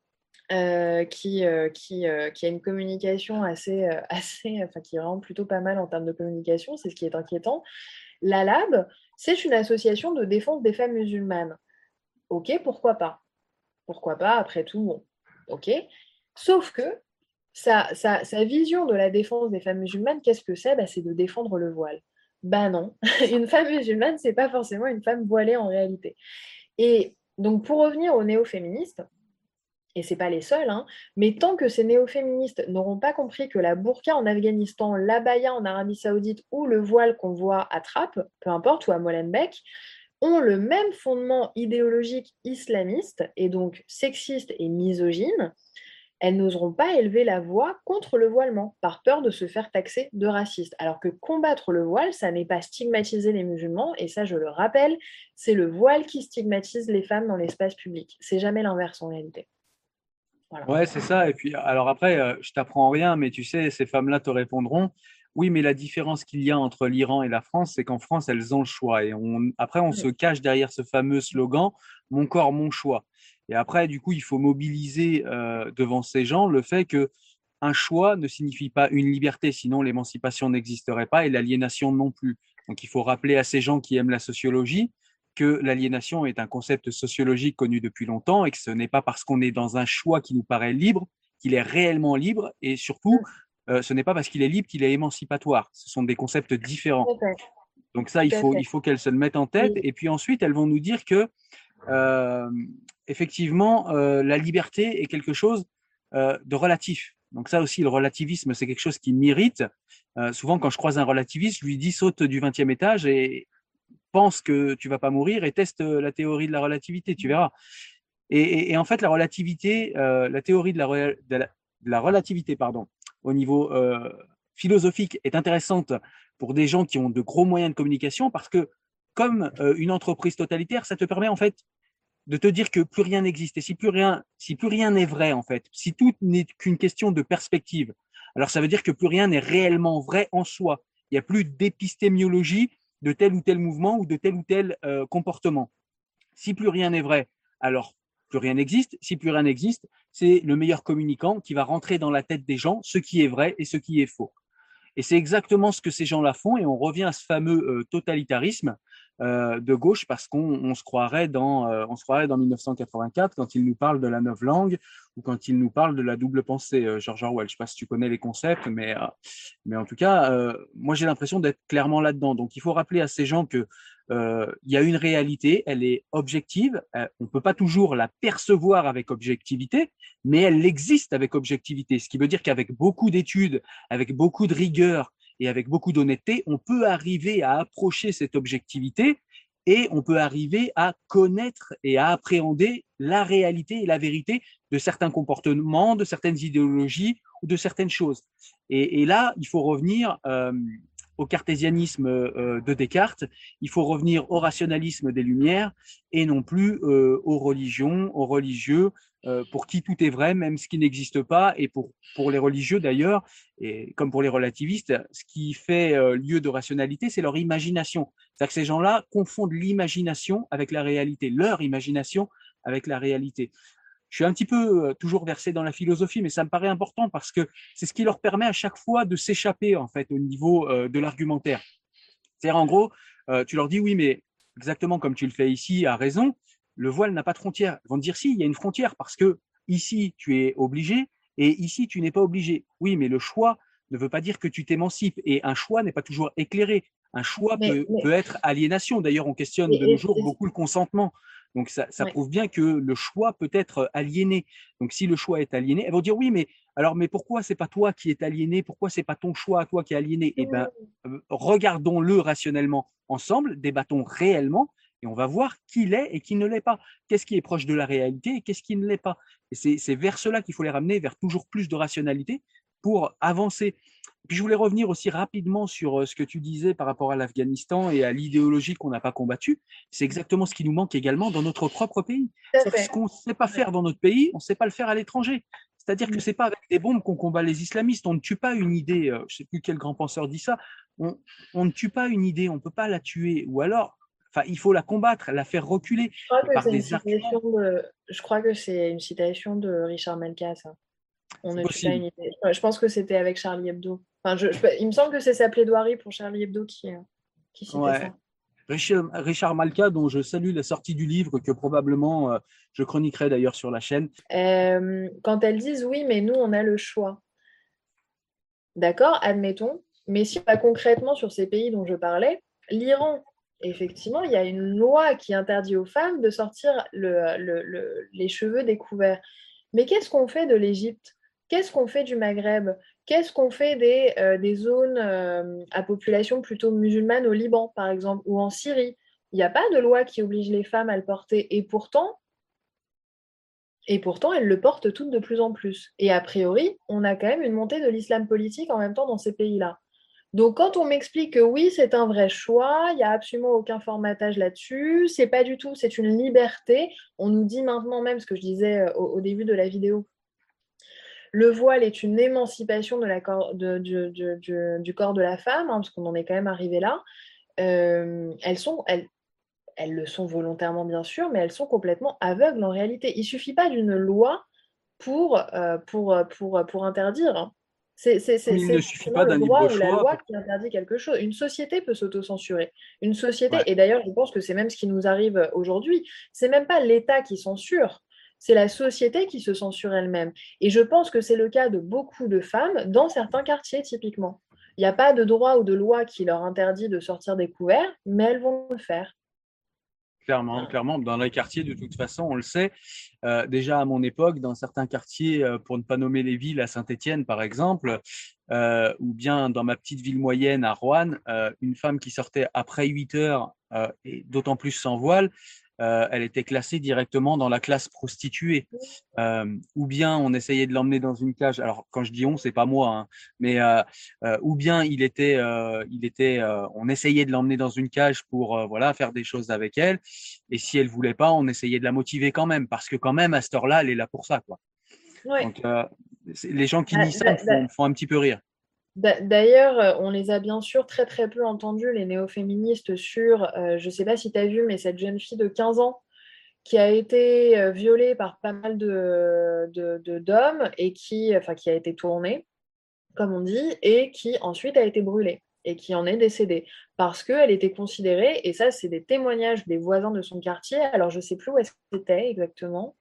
Speaker 7: euh, qui, euh, qui, euh, qui a une communication assez, euh, assez, enfin, qui est vraiment plutôt pas mal en termes de communication, c'est ce qui est inquiétant. Lalab, c'est une association de défense des femmes musulmanes. Ok, pourquoi pas? Pourquoi pas, après tout, bon, ok. Sauf que sa, sa, sa vision de la défense des femmes musulmanes, qu'est-ce que c'est? Bah, c'est de défendre le voile. Ben non, une femme musulmane, c'est pas forcément une femme voilée en réalité. Et donc, pour revenir aux néo-féministes, et c'est pas les seuls, hein, mais tant que ces néo-féministes n'auront pas compris que la burqa en Afghanistan, l'abaya en Arabie Saoudite ou le voile qu'on voit à Trappes, peu importe, ou à Molenbeek, ont le même fondement idéologique islamiste et donc sexiste et misogyne, elles n'oseront pas élever la voix contre le voilement par peur de se faire taxer de raciste. Alors que combattre le voile, ça n'est pas stigmatiser les musulmans, et ça je le rappelle, c'est le voile qui stigmatise les femmes dans l'espace public. C'est jamais l'inverse en réalité.
Speaker 6: Voilà. Ouais, c'est ça. Et puis, alors après, euh, je t'apprends rien, mais tu sais, ces femmes-là te répondront. Oui, mais la différence qu'il y a entre l'Iran et la France, c'est qu'en France, elles ont le choix. Et on, après, on se cache derrière ce fameux slogan « Mon corps, mon choix ». Et après, du coup, il faut mobiliser euh, devant ces gens le fait qu'un choix ne signifie pas une liberté, sinon l'émancipation n'existerait pas et l'aliénation non plus. Donc, il faut rappeler à ces gens qui aiment la sociologie que l'aliénation est un concept sociologique connu depuis longtemps et que ce n'est pas parce qu'on est dans un choix qui nous paraît libre qu'il est réellement libre, et surtout, euh, ce n'est pas parce qu'il est libre qu'il est émancipatoire. Ce sont des concepts différents. Donc ça, il faut, il faut qu'elles se le mettent en tête. Et puis ensuite, elles vont nous dire que, euh, effectivement, euh, la liberté est quelque chose euh, de relatif. Donc ça aussi, le relativisme, c'est quelque chose qui m'irrite. Euh, souvent, quand je croise un relativiste, je lui dis « saute du vingtième étage » et pense que tu vas pas mourir et teste la théorie de la relativité, tu verras. Et, et, et en fait, la relativité, euh, la théorie de la, de la, de la relativité, pardon, au niveau euh, philosophique est intéressante pour des gens qui ont de gros moyens de communication parce que, comme euh, une entreprise totalitaire, ça te permet en fait de te dire que plus rien n'existe. Et si plus rien, si plus rien n'est vrai, en fait, si tout n'est qu'une question de perspective, alors ça veut dire que plus rien n'est réellement vrai en soi. Il n'y a plus d'épistémiologie de tel ou tel mouvement ou de tel ou tel euh, comportement. Si plus rien n'est vrai, alors plus rien n'existe. Si plus rien n'existe, c'est le meilleur communicant qui va rentrer dans la tête des gens ce qui est vrai et ce qui est faux. Et c'est exactement ce que ces gens-là font, et on revient à ce fameux euh, totalitarisme euh, de gauche parce qu'on on se croirait dans, euh, on se croirait dans mille neuf cent quatre-vingt-quatre quand il nous parle de la novlangue ou quand il nous parle de la double pensée, euh, George Orwell. Je ne sais pas si tu connais les concepts, mais, euh, mais en tout cas, euh, moi j'ai l'impression d'être clairement là-dedans. Donc il faut rappeler à ces gens que euh, il y a une réalité, elle est objective, euh, on ne peut pas toujours la percevoir avec objectivité, mais elle existe avec objectivité, ce qui veut dire qu'avec beaucoup d'études, avec beaucoup de rigueur et avec beaucoup d'honnêteté, on peut arriver à approcher cette objectivité et on peut arriver à connaître et à appréhender la réalité et la vérité de certains comportements, de certaines idéologies ou de certaines choses. Et, et là, il faut revenir euh, au cartésianisme euh, de Descartes, il faut revenir au rationalisme des Lumières et non plus euh, aux religions, aux religieux, euh, pour qui tout est vrai, même ce qui n'existe pas, et pour, pour les religieux d'ailleurs, et comme pour les relativistes, ce qui fait euh, lieu de rationalité, c'est leur imagination. C'est-à-dire que ces gens-là confondent l'imagination avec la réalité, leur imagination avec la réalité. Je suis un petit peu euh, toujours versé dans la philosophie, mais ça me paraît important parce que c'est ce qui leur permet à chaque fois de s'échapper en fait au niveau euh, de l'argumentaire. C'est-à-dire en gros, euh, tu leur dis oui, mais exactement comme tu le fais ici, a raison. Le voile n'a pas de frontière. Ils vont te dire si, il y a une frontière parce que ici, tu es obligé et ici, tu n'es pas obligé. Oui, mais le choix ne veut pas dire que tu t'émancipes et un choix n'est pas toujours éclairé. Un choix
Speaker 7: Mais,
Speaker 6: peut,
Speaker 7: mais,
Speaker 6: peut être aliénation. D'ailleurs, on questionne
Speaker 7: et,
Speaker 6: de nos
Speaker 7: et-
Speaker 6: jours
Speaker 7: et-
Speaker 6: beaucoup le consentement. Donc, ça, ça
Speaker 7: ouais.
Speaker 6: prouve bien que le choix peut être aliéné. Donc, si le choix est aliéné, elles vont dire oui, mais alors, mais pourquoi c'est pas toi qui est aliéné? Pourquoi c'est pas ton choix à toi qui est aliéné? Eh ben, euh, regardons-le rationnellement ensemble, débattons réellement et on va voir qui l'est et qui ne l'est pas. Qu'est-ce qui est proche de la réalité et qu'est-ce qui ne l'est pas. Et c'est, c'est vers cela qu'il faut les ramener, vers toujours plus de rationalité pour avancer. Puis je voulais revenir aussi rapidement sur ce que tu disais par rapport à l'Afghanistan et à l'idéologie qu'on n'a pas combattue. C'est exactement ce qui nous manque également dans notre propre pays. C'est-à-dire que ce qu'on ne sait pas faire dans notre pays, on ne sait pas le faire à l'étranger. C'est-à-dire que ce n'est pas avec des bombes qu'on combat les islamistes. On ne tue pas une idée. Je ne sais plus quel grand penseur dit ça. On, on ne tue pas une idée, on ne peut pas la tuer. Ou alors, enfin, il faut la combattre, la faire reculer.
Speaker 7: Je crois que
Speaker 6: par
Speaker 7: c'est une
Speaker 6: des arguments.
Speaker 7: citation de, je crois que c'est une citation de Richard Malka, ça. On
Speaker 6: C'est
Speaker 7: ne tue pas une
Speaker 6: possible.
Speaker 7: idée. Ouais, je pense que c'était avec Charlie Hebdo. Enfin, je, je- il me semble que c'est sa plaidoirie pour Charlie Hebdo qui, euh, qui citait
Speaker 6: Ouais.
Speaker 7: ça.
Speaker 6: Richard, Richard Malka, dont je salue la sortie du livre, que probablement euh, je chroniquerai d'ailleurs sur la chaîne.
Speaker 7: Euh, quand elles disent oui, mais nous, on a le choix. D'accord, admettons. Mais si on va concrètement sur ces pays dont je parlais, l'Iran, effectivement, il y a une loi qui interdit aux femmes de sortir le- le- le- les cheveux découverts. Mais qu'est-ce qu'on fait de l'Égypte? Qu'est-ce qu'on fait du Maghreb? Qu'est-ce qu'on fait des, euh, des zones euh, à population plutôt musulmane au Liban, par exemple, ou en Syrie? Il n'y a pas de loi qui oblige les femmes à le porter. Et pourtant, et pourtant, elles le portent toutes de plus en plus. Et a priori, on a quand même une montée de l'islam politique en même temps dans ces pays-là. Donc, quand on m'explique que oui, c'est un vrai choix, il n'y a absolument aucun formatage là-dessus, c'est pas du tout, c'est une liberté. On nous dit maintenant même ce que je disais au, au début de la vidéo. Le voile est une émancipation de la cor- de- du, du- du- du corps de la femme, hein, parce qu'on en est quand même arrivé là. Euh, elles sont, elles, elles le sont volontairement, bien sûr, mais elles sont complètement aveugles en réalité. Il ne suffit pas d'une loi pour, euh, pour, pour, pour interdire, hein. C'est c'est- c'est-
Speaker 6: Comme il
Speaker 7: c'est
Speaker 6: ne suffit
Speaker 7: forcément
Speaker 6: pas
Speaker 7: le
Speaker 6: d'un
Speaker 7: droit
Speaker 6: libre
Speaker 7: ou la
Speaker 6: choix.
Speaker 7: loi
Speaker 6: Pour...
Speaker 7: qui interdit quelque chose. Une société peut s'autocensurer. Une société,
Speaker 6: Ouais.
Speaker 7: et d'ailleurs, je pense que c'est même ce qui nous arrive aujourd'hui, c'est même pas l'État qui censure, c'est la société qui se censure elle-même. Et je pense que c'est le cas de beaucoup de femmes dans certains quartiers, typiquement. Il n'y a pas de droit ou de loi qui leur interdit de sortir des couverts, mais elles vont le faire.
Speaker 6: Clairement, clairement, dans les quartiers, de toute façon, on le sait. Euh, déjà à mon époque, dans certains quartiers, euh, pour ne pas nommer les villes, à Saint-Étienne par exemple, euh, ou bien dans ma petite ville moyenne à Roanne, euh, une femme qui sortait après huit heures, euh, et d'autant plus sans voile, euh, elle était classée directement dans la classe prostituée. Euh, ou bien on essayait de l'emmener dans une cage. Alors quand je dis on, c'est pas moi, hein, mais euh, euh, ou bien il était, euh, il était, euh, on essayait de l'emmener dans une cage pour euh, voilà faire des choses avec elle. Et si elle voulait pas, on essayait de la motiver quand même, parce que quand même à cette heure-là, elle est là pour ça, quoi.
Speaker 7: Ouais.
Speaker 6: Donc euh, c'est- les gens qui
Speaker 7: Ah,
Speaker 6: disent ça
Speaker 7: d'a-
Speaker 6: me font, me font un petit peu rire.
Speaker 7: d'a- D'ailleurs, euh, on les a bien sûr très très peu entendus, les néo-féministes, sur, euh, je ne sais pas si tu as vu, mais cette jeune fille de quinze ans qui a été euh, violée par pas mal de, de- de- d'hommes et qui, enfin, qui a été tournée, comme on dit, et qui ensuite a été brûlée et qui en est décédée parce qu'elle était considérée, et ça c'est des témoignages des voisins de son quartier, alors je ne sais plus où est-ce que c'était exactement,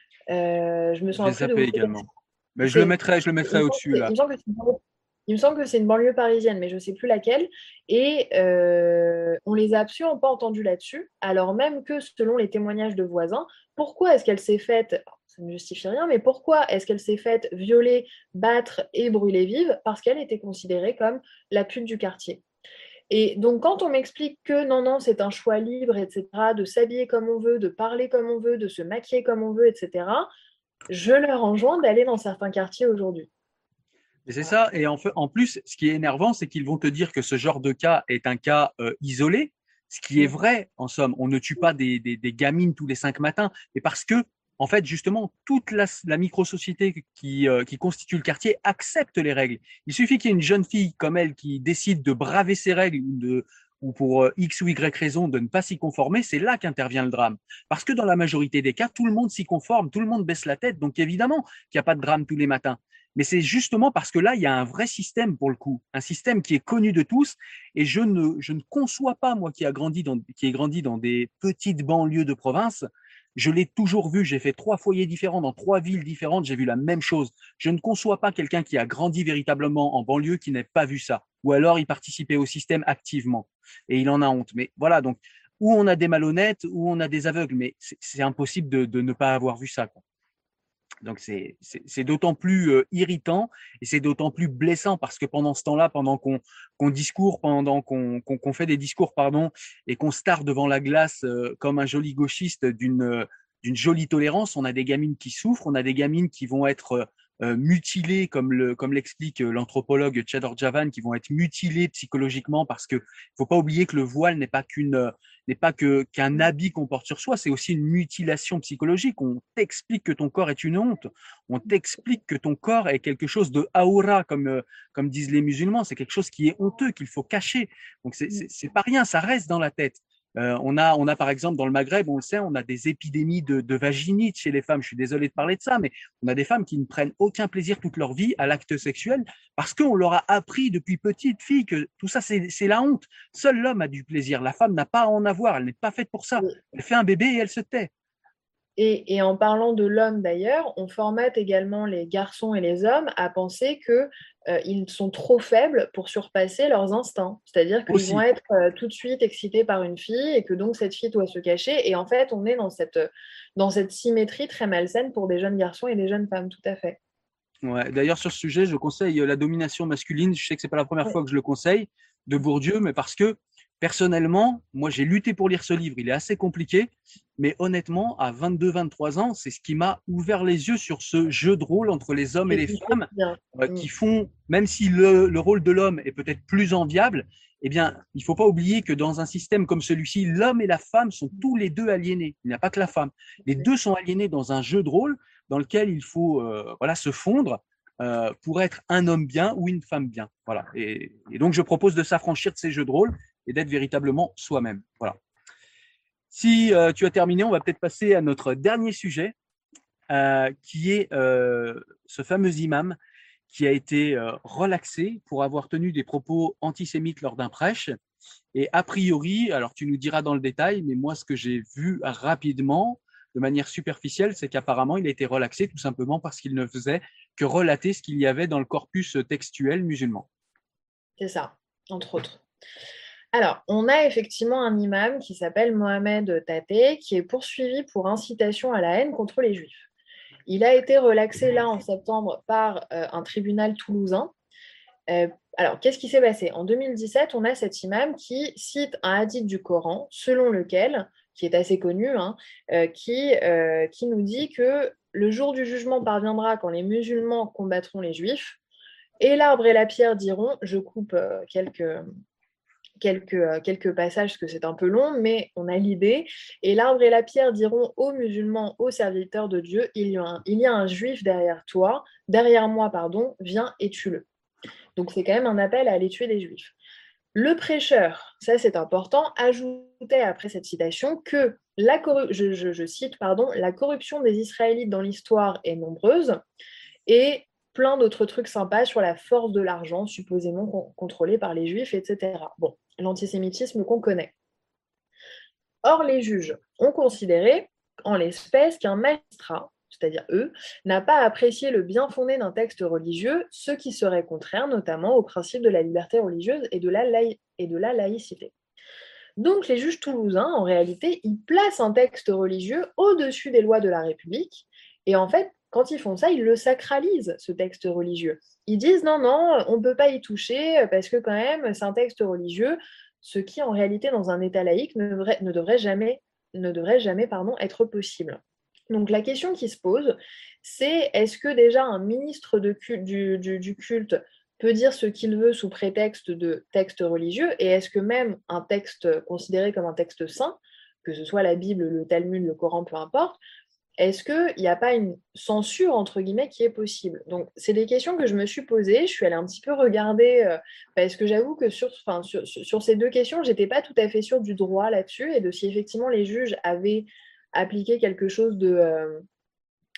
Speaker 7: euh, je me
Speaker 6: Je
Speaker 7: souviens
Speaker 6: l'ai
Speaker 7: plus de
Speaker 6: zappé
Speaker 7: où c'était.
Speaker 6: également. Mais je le
Speaker 7: C'est-
Speaker 6: mettrai, je le
Speaker 7: il me
Speaker 6: mettrai
Speaker 7: semble
Speaker 6: au-dessus
Speaker 7: que-
Speaker 6: là.
Speaker 7: il me semble que c'est une banlieue- il me semble que c'est une banlieue parisienne, mais je ne sais plus laquelle. Et euh, on les a absolument pas entendus là-dessus, alors même que selon les témoignages de voisins, pourquoi est-ce qu'elle s'est faite, ça ne justifie rien, mais pourquoi est-ce qu'elle s'est faite violer, battre et brûler vive? Parce qu'elle était considérée comme la pute du quartier. Et donc, quand on m'explique que non, non, c'est un choix libre, et cetera, de s'habiller comme on veut, de parler comme on veut, de se maquiller comme on veut, et cetera, je leur enjoins d'aller dans certains quartiers aujourd'hui.
Speaker 6: Et c'est ça. Et en, fait, en plus, ce qui est énervant, c'est qu'ils vont te dire que ce genre de cas est un cas euh, isolé, ce qui est vrai, en somme. On ne tue pas des, des, des gamines tous les cinq matins, mais parce que, en fait, justement, toute la, la micro-société qui, euh, qui constitue le quartier accepte les règles. Il suffit qu'il y ait une jeune fille comme elle qui décide de braver ses règles ou, de, ou pour euh, X ou Y raison de ne pas s'y conformer, c'est là qu'intervient le drame. Parce que dans la majorité des cas, tout le monde s'y conforme, tout le monde baisse la tête, donc évidemment qu'il n'y a pas de drame tous les matins. Mais c'est justement parce que là, il y a un vrai système pour le coup, un système qui est connu de tous. Et je ne, je ne conçois pas, moi qui ai grandi dans, qui ai grandi dans des petites banlieues de province, je l'ai toujours vu. J'ai fait trois foyers différents dans trois villes différentes. J'ai vu la même chose. Je ne conçois pas quelqu'un qui a grandi véritablement en banlieue qui n'ait pas vu ça. Ou alors il participait au système activement et il en a honte. Mais voilà, donc où on a des malhonnêtes, où on a des aveugles, mais c'est, c'est impossible de, de ne pas avoir vu ça, quoi. Donc c'est, c'est, c'est d'autant plus euh, irritant et c'est d'autant plus blessant parce que pendant ce temps-là, pendant qu'on, qu'on discourt, pendant qu'on, qu'on, qu'on fait des discours, pardon, et qu'on se tare devant la glace euh, comme un joli gauchiste d'une, euh, d'une jolie tolérance, on a des gamines qui souffrent, on a des gamines qui vont être euh, mutilées, comme, le, comme l'explique l'anthropologue Chedor Javan, qui vont être mutilées psychologiquement parce que faut pas oublier que le voile n'est pas qu'une n'est pas que, qu'un habit qu'on porte sur soi, c'est aussi une mutilation psychologique. On t'explique que ton corps est une honte, on t'explique que ton corps est quelque chose de aura, comme, comme disent les musulmans, c'est quelque chose qui est honteux, qu'il faut cacher. Donc c'est, c'est, c'est pas rien, ça reste dans la tête. Euh, on a, on a par exemple dans le Maghreb, on le sait, on a des épidémies de, de vaginite chez les femmes. Je suis désolé de parler de ça, mais on a des femmes qui ne prennent aucun plaisir toute leur vie à l'acte sexuel parce qu'on leur a appris depuis petite fille que tout ça c'est, c'est la honte. Seul l'homme a du plaisir, la femme n'a pas à en avoir, elle n'est pas faite pour ça. Elle fait un bébé et elle se tait.
Speaker 7: Et, et en parlant de l'homme d'ailleurs, on formate également les garçons et les hommes à penser que euh, ils sont trop faibles pour surpasser leurs instincts. C'est-à-dire qu'ils
Speaker 6: Aussi.
Speaker 7: vont être euh, tout de suite excités par une fille et que donc cette fille doit se cacher. Et en fait, on est dans cette, dans cette symétrie très malsaine pour des jeunes garçons et des jeunes femmes, tout à fait.
Speaker 6: Ouais. D'ailleurs, sur ce sujet, je conseille La domination masculine. Je sais que c'est pas la première
Speaker 7: Ouais.
Speaker 6: fois que je le conseille, de Bourdieu, mais parce que personnellement, moi, j'ai lutté pour lire ce livre. Il est assez compliqué, mais honnêtement, à vingt-deux, vingt-trois ans, c'est ce qui m'a ouvert les yeux sur ce jeu de rôle entre les hommes et les femmes,
Speaker 7: Bien.
Speaker 6: euh, qui font, même si le, le rôle de l'homme est peut-être plus enviable, eh bien, il faut pas oublier que dans un système comme celui-ci, l'homme et la femme sont tous les deux aliénés. Il n'y a pas que la femme. Les deux sont aliénés dans un jeu de rôle dans lequel il faut, euh, voilà, se fondre euh, pour être un homme bien ou une femme bien. Voilà. Et, et donc, je propose de s'affranchir de ces jeux de rôle et d'être véritablement soi-même. Voilà. Si euh, tu as terminé, on va peut-être passer à notre dernier sujet, euh, qui est euh, ce fameux imam qui a été euh, relaxé pour avoir tenu des propos antisémites lors d'un prêche. Et a priori, alors tu nous diras dans le détail, mais moi ce que j'ai vu rapidement, de manière superficielle, c'est qu'apparemment il a été relaxé tout simplement parce qu'il ne faisait que relater ce qu'il y avait dans le corpus textuel musulman.
Speaker 7: C'est ça, entre autres. Alors, on a effectivement un imam qui s'appelle Mohamed Tate, qui est poursuivi pour incitation à la haine contre les Juifs. Il a été relaxé là en septembre par euh, un tribunal toulousain. Euh, alors, qu'est-ce qui s'est passé? En deux mille dix-sept, on a cet imam qui cite un hadith du Coran, selon lequel, qui est assez connu, hein, euh, qui, euh, qui nous dit que le jour du jugement parviendra quand les musulmans combattront les Juifs, et l'arbre et la pierre diront, je coupe euh, quelques... Quelques, quelques passages, parce que c'est un peu long, mais on a l'idée. Et l'arbre et la pierre diront aux musulmans, aux serviteurs de Dieu, il y a un, il y a un juif derrière toi, derrière moi, pardon, viens et tue-le. Donc c'est quand même un appel à aller tuer des juifs. Le prêcheur, ça c'est important, ajoutait après cette citation que, la corru- je, je, je cite, pardon, la corruption des Israélites dans l'histoire est nombreuse, et plein d'autres trucs sympas sur la force de l'argent, supposément con- contrôlée par les Juifs, et cetera. Bon, l'antisémitisme qu'on connaît. Or, les juges ont considéré, en l'espèce, qu'un magistrat, c'est-à-dire eux, n'a pas apprécié le bien fondé d'un texte religieux, ce qui serait contraire notamment au principe de la liberté religieuse et de la, laï- et de la laïcité. Donc, les juges toulousains, en réalité, ils placent un texte religieux au-dessus des lois de la République, et en fait, quand ils font ça, ils le sacralisent, ce texte religieux. Ils disent non, non, on ne peut pas y toucher parce que quand même, c'est un texte religieux, ce qui en réalité, dans un État laïque, ne devrait, ne devrait jamais, ne devrait jamais pardon, être possible. Donc la question qui se pose, c'est est-ce que déjà un ministre de culte, du, du, du culte peut dire ce qu'il veut sous prétexte de texte religieux, et est-ce que même un texte considéré comme un texte saint, que ce soit la Bible, le Talmud, le Coran, peu importe, est-ce qu'il n'y a pas une censure, entre guillemets, qui est possible? Donc, c'est des questions que je me suis posées. Je suis allée un petit peu regarder, euh, parce que j'avoue que sur, enfin, sur, sur ces deux questions, je n'étais pas tout à fait sûre du droit là-dessus et de si effectivement les juges avaient appliqué quelque chose de, euh,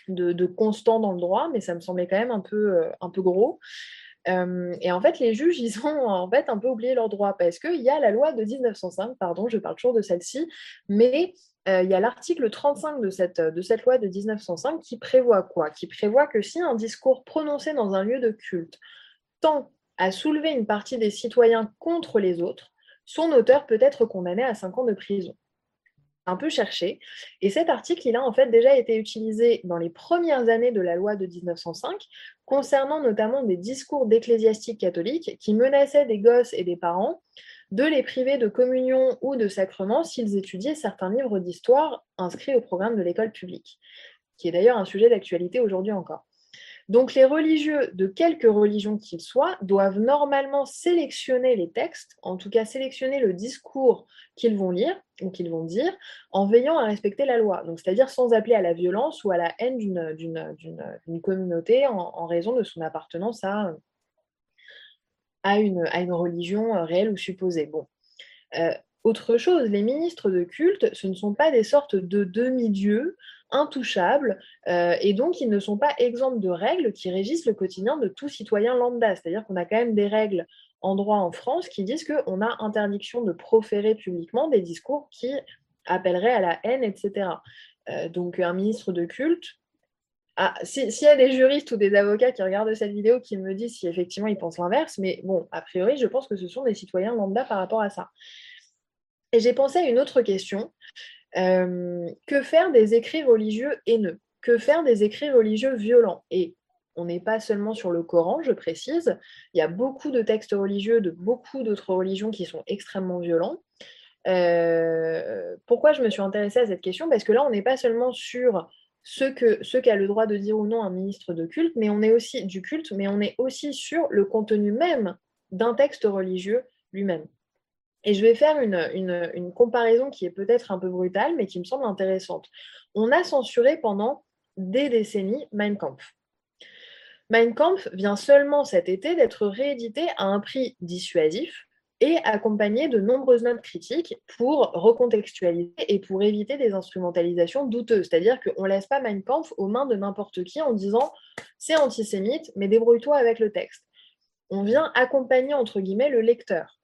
Speaker 7: de, de constant dans le droit, mais ça me semblait quand même un peu, euh, un peu gros. Euh, et en fait, les juges, ils ont en fait un peu oublié leurs droits parce qu'il y a la loi de dix-neuf cent cinq, pardon, je parle toujours de celle-ci, mais euh, il y a l'article trente-cinq de cette, de cette loi de dix-neuf cent cinq qui prévoit quoi? Qui prévoit que si un discours prononcé dans un lieu de culte tend à soulever une partie des citoyens contre les autres, son auteur peut être condamné à cinq ans de prison. Un peu cherché. Et cet article, il a en fait déjà été utilisé dans les premières années de la loi de dix-neuf cent cinq, concernant notamment des discours d'ecclésiastiques catholiques qui menaçaient des gosses et des parents de les priver de communion ou de sacrement s'ils étudiaient certains livres d'histoire inscrits au programme de l'école publique, qui est d'ailleurs un sujet d'actualité aujourd'hui encore. Donc les religieux, de quelque religion qu'ils soient, doivent normalement sélectionner les textes, en tout cas sélectionner le discours qu'ils vont lire ou qu'ils vont dire, en veillant à respecter la loi. Donc c'est-à-dire sans appeler à la violence ou à la haine d'une, d'une, d'une, d'une communauté en, en raison de son appartenance à, à, une, à une religion réelle ou supposée. Bon. Euh, autre chose, les ministres de culte, ce ne sont pas des sortes de demi-dieux intouchables, euh, et donc ils ne sont pas exempts de règles qui régissent le quotidien de tout citoyen lambda. C'est-à-dire qu'on a quand même des règles en droit en France qui disent qu'on a interdiction de proférer publiquement des discours qui appelleraient à la haine, et cetera. Euh, donc un ministre de culte, ah, s'il si y a des juristes ou des avocats qui regardent cette vidéo qui me disent si effectivement ils pensent l'inverse, mais bon, a priori, je pense que ce sont des citoyens lambda par rapport à ça. Et j'ai pensé à une autre question. Euh, que faire des écrits religieux haineux? Que faire des écrits religieux violents? Et on n'est pas seulement sur le Coran, je précise. Il y a beaucoup de textes religieux de beaucoup d'autres religions qui sont extrêmement violents. Euh, pourquoi je me suis intéressée à cette question? Parce que là, on n'est pas seulement sur ce que ce qu'a le droit de dire ou non un ministre de culte, mais on est aussi du culte, mais on est aussi sur le contenu même d'un texte religieux lui-même. Et je vais faire une, une, une comparaison qui est peut-être un peu brutale, mais qui me semble intéressante. On a censuré pendant des décennies Mein Kampf. Mein Kampf vient seulement cet été d'être réédité à un prix dissuasif et accompagné de nombreuses notes critiques pour recontextualiser et pour éviter des instrumentalisations douteuses. C'est-à-dire qu'on ne laisse pas Mein Kampf aux mains de n'importe qui en disant « c'est antisémite, mais débrouille-toi avec le texte ». On vient accompagner, entre guillemets, le lecteur.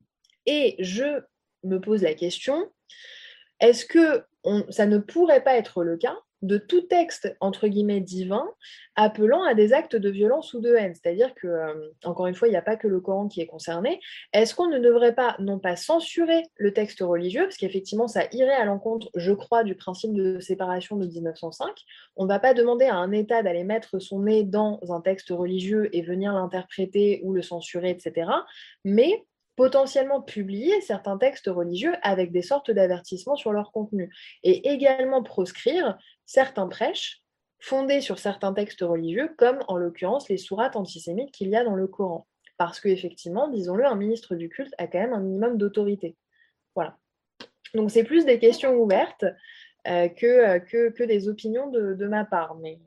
Speaker 7: Et je me pose la question, est-ce que on, ça ne pourrait pas être le cas de tout texte, entre guillemets, divin, appelant à des actes de violence ou de haine? C'est-à-dire que, euh, encore une fois, il n'y a pas que le Coran qui est concerné. Est-ce qu'on ne devrait pas, non pas censurer le texte religieux, parce qu'effectivement, ça irait à l'encontre, je crois, du principe de séparation de dix-neuf cent cinq. On ne va pas demander à un État d'aller mettre son nez dans un texte religieux et venir l'interpréter ou le censurer, et cetera. Mais potentiellement publier certains textes religieux avec des sortes d'avertissements sur leur contenu, et également proscrire certains prêches fondés sur certains textes religieux, comme en l'occurrence les sourates antisémites qu'il y a dans le Coran. Parce qu'effectivement, disons-le, un ministre du culte a quand même un minimum d'autorité. Voilà. Donc c'est plus des questions ouvertes euh, que, que, que des opinions de, de ma part. Mais...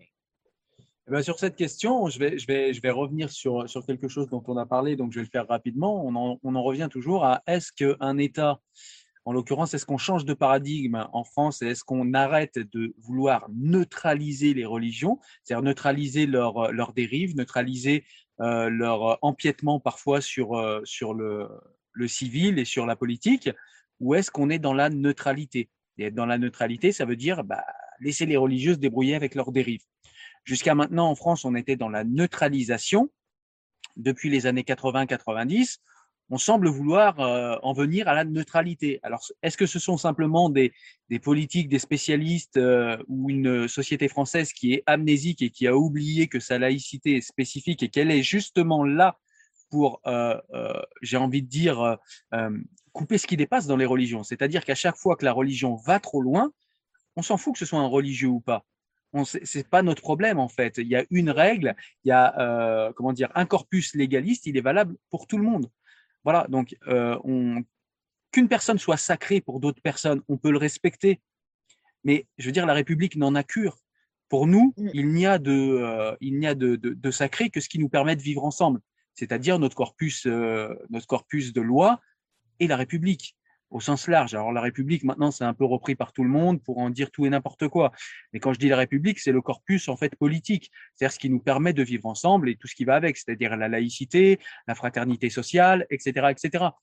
Speaker 6: Eh bien, sur cette question, je vais, je vais, je vais revenir sur, sur quelque chose dont on a parlé, donc je vais le faire rapidement. On en, on en revient toujours à est-ce qu'un État, en l'occurrence, est-ce qu'on change de paradigme en France et est-ce qu'on arrête de vouloir neutraliser les religions, c'est-à-dire neutraliser leurs leur dérives, neutraliser euh, leur empiètement parfois sur, euh, sur le, le civil et sur la politique, ou est-ce qu'on est dans la neutralité? Et être dans la neutralité, ça veut dire bah, laisser les religieux se débrouiller avec leurs dérives. Jusqu'à maintenant, en France, on était dans la neutralisation. Depuis les années quatre-vingts quatre-vingt-dix, on semble vouloir euh, en venir à la neutralité. Alors, est-ce que ce sont simplement des, des politiques, des spécialistes euh, ou une société française qui est amnésique et qui a oublié que sa laïcité est spécifique et qu'elle est justement là pour, euh, euh, j'ai envie de dire, euh, couper ce qui dépasse dans les religions? C'est-à-dire qu'à chaque fois que la religion va trop loin, on s'en fout que ce soit un religieux ou pas. Ce n'est pas notre problème en fait. Il y a une règle, il y a euh, comment dire, un corpus légaliste, il est valable pour tout le monde. Voilà, donc euh, on, qu'une personne soit sacrée pour d'autres personnes, on peut le respecter. Mais je veux dire, la République n'en a cure. Pour nous, il n'y a de, euh, il n'y a de, de, de sacré que ce qui nous permet de vivre ensemble, c'est-à-dire notre corpus, euh, notre corpus de loi et la République. au sens large. Alors, la République, maintenant, c'est un peu repris par tout le monde pour en dire tout et n'importe quoi. Mais quand je dis la République, c'est le corpus, en fait, politique. C'est-à-dire ce qui nous permet de vivre ensemble et tout ce qui va avec, c'est-à-dire la laïcité, la fraternité sociale, et cetera, et cetera.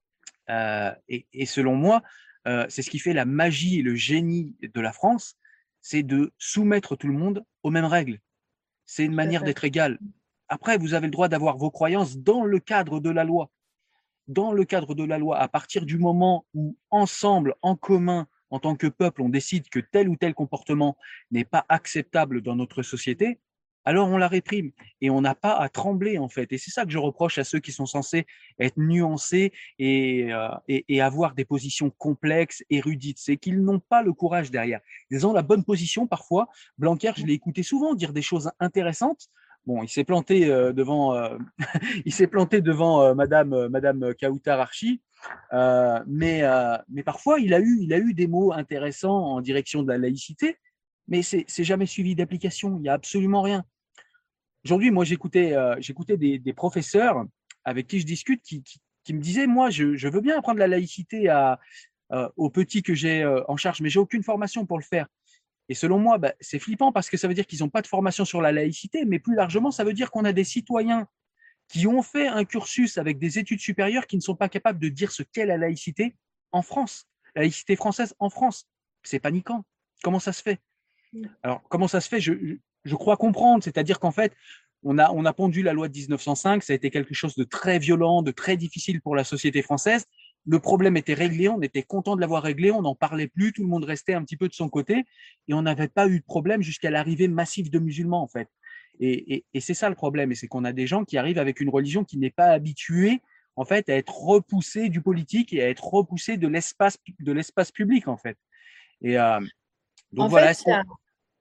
Speaker 6: Euh, et, et selon moi, euh, c'est ce qui fait la magie et le génie de la France, c'est de soumettre tout le monde aux mêmes règles. C'est une manière d'être égal. Après, vous avez le droit d'avoir vos croyances dans le cadre de la loi. Dans le cadre de la loi, à partir du moment où, ensemble, en commun, en tant que peuple, on décide que tel ou tel comportement n'est pas acceptable dans notre société, alors on la réprime et on n'a pas à trembler, en fait. Et c'est ça que je reproche à ceux qui sont censés être nuancés et, euh, et, et avoir des positions complexes, érudites. C'est qu'ils n'ont pas le courage derrière. Ils ont la bonne position parfois. Blanquer, je l'ai écouté souvent dire des choses intéressantes. Bon, il s'est planté euh, devant, euh, il s'est planté devant euh, Madame euh, Madame Kautar-Archi, euh, mais euh, mais parfois il a eu il a eu des mots intéressants en direction de la laïcité, mais c'est c'est jamais suivi d'application. Il y a absolument rien. Aujourd'hui, moi, j'écoutais euh, j'écoutais des, des professeurs avec qui je discute qui qui, qui me disaient, moi, je je veux bien apprendre la laïcité à euh, aux petits que j'ai euh, en charge, mais j'ai aucune formation pour le faire. Et selon moi, bah, c'est flippant parce que ça veut dire qu'ils n'ont pas de formation sur la laïcité, mais plus largement, ça veut dire qu'on a des citoyens qui ont fait un cursus avec des études supérieures qui ne sont pas capables de dire ce qu'est la laïcité en France, la laïcité française en France. C'est paniquant. Comment ça se fait? Alors, comment ça se fait? je, je crois comprendre, c'est-à-dire qu'en fait, on a, on a pondu la loi de dix-neuf cent cinq, ça a été quelque chose de très violent, de très difficile pour la société française. Le problème était réglé, on était content de l'avoir réglé, on n'en parlait plus, tout le monde restait un petit peu de son côté et on n'avait pas eu de problème jusqu'à l'arrivée massive de musulmans en fait. Et, et, et c'est ça le problème, et c'est qu'on a des gens qui arrivent avec une religion qui n'est pas habituée en fait à être repoussée du politique et à être repoussée de l'espace de l'espace public en fait. Et euh, donc
Speaker 7: en
Speaker 6: voilà.
Speaker 7: Fait, a...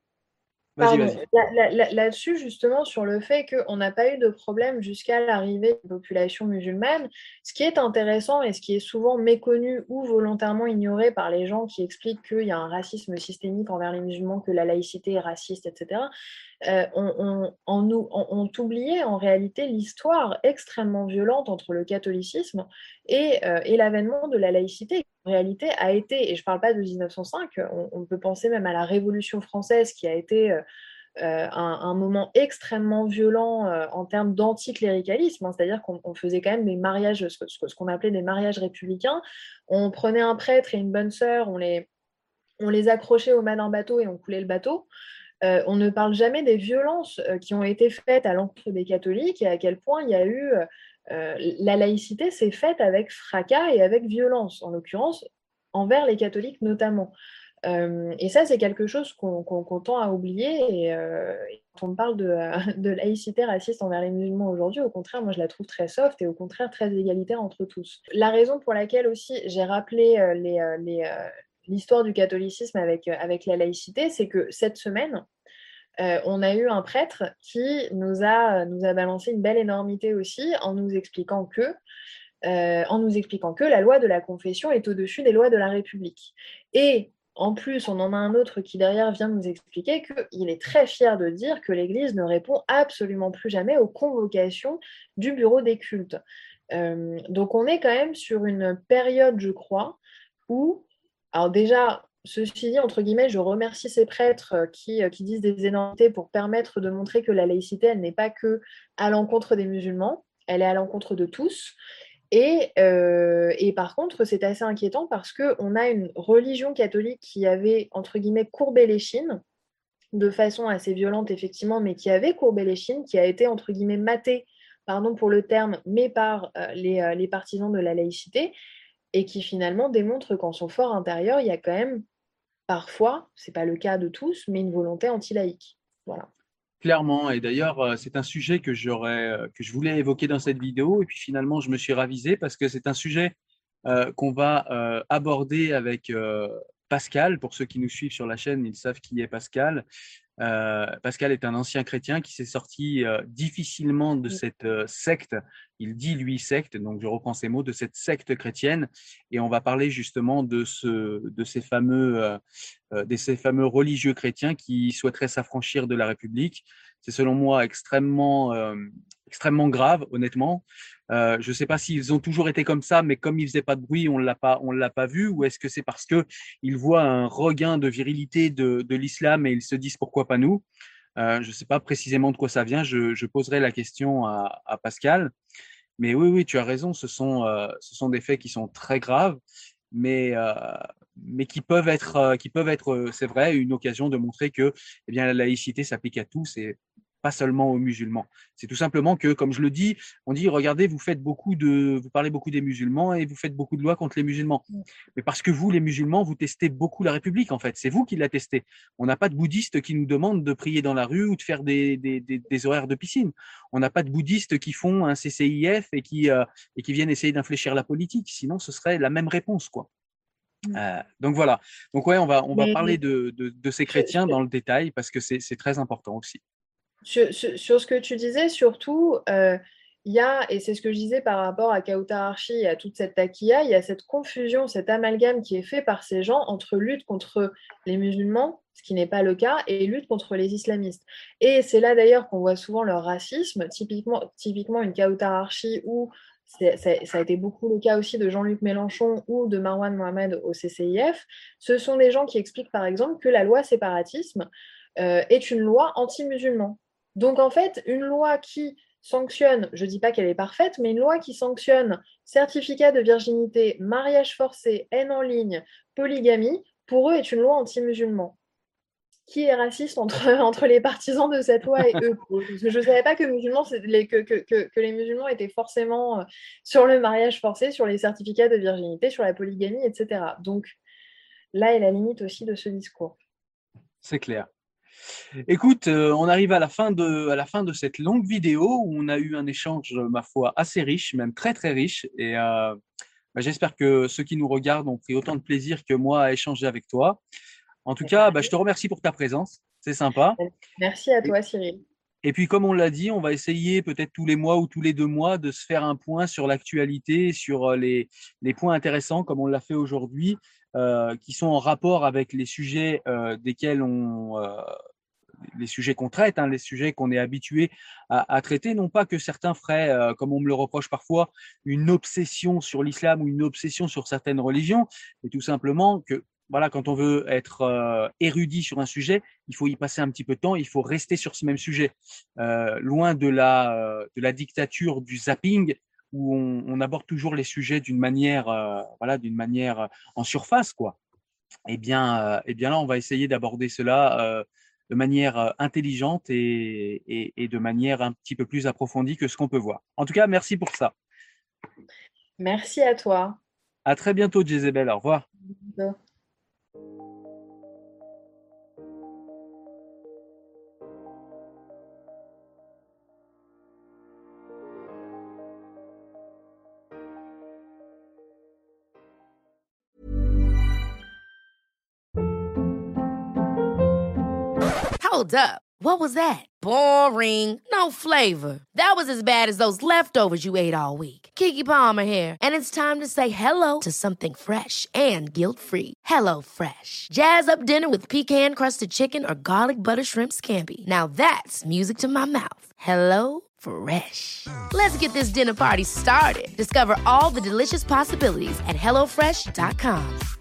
Speaker 7: Vas-y, vas-y. Là, là, là-dessus, justement, sur le fait qu'on n'a pas eu de problème jusqu'à l'arrivée des populations musulmanes, ce qui est intéressant et ce qui est souvent méconnu ou volontairement ignoré par les gens qui expliquent qu'il y a un racisme systémique envers les musulmans, que la laïcité est raciste, et cetera, euh, on, on, on, on, on oubliait en réalité l'histoire extrêmement violente entre le catholicisme et, euh, et l'avènement de la laïcité. En réalité, a été, et je ne parle pas de dix-neuf cent cinq, on, on peut penser même à la Révolution française qui a été euh, un, un moment extrêmement violent euh, en termes d'anticléricalisme, hein, c'est-à-dire qu'on on faisait quand même des mariages, ce, ce qu'on appelait des mariages républicains. On prenait un prêtre et une bonne sœur, on les, on les accrochait au mât d'un bateau et on coulait le bateau. Euh, on ne parle jamais des violences euh, qui ont été faites à l'encontre des catholiques et à quel point il y a eu... Euh, Euh, la laïcité s'est faite avec fracas et avec violence, en l'occurrence envers les catholiques notamment. Euh, et ça, c'est quelque chose qu'on, qu'on, qu'on tend à oublier. Et, euh, et quand on parle de, de laïcité raciste envers les musulmans aujourd'hui, au contraire, moi je la trouve très soft et au contraire très égalitaire entre tous. La raison pour laquelle aussi j'ai rappelé euh, les, euh, les, euh, l'histoire du catholicisme avec, euh, avec la laïcité, c'est que cette semaine, Euh, on a eu un prêtre qui nous a, nous a balancé une belle énormité aussi en nous expliquant que, euh, en nous expliquant que la loi de la confession est au-dessus des lois de la République. Et en plus, on en a un autre qui derrière vient nous expliquer qu'il est très fier de dire que l'Église ne répond absolument plus jamais aux convocations du bureau des cultes. Euh, donc on est quand même sur une période, je crois, où, alors déjà, ceci dit, entre guillemets, je remercie ces prêtres qui, qui disent des énormités pour permettre de montrer que la laïcité, elle n'est pas que à l'encontre des musulmans, elle est à l'encontre de tous. Et, euh, et par contre, c'est assez inquiétant parce qu'on a une religion catholique qui avait, entre guillemets, courbé les chines, de façon assez violente, effectivement, mais qui avait courbé les chines, qui a été, entre guillemets, matée, pardon pour le terme, mais par euh, les, euh, les partisans de la laïcité, et qui finalement démontre qu'en son fort intérieur, il y a quand même parfois, ce n'est pas le cas de tous, mais une volonté anti-laïque. Voilà.
Speaker 6: Clairement, et d'ailleurs, c'est un sujet que, j'aurais, que je voulais évoquer dans cette vidéo, et puis finalement, je me suis ravisé parce que c'est un sujet euh, qu'on va euh, aborder avec euh, Pascal. Pour ceux qui nous suivent sur la chaîne, ils savent qui est Pascal. Euh, Pascal est un ancien chrétien qui s'est sorti euh, difficilement de cette euh, secte. Il dit, lui, secte, donc je reprends ces mots, de cette secte chrétienne. Et on va parler justement de, ce, de, ces, fameux, euh, de ces fameux religieux chrétiens qui souhaiteraient s'affranchir de la République. c'est selon moi extrêmement, euh, extrêmement grave, honnêtement. Euh, je ne sais pas s'ils ont toujours été comme ça, mais comme ils ne faisaient pas de bruit, on ne l'a pas, on l'a pas vu, ou est-ce que c'est parce qu'ils voient un regain de virilité de, de l'islam et ils se disent pourquoi pas nous? euh, Je ne sais pas précisément de quoi ça vient, je, je poserai la question à, à Pascal. Mais oui, oui, tu as raison, ce sont, euh, ce sont des faits qui sont très graves, mais, euh, mais qui peuvent être, euh, qui peuvent être, euh, c'est vrai, une occasion de montrer que eh bien, la laïcité s'applique à tous et pas seulement aux musulmans. C'est tout simplement que, comme je le dis, on dit, regardez, vous faites beaucoup de, vous parlez beaucoup des musulmans et vous faites beaucoup de lois contre les musulmans. Mais parce que vous, les musulmans, vous testez beaucoup la République, en fait. C'est vous qui la testez. On n'a pas de bouddhistes qui nous demandent de prier dans la rue ou de faire des, des, des, des horaires de piscine. On n'a pas de bouddhistes qui font un C C I F et qui, euh, et qui viennent essayer d'infléchir la politique. Sinon, ce serait la même réponse, quoi. Euh, donc voilà. Donc ouais, on va, on va
Speaker 7: Mais-
Speaker 6: parler de, de, de ces chrétiens dans le détail parce que c'est, c'est très important aussi.
Speaker 7: Sur, sur- sur ce que tu disais, surtout, euh, il y a, et c'est ce que je disais par rapport à Kautar Archi et à toute cette taquilla, il y a cette confusion, cet amalgame qui est fait par ces gens entre lutte contre les musulmans, ce qui n'est pas le cas, et lutte contre les islamistes. Et c'est là d'ailleurs qu'on voit souvent leur racisme, typiquement, typiquement une Kautar Archi où c'est- c'est- ça a été beaucoup le cas aussi de Jean-Luc Mélenchon ou de Marwan Mohamed au C C I F. Ce sont des gens qui expliquent par exemple que la loi séparatisme euh, est une loi anti-musulman. Donc, en fait, une loi qui sanctionne, je ne dis pas qu'elle est parfaite, mais une loi qui sanctionne certificat de virginité, mariage forcé, haine en ligne, polygamie, pour eux est une loi anti-musulman. Qui est raciste entre, entre les partisans de cette loi et eux? Parce que je ne savais pas que, musulmans, c'est les, que, que, que, que les musulmans étaient forcément sur le mariage forcé, sur les certificats de virginité, sur la polygamie, et cetera. Donc, là est la limite aussi de ce discours.
Speaker 6: C'est clair. Écoute, euh, on arrive à la fin de, à la fin de cette longue vidéo où on a eu un échange, ma foi, assez riche, même très très riche. Et euh, bah, j'espère que ceux qui nous regardent ont pris autant de plaisir que moi à échanger avec toi. En tout cas, bah, je te remercie pour ta présence. C'est sympa.
Speaker 7: Merci à toi, Cyril.
Speaker 6: Et puis, comme on l'a dit, on va essayer peut-être tous les mois ou tous les deux mois de se faire un point sur l'actualité, sur les, les points intéressants, comme on l'a fait aujourd'hui, euh, qui sont en rapport avec les sujets euh, desquels on, euh, les sujets qu'on traite, hein, les sujets qu'on est habitué à, à traiter. Non pas que certains feraient, euh, comme on me le reproche parfois, une obsession sur l'islam ou une obsession sur certaines religions, mais tout simplement que voilà, quand on veut être euh, érudit sur un sujet, il faut y passer un petit peu de temps, il faut rester sur ce même sujet, euh, loin de la, euh, de la dictature du zapping où on, on aborde toujours les sujets d'une manière, euh, voilà, d'une manière en surface, quoi. Eh bien, euh, eh bien là, on va essayer d'aborder cela euh, de manière intelligente et, et, et de manière un petit peu plus approfondie que ce qu'on peut voir. En tout cas, merci pour ça.
Speaker 7: Merci à toi.
Speaker 6: À très bientôt, Jezebel. Au revoir.
Speaker 7: À bientôt.
Speaker 3: Hold up. What was that? Boring. No flavor. That was as bad as those leftovers you ate all week. Keke Palmer here, and it's time to say hello to something fresh and guilt-free. Hello Fresh. Jazz up dinner with pecan-crusted chicken or garlic butter shrimp scampi. Now that's music to my mouth. Hello Fresh. Let's get this dinner party started. Discover all the delicious possibilities at hello fresh dot com.